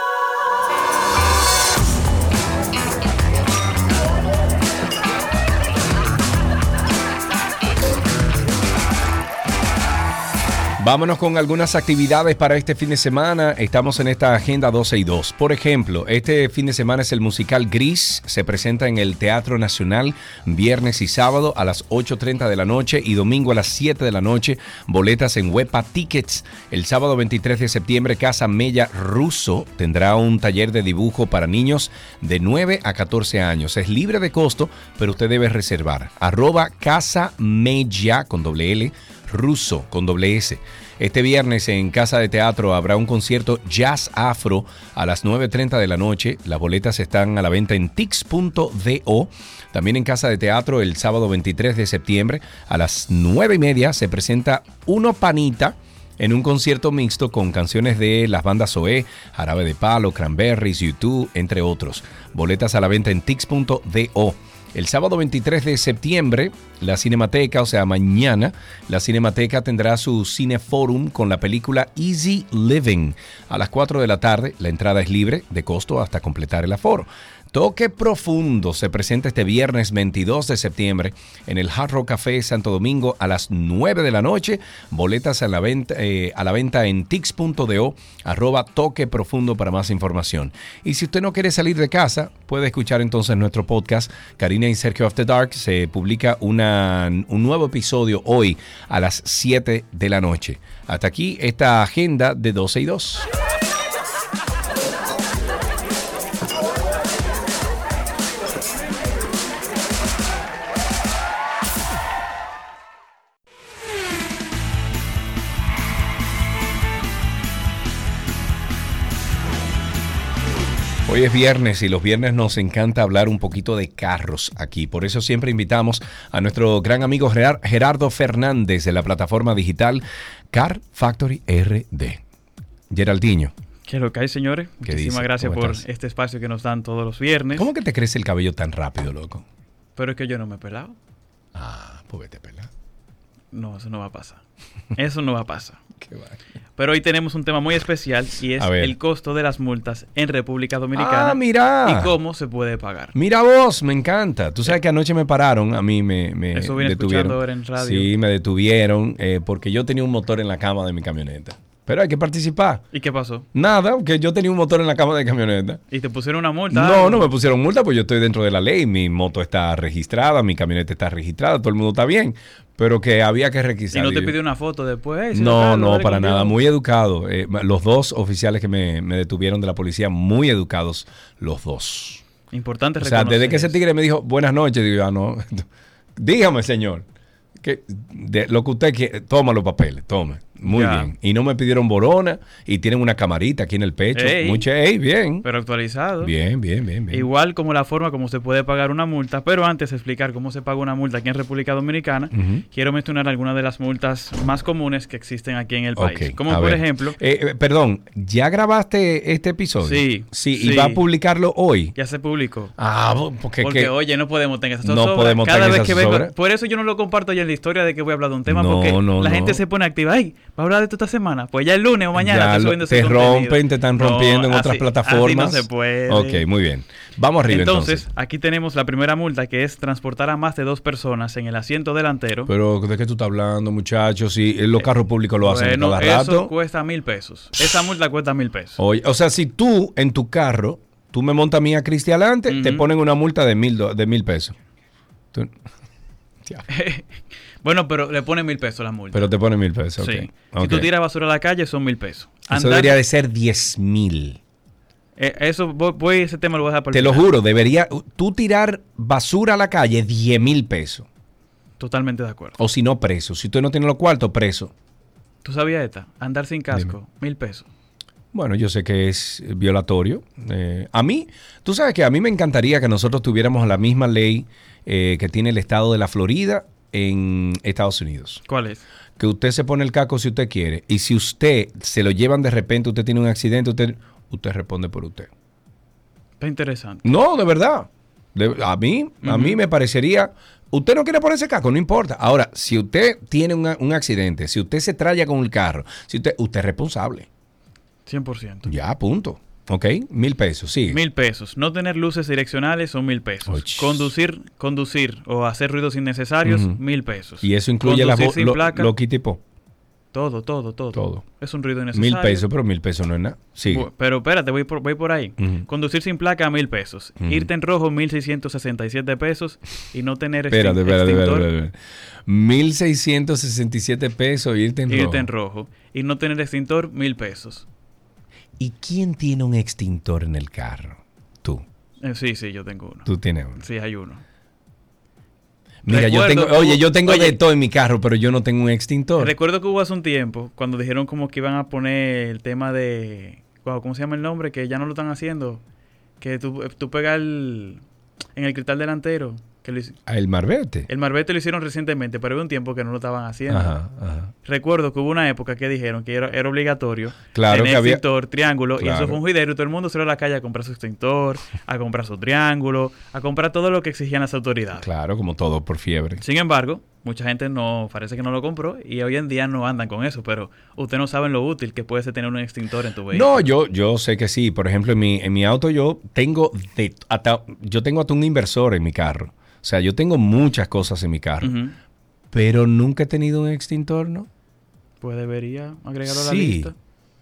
Vámonos con algunas actividades para este fin de semana. Estamos en esta agenda 12 y 2. Por ejemplo, este fin de semana es el musical Gris. Se presenta en el Teatro Nacional viernes y sábado a las 8:30 de la noche y domingo a las 7 de la noche. Boletas en Huepa Tickets. El sábado 23 de septiembre, Casa Mella Russo tendrá un taller de dibujo para niños de 9 a 14 años. Es libre de costo, pero usted debe reservar. @Casa Mella con doble L. Russo con doble S. Este viernes en Casa de Teatro habrá un concierto Jazz Afro a las 9:30 de la noche. Las boletas están a la venta en tix.do. También en Casa de Teatro el sábado 23 de septiembre a las 9:30 se presenta Uno Panita en un concierto mixto con canciones de las bandas Zoé, Jarabe de Palo, Cranberries, U2, entre otros. Boletas a la venta en tix.do. El sábado 23 de septiembre, la Cinemateca, o sea, mañana, la Cinemateca tendrá su Cineforum con la película Easy Living. A las 4 de la tarde, la entrada es libre, de costo hasta completar el aforo. Toque Profundo se presenta este viernes 22 de septiembre en el Hard Rock Café Santo Domingo a las 9 de la noche. Boletas a la venta en tix.do, @Toque Profundo para más información. Y si usted no quiere salir de casa, puede escuchar entonces nuestro podcast Karina y Sergio After Dark. Se publica un nuevo episodio hoy a las 7 de la noche. Hasta aquí esta agenda de 12 y 2. Hoy es viernes y los viernes nos encanta hablar un poquito de carros aquí. Por eso siempre invitamos a nuestro gran amigo Gerardo Fernández de la plataforma digital Car Factory RD. Geraldinho. ¿Qué es lo que hay, señores? Muchísimas gracias por este espacio que nos dan todos los viernes. ¿Cómo que te crece el cabello tan rápido, loco? Pero es que yo no me he pelado. Ah, pues vete a pelar. No, eso no va a pasar. Eso no va a pasar. Qué va. Pero hoy tenemos un tema muy especial y es el costo de las multas en República Dominicana. Ah, mira. Y cómo se puede pagar. Mira vos, me encanta. Tú sabes que anoche me pararon, a mí me eso viene detuvieron. Escuchando ahora en radio. Sí, me detuvieron porque yo tenía un motor en la cama de mi camioneta. Pero hay que participar. ¿Y qué pasó? Nada, que yo tenía un motor en la cama de camioneta. ¿Y te pusieron una multa? No me pusieron multa, pues yo estoy dentro de la ley. Mi moto está registrada, mi camioneta está registrada, todo el mundo está bien. Pero que había que requisar. ¿Y no te pidió una foto después? No, para nada. Muy educado. Los dos oficiales que me detuvieron de la policía, muy educados los dos. Importante reconocer. O sea, desde que ese tigre me dijo, buenas noches, digo, no. Dígame, señor. Lo que usted quiere, toma los papeles, tome. Muy bien. Y no me pidieron borona y tienen una camarita aquí en el pecho. Bien. Pero actualizado. Bien. Igual como la forma como se puede pagar una multa. Pero antes de explicar cómo se paga una multa aquí en República Dominicana, quiero mencionar algunas de las multas más comunes que existen aquí en el país. Como por ejemplo... perdón, ¿ya grabaste este episodio? Sí. ¿Y va a publicarlo hoy? Ya se publicó. Porque oye, no podemos tener esa zozobra. No podemos tener esa zozobra. Por eso yo no lo comparto ya en la historia de que voy a hablar de un tema, porque la gente se pone activa. ¡Ay! ¿Va a hablar de esto esta semana? Pues ya el lunes o mañana te están rompiendo en otras plataformas. Así no se puede. Ok, muy bien. Vamos arriba entonces. Aquí tenemos la primera multa, que es transportar a más de 2 personas en el asiento delantero. Pero, ¿de qué tú estás hablando, muchachos? Si los carros públicos lo hacen cada rato. Eso cuesta $1,000. Esa multa cuesta $1,000. Oye, o sea, si tú en tu carro, tú me montas a mí a Cristi adelante, te ponen una multa de $1,000. Bueno, pero le ponen $1,000 la multa. Pero te ponen $1,000, sí. Okay. Si tú tiras basura a la calle, son $1,000. Eso debería de ser 10,000. Eso, ese tema lo voy a dejar por Te lo juro, debería tú tirar basura a la calle, $10,000. Totalmente de acuerdo. O si no, preso. Si tú no tienes los cuartos, preso. ¿Tú sabías esta? Andar sin casco, $1,000. Bueno, yo sé que es violatorio. A mí, tú sabes que a mí me encantaría que nosotros tuviéramos la misma ley que tiene el estado de la Florida en Estados Unidos. ¿Cuál es? Que usted se pone el casco si usted quiere. Y si usted se lo llevan de repente, usted tiene un accidente, usted responde por usted. Está interesante. No, de verdad. A mí me parecería... Usted no quiere ponerse casco, no importa. Ahora, si usted tiene un accidente, si usted se traya con el carro, usted es responsable. 100%. Ya, punto. Ok, $1,000, sí. $1,000. No tener luces direccionales son $1,000. Conducir o hacer ruidos innecesarios, $1,000. Y eso incluye lo quitipo. Todo. Es un ruido innecesario. $1,000, pero $1,000 no es nada. Sí. Pero espérate, voy por ahí. Conducir sin placa, $1,000. Irte en rojo, $1,667. Y no tener extintor. Espérate. $1,667 irte en rojo. Y no tener extintor, $1,000. ¿Y quién tiene un extintor en el carro? Tú. Sí, yo tengo uno. ¿Tú tienes uno? Sí, hay uno. Mira, yo tengo de todo en mi carro, pero yo no tengo un extintor. Recuerdo que hubo hace un tiempo, cuando dijeron como que iban a poner el tema de... ¿Cómo se llama el nombre? Que ya no lo están haciendo. Que tú pegas en el cristal delantero. ¿El Marbete? El Marbete lo hicieron recientemente, pero hubo un tiempo que no lo estaban haciendo. Recuerdo que hubo una época que dijeron que era obligatorio tener extintor, triángulo, y eso fue un juidero, y todo el mundo salió a la calle a comprar su extintor, a comprar su triángulo, a comprar todo lo que exigían las autoridades. Claro, como todo por fiebre. Sin embargo, mucha gente parece que no lo compró, y hoy en día no andan con eso, pero ustedes no saben lo útil que puede ser tener un extintor en tu vehículo. No, yo sé que sí. Por ejemplo, en mi auto yo tengo hasta un inversor en mi carro. O sea, yo tengo muchas cosas en mi carro, pero nunca he tenido un extintor, ¿no? Pues debería agregarlo a la lista.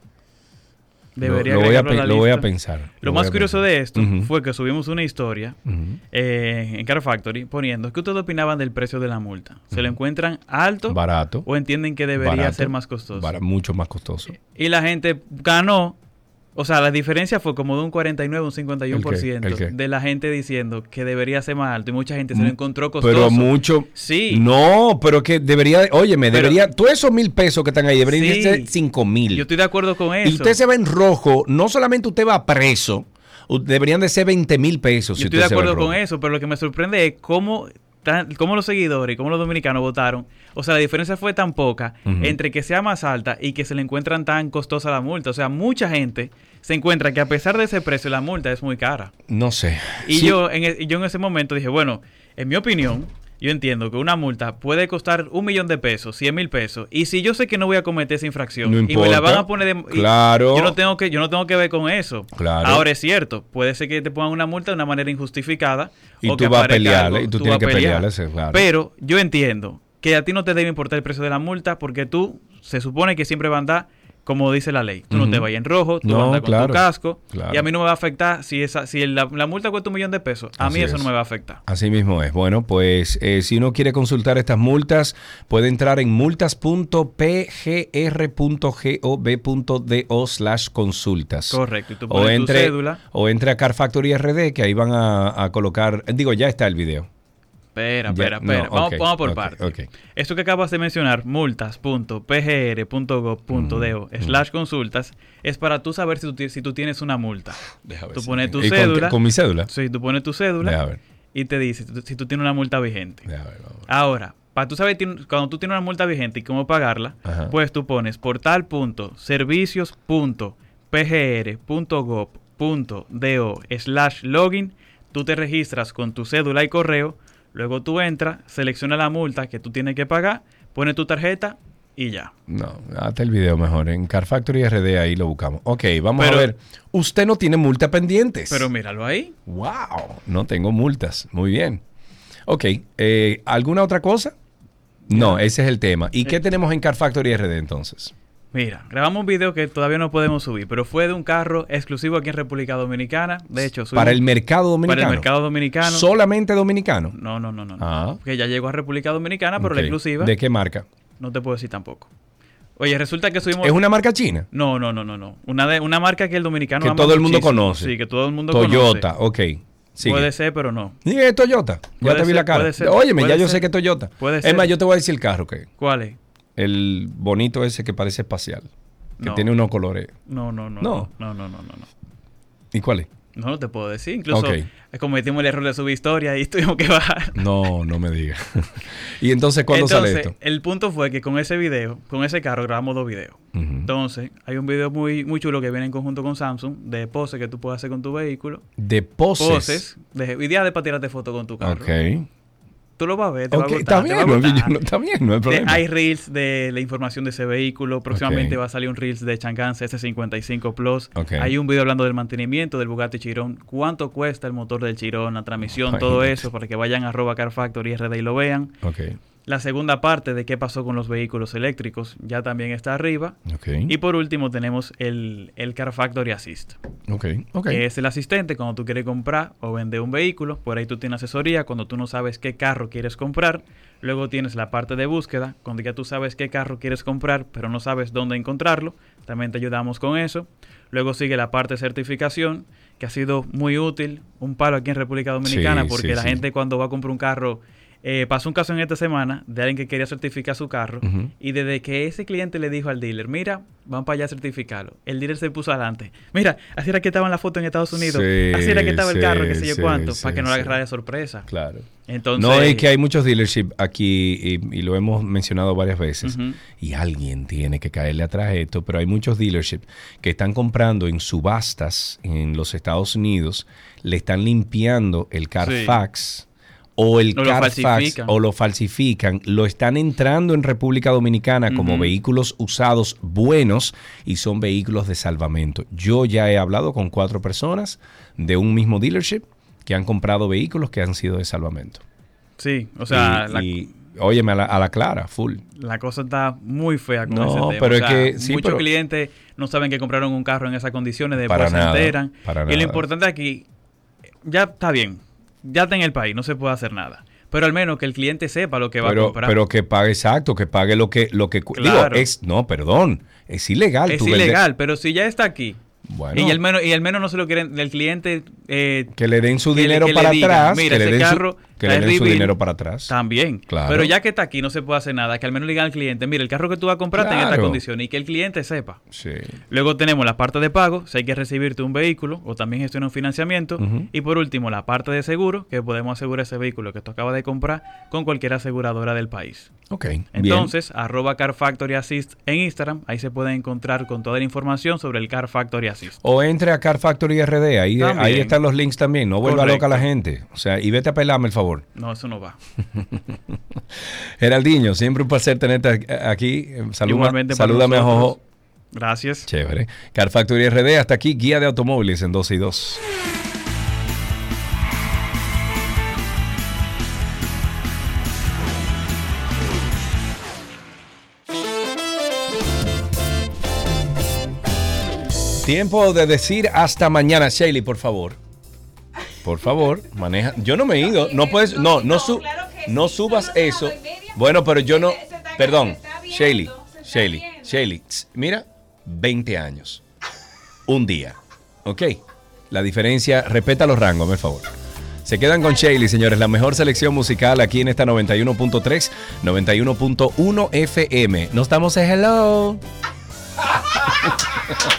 Lo voy a pensar. Lo más curioso de esto fue que subimos una historia en Car Factory poniendo, ¿qué ustedes opinaban del precio de la multa? ¿Se lo encuentran alto? Barato. ¿O entienden que debería ser más costoso? Mucho más costoso. Y la gente ganó. O sea, la diferencia fue como de un 49, un 51% de la gente diciendo que debería ser más alto, y mucha gente se lo encontró costoso. Pero mucho. Sí. No, pero que debería, todos esos $1,000 que están ahí deberían ser 5,000. Yo estoy de acuerdo con eso. Y usted se va en rojo, no solamente usted va preso, deberían de ser $20,000. Yo estoy de acuerdo con eso, pero lo que me sorprende es cómo los seguidores y cómo los dominicanos votaron. O sea, la diferencia fue tan poca entre que sea más alta y que se le encuentran tan costosa la multa. O sea, mucha gente se encuentra que a pesar de ese precio, la multa es muy cara. No sé. Y sí. yo en ese momento dije, bueno, en mi opinión, yo entiendo que una multa puede costar $1,000,000, 100,000 pesos. Y si yo sé que no voy a cometer esa infracción, no y me la van a poner claro. Yo no tengo que ver con eso. Claro. Ahora es cierto, puede ser que te pongan una multa de una manera injustificada. Y tú vas a pelearle, y tú tienes que pelearle, claro. Pero yo entiendo que a ti no te debe importar el precio de la multa, porque tú se supone que siempre vas a andar como dice la ley. Tú no te vayas en rojo, tú andas con tu casco. Claro. Y a mí no me va a afectar si la multa cuesta $1,000,000. A mí eso no me va a afectar. Así mismo es. Bueno, pues si uno quiere consultar estas multas, puede entrar en multas.pgr.gov.do/consultas. Correcto. Y tú pones tu cédula. O entre a Car Factory RD, que ahí van a colocar... ya está el video. Espera. Vamos por partes. Esto que acabas de mencionar, multas.pgr.gov.do/consultas, es para tú saber si tú tienes una multa. Tú pones tu cédula. ¿Con mi cédula? Sí, tú pones tu cédula y te dice si tú tienes una multa vigente. Ahora, para tú saber cuando tú tienes una multa vigente y cómo pagarla, pues tú pones portal.servicios.pgr.gov.do/login, tú te registras con tu cédula y correo. Luego tú entras, selecciona la multa que tú tienes que pagar, pones tu tarjeta y ya. No, hasta el video mejor. En Car Factory RD ahí lo buscamos. Ok, vamos a ver. Usted no tiene multas pendientes. Pero míralo ahí. ¡Wow! No tengo multas. Muy bien. Ok, ¿alguna otra cosa? No, ese es el tema. ¿Y qué tenemos en Car Factory RD entonces? Mira, grabamos un video que todavía no podemos subir, pero fue de un carro exclusivo aquí en República Dominicana. De hecho, ¿para el mercado dominicano? Para el mercado dominicano. ¿Solamente dominicano? No. Porque ya llegó a República Dominicana, pero la exclusiva... ¿De qué marca? No te puedo decir tampoco. Oye, resulta que subimos... ¿Es una marca china? No. Una marca que el dominicano que todo el mundo conoce. Sí, que todo el mundo Toyota, conoce. ok. Sigue. Puede ser, pero no. Sí, es Toyota. Ya te vi la cara. Óyeme, ya yo sé que es Toyota. Puede ser. Es más, yo te voy a decir el carro que... ¿Cuál es? El bonito ese que parece espacial. Que tiene unos colores. No. ¿Y cuál es? No te puedo decir. Incluso cometimos el error de subir historia y tuvimos que bajar. No me digas. ¿Y entonces cuándo sale esto? El punto fue que con ese video, con ese carro, grabamos 2 videos. Entonces, hay un video muy, muy chulo que viene en conjunto con Samsung de poses que tú puedes hacer con tu vehículo. ¿De poses? Poses. Ideas de para tirarte fotos con tu carro. Ok. Tú lo vas a ver, te va a gustar. Está bien, no hay problema. Hay reels de la información de ese vehículo. Próximamente va a salir un reels de Chang'an CS55 Plus. Hay un video hablando del mantenimiento del Bugatti Chiron. ¿Cuánto cuesta el motor del Chiron, la transmisión, todo eso? Para que vayan a @CarFactory RD y lo vean. La segunda parte de qué pasó con los vehículos eléctricos ya también está arriba. Y por último tenemos el Car Factory Assist. Que es el asistente cuando tú quieres comprar o vender un vehículo. Por ahí tú tienes asesoría cuando tú no sabes qué carro quieres comprar. Luego tienes la parte de búsqueda cuando ya tú sabes qué carro quieres comprar pero no sabes dónde encontrarlo. También te ayudamos con eso. Luego sigue la parte de certificación, que ha sido muy útil. Un palo aquí en República Dominicana porque la gente cuando va a comprar un carro pasó un caso en esta semana de alguien que quería certificar su carro y desde que ese cliente le dijo al dealer, mira, van para allá a certificarlo, el dealer se puso adelante. Mira, así era que estaba en la foto en Estados Unidos, así era que estaba el carro, qué sé yo cuánto, para que no le agarrara de sorpresa. Claro. Entonces, no, es que hay muchos dealerships aquí y lo hemos mencionado varias veces y alguien tiene que caerle atrás a esto, pero hay muchos dealerships que están comprando en subastas en los Estados Unidos, le están limpiando el Carfax o el Carfax o lo falsifican, lo están entrando en República Dominicana como vehículos usados buenos y son vehículos de salvamento. Yo ya he hablado con 4 personas de un mismo dealership que han comprado vehículos que han sido de salvamento. Sí, o sea... óyeme, a la clara, full. La cosa está muy fea con ese tema. Pero o sea, es que... muchos clientes no saben que compraron un carro en esas condiciones, después para nada, se enteran. Para y nada. lo importante aquí, ya está bien, ya está en el país, no se puede hacer nada. Pero al menos que el cliente sepa lo que va a comprar. Pero que pague, exacto, que pague lo que claro. Digo, es ilegal. Es ilegal, pero si ya está aquí... Bueno. Y al menos no se lo quieren el cliente que le den su dinero para atrás. Mira, ese carro que le den su dinero para atrás. También. Claro. Pero ya que está aquí no se puede hacer nada, que al menos le digan al cliente, mira, el carro que tú vas a comprar está en esta condición y que el cliente sepa. Sí. Luego tenemos la parte de pago, si hay que recibirte un vehículo o también gestionar un financiamiento. Y por último, la parte de seguro, que podemos asegurar ese vehículo que tú acabas de comprar con cualquier aseguradora del país. Ok. Entonces, @CarFactoryAssist en Instagram, ahí se pueden encontrar con toda la información sobre el Car Factory Assist. O entre a Car Factory RD, ahí están los links también. No vuelva loca la gente. O sea, y vete a pelarme el favor. No, eso no va. Geraldinho, siempre un placer tenerte aquí. Salúdame a Jojo. Gracias. Chévere. Car Factory RD, hasta aquí, guía de automóviles en 12 y 2. Tiempo de decir hasta mañana. Shailey, por favor. Por favor, maneja. Yo no me he ido. No puedes. No subas eso. Bueno, pero yo no. Perdón. Shailey. Mira, 20 años. Un día. Ok. La diferencia. Respeta los rangos, por favor. Se quedan con Shailey, señores. La mejor selección musical aquí en esta 91.3, 91.1 FM. No estamos en hello.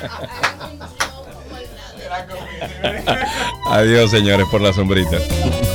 Adiós, señores, por la sombrita.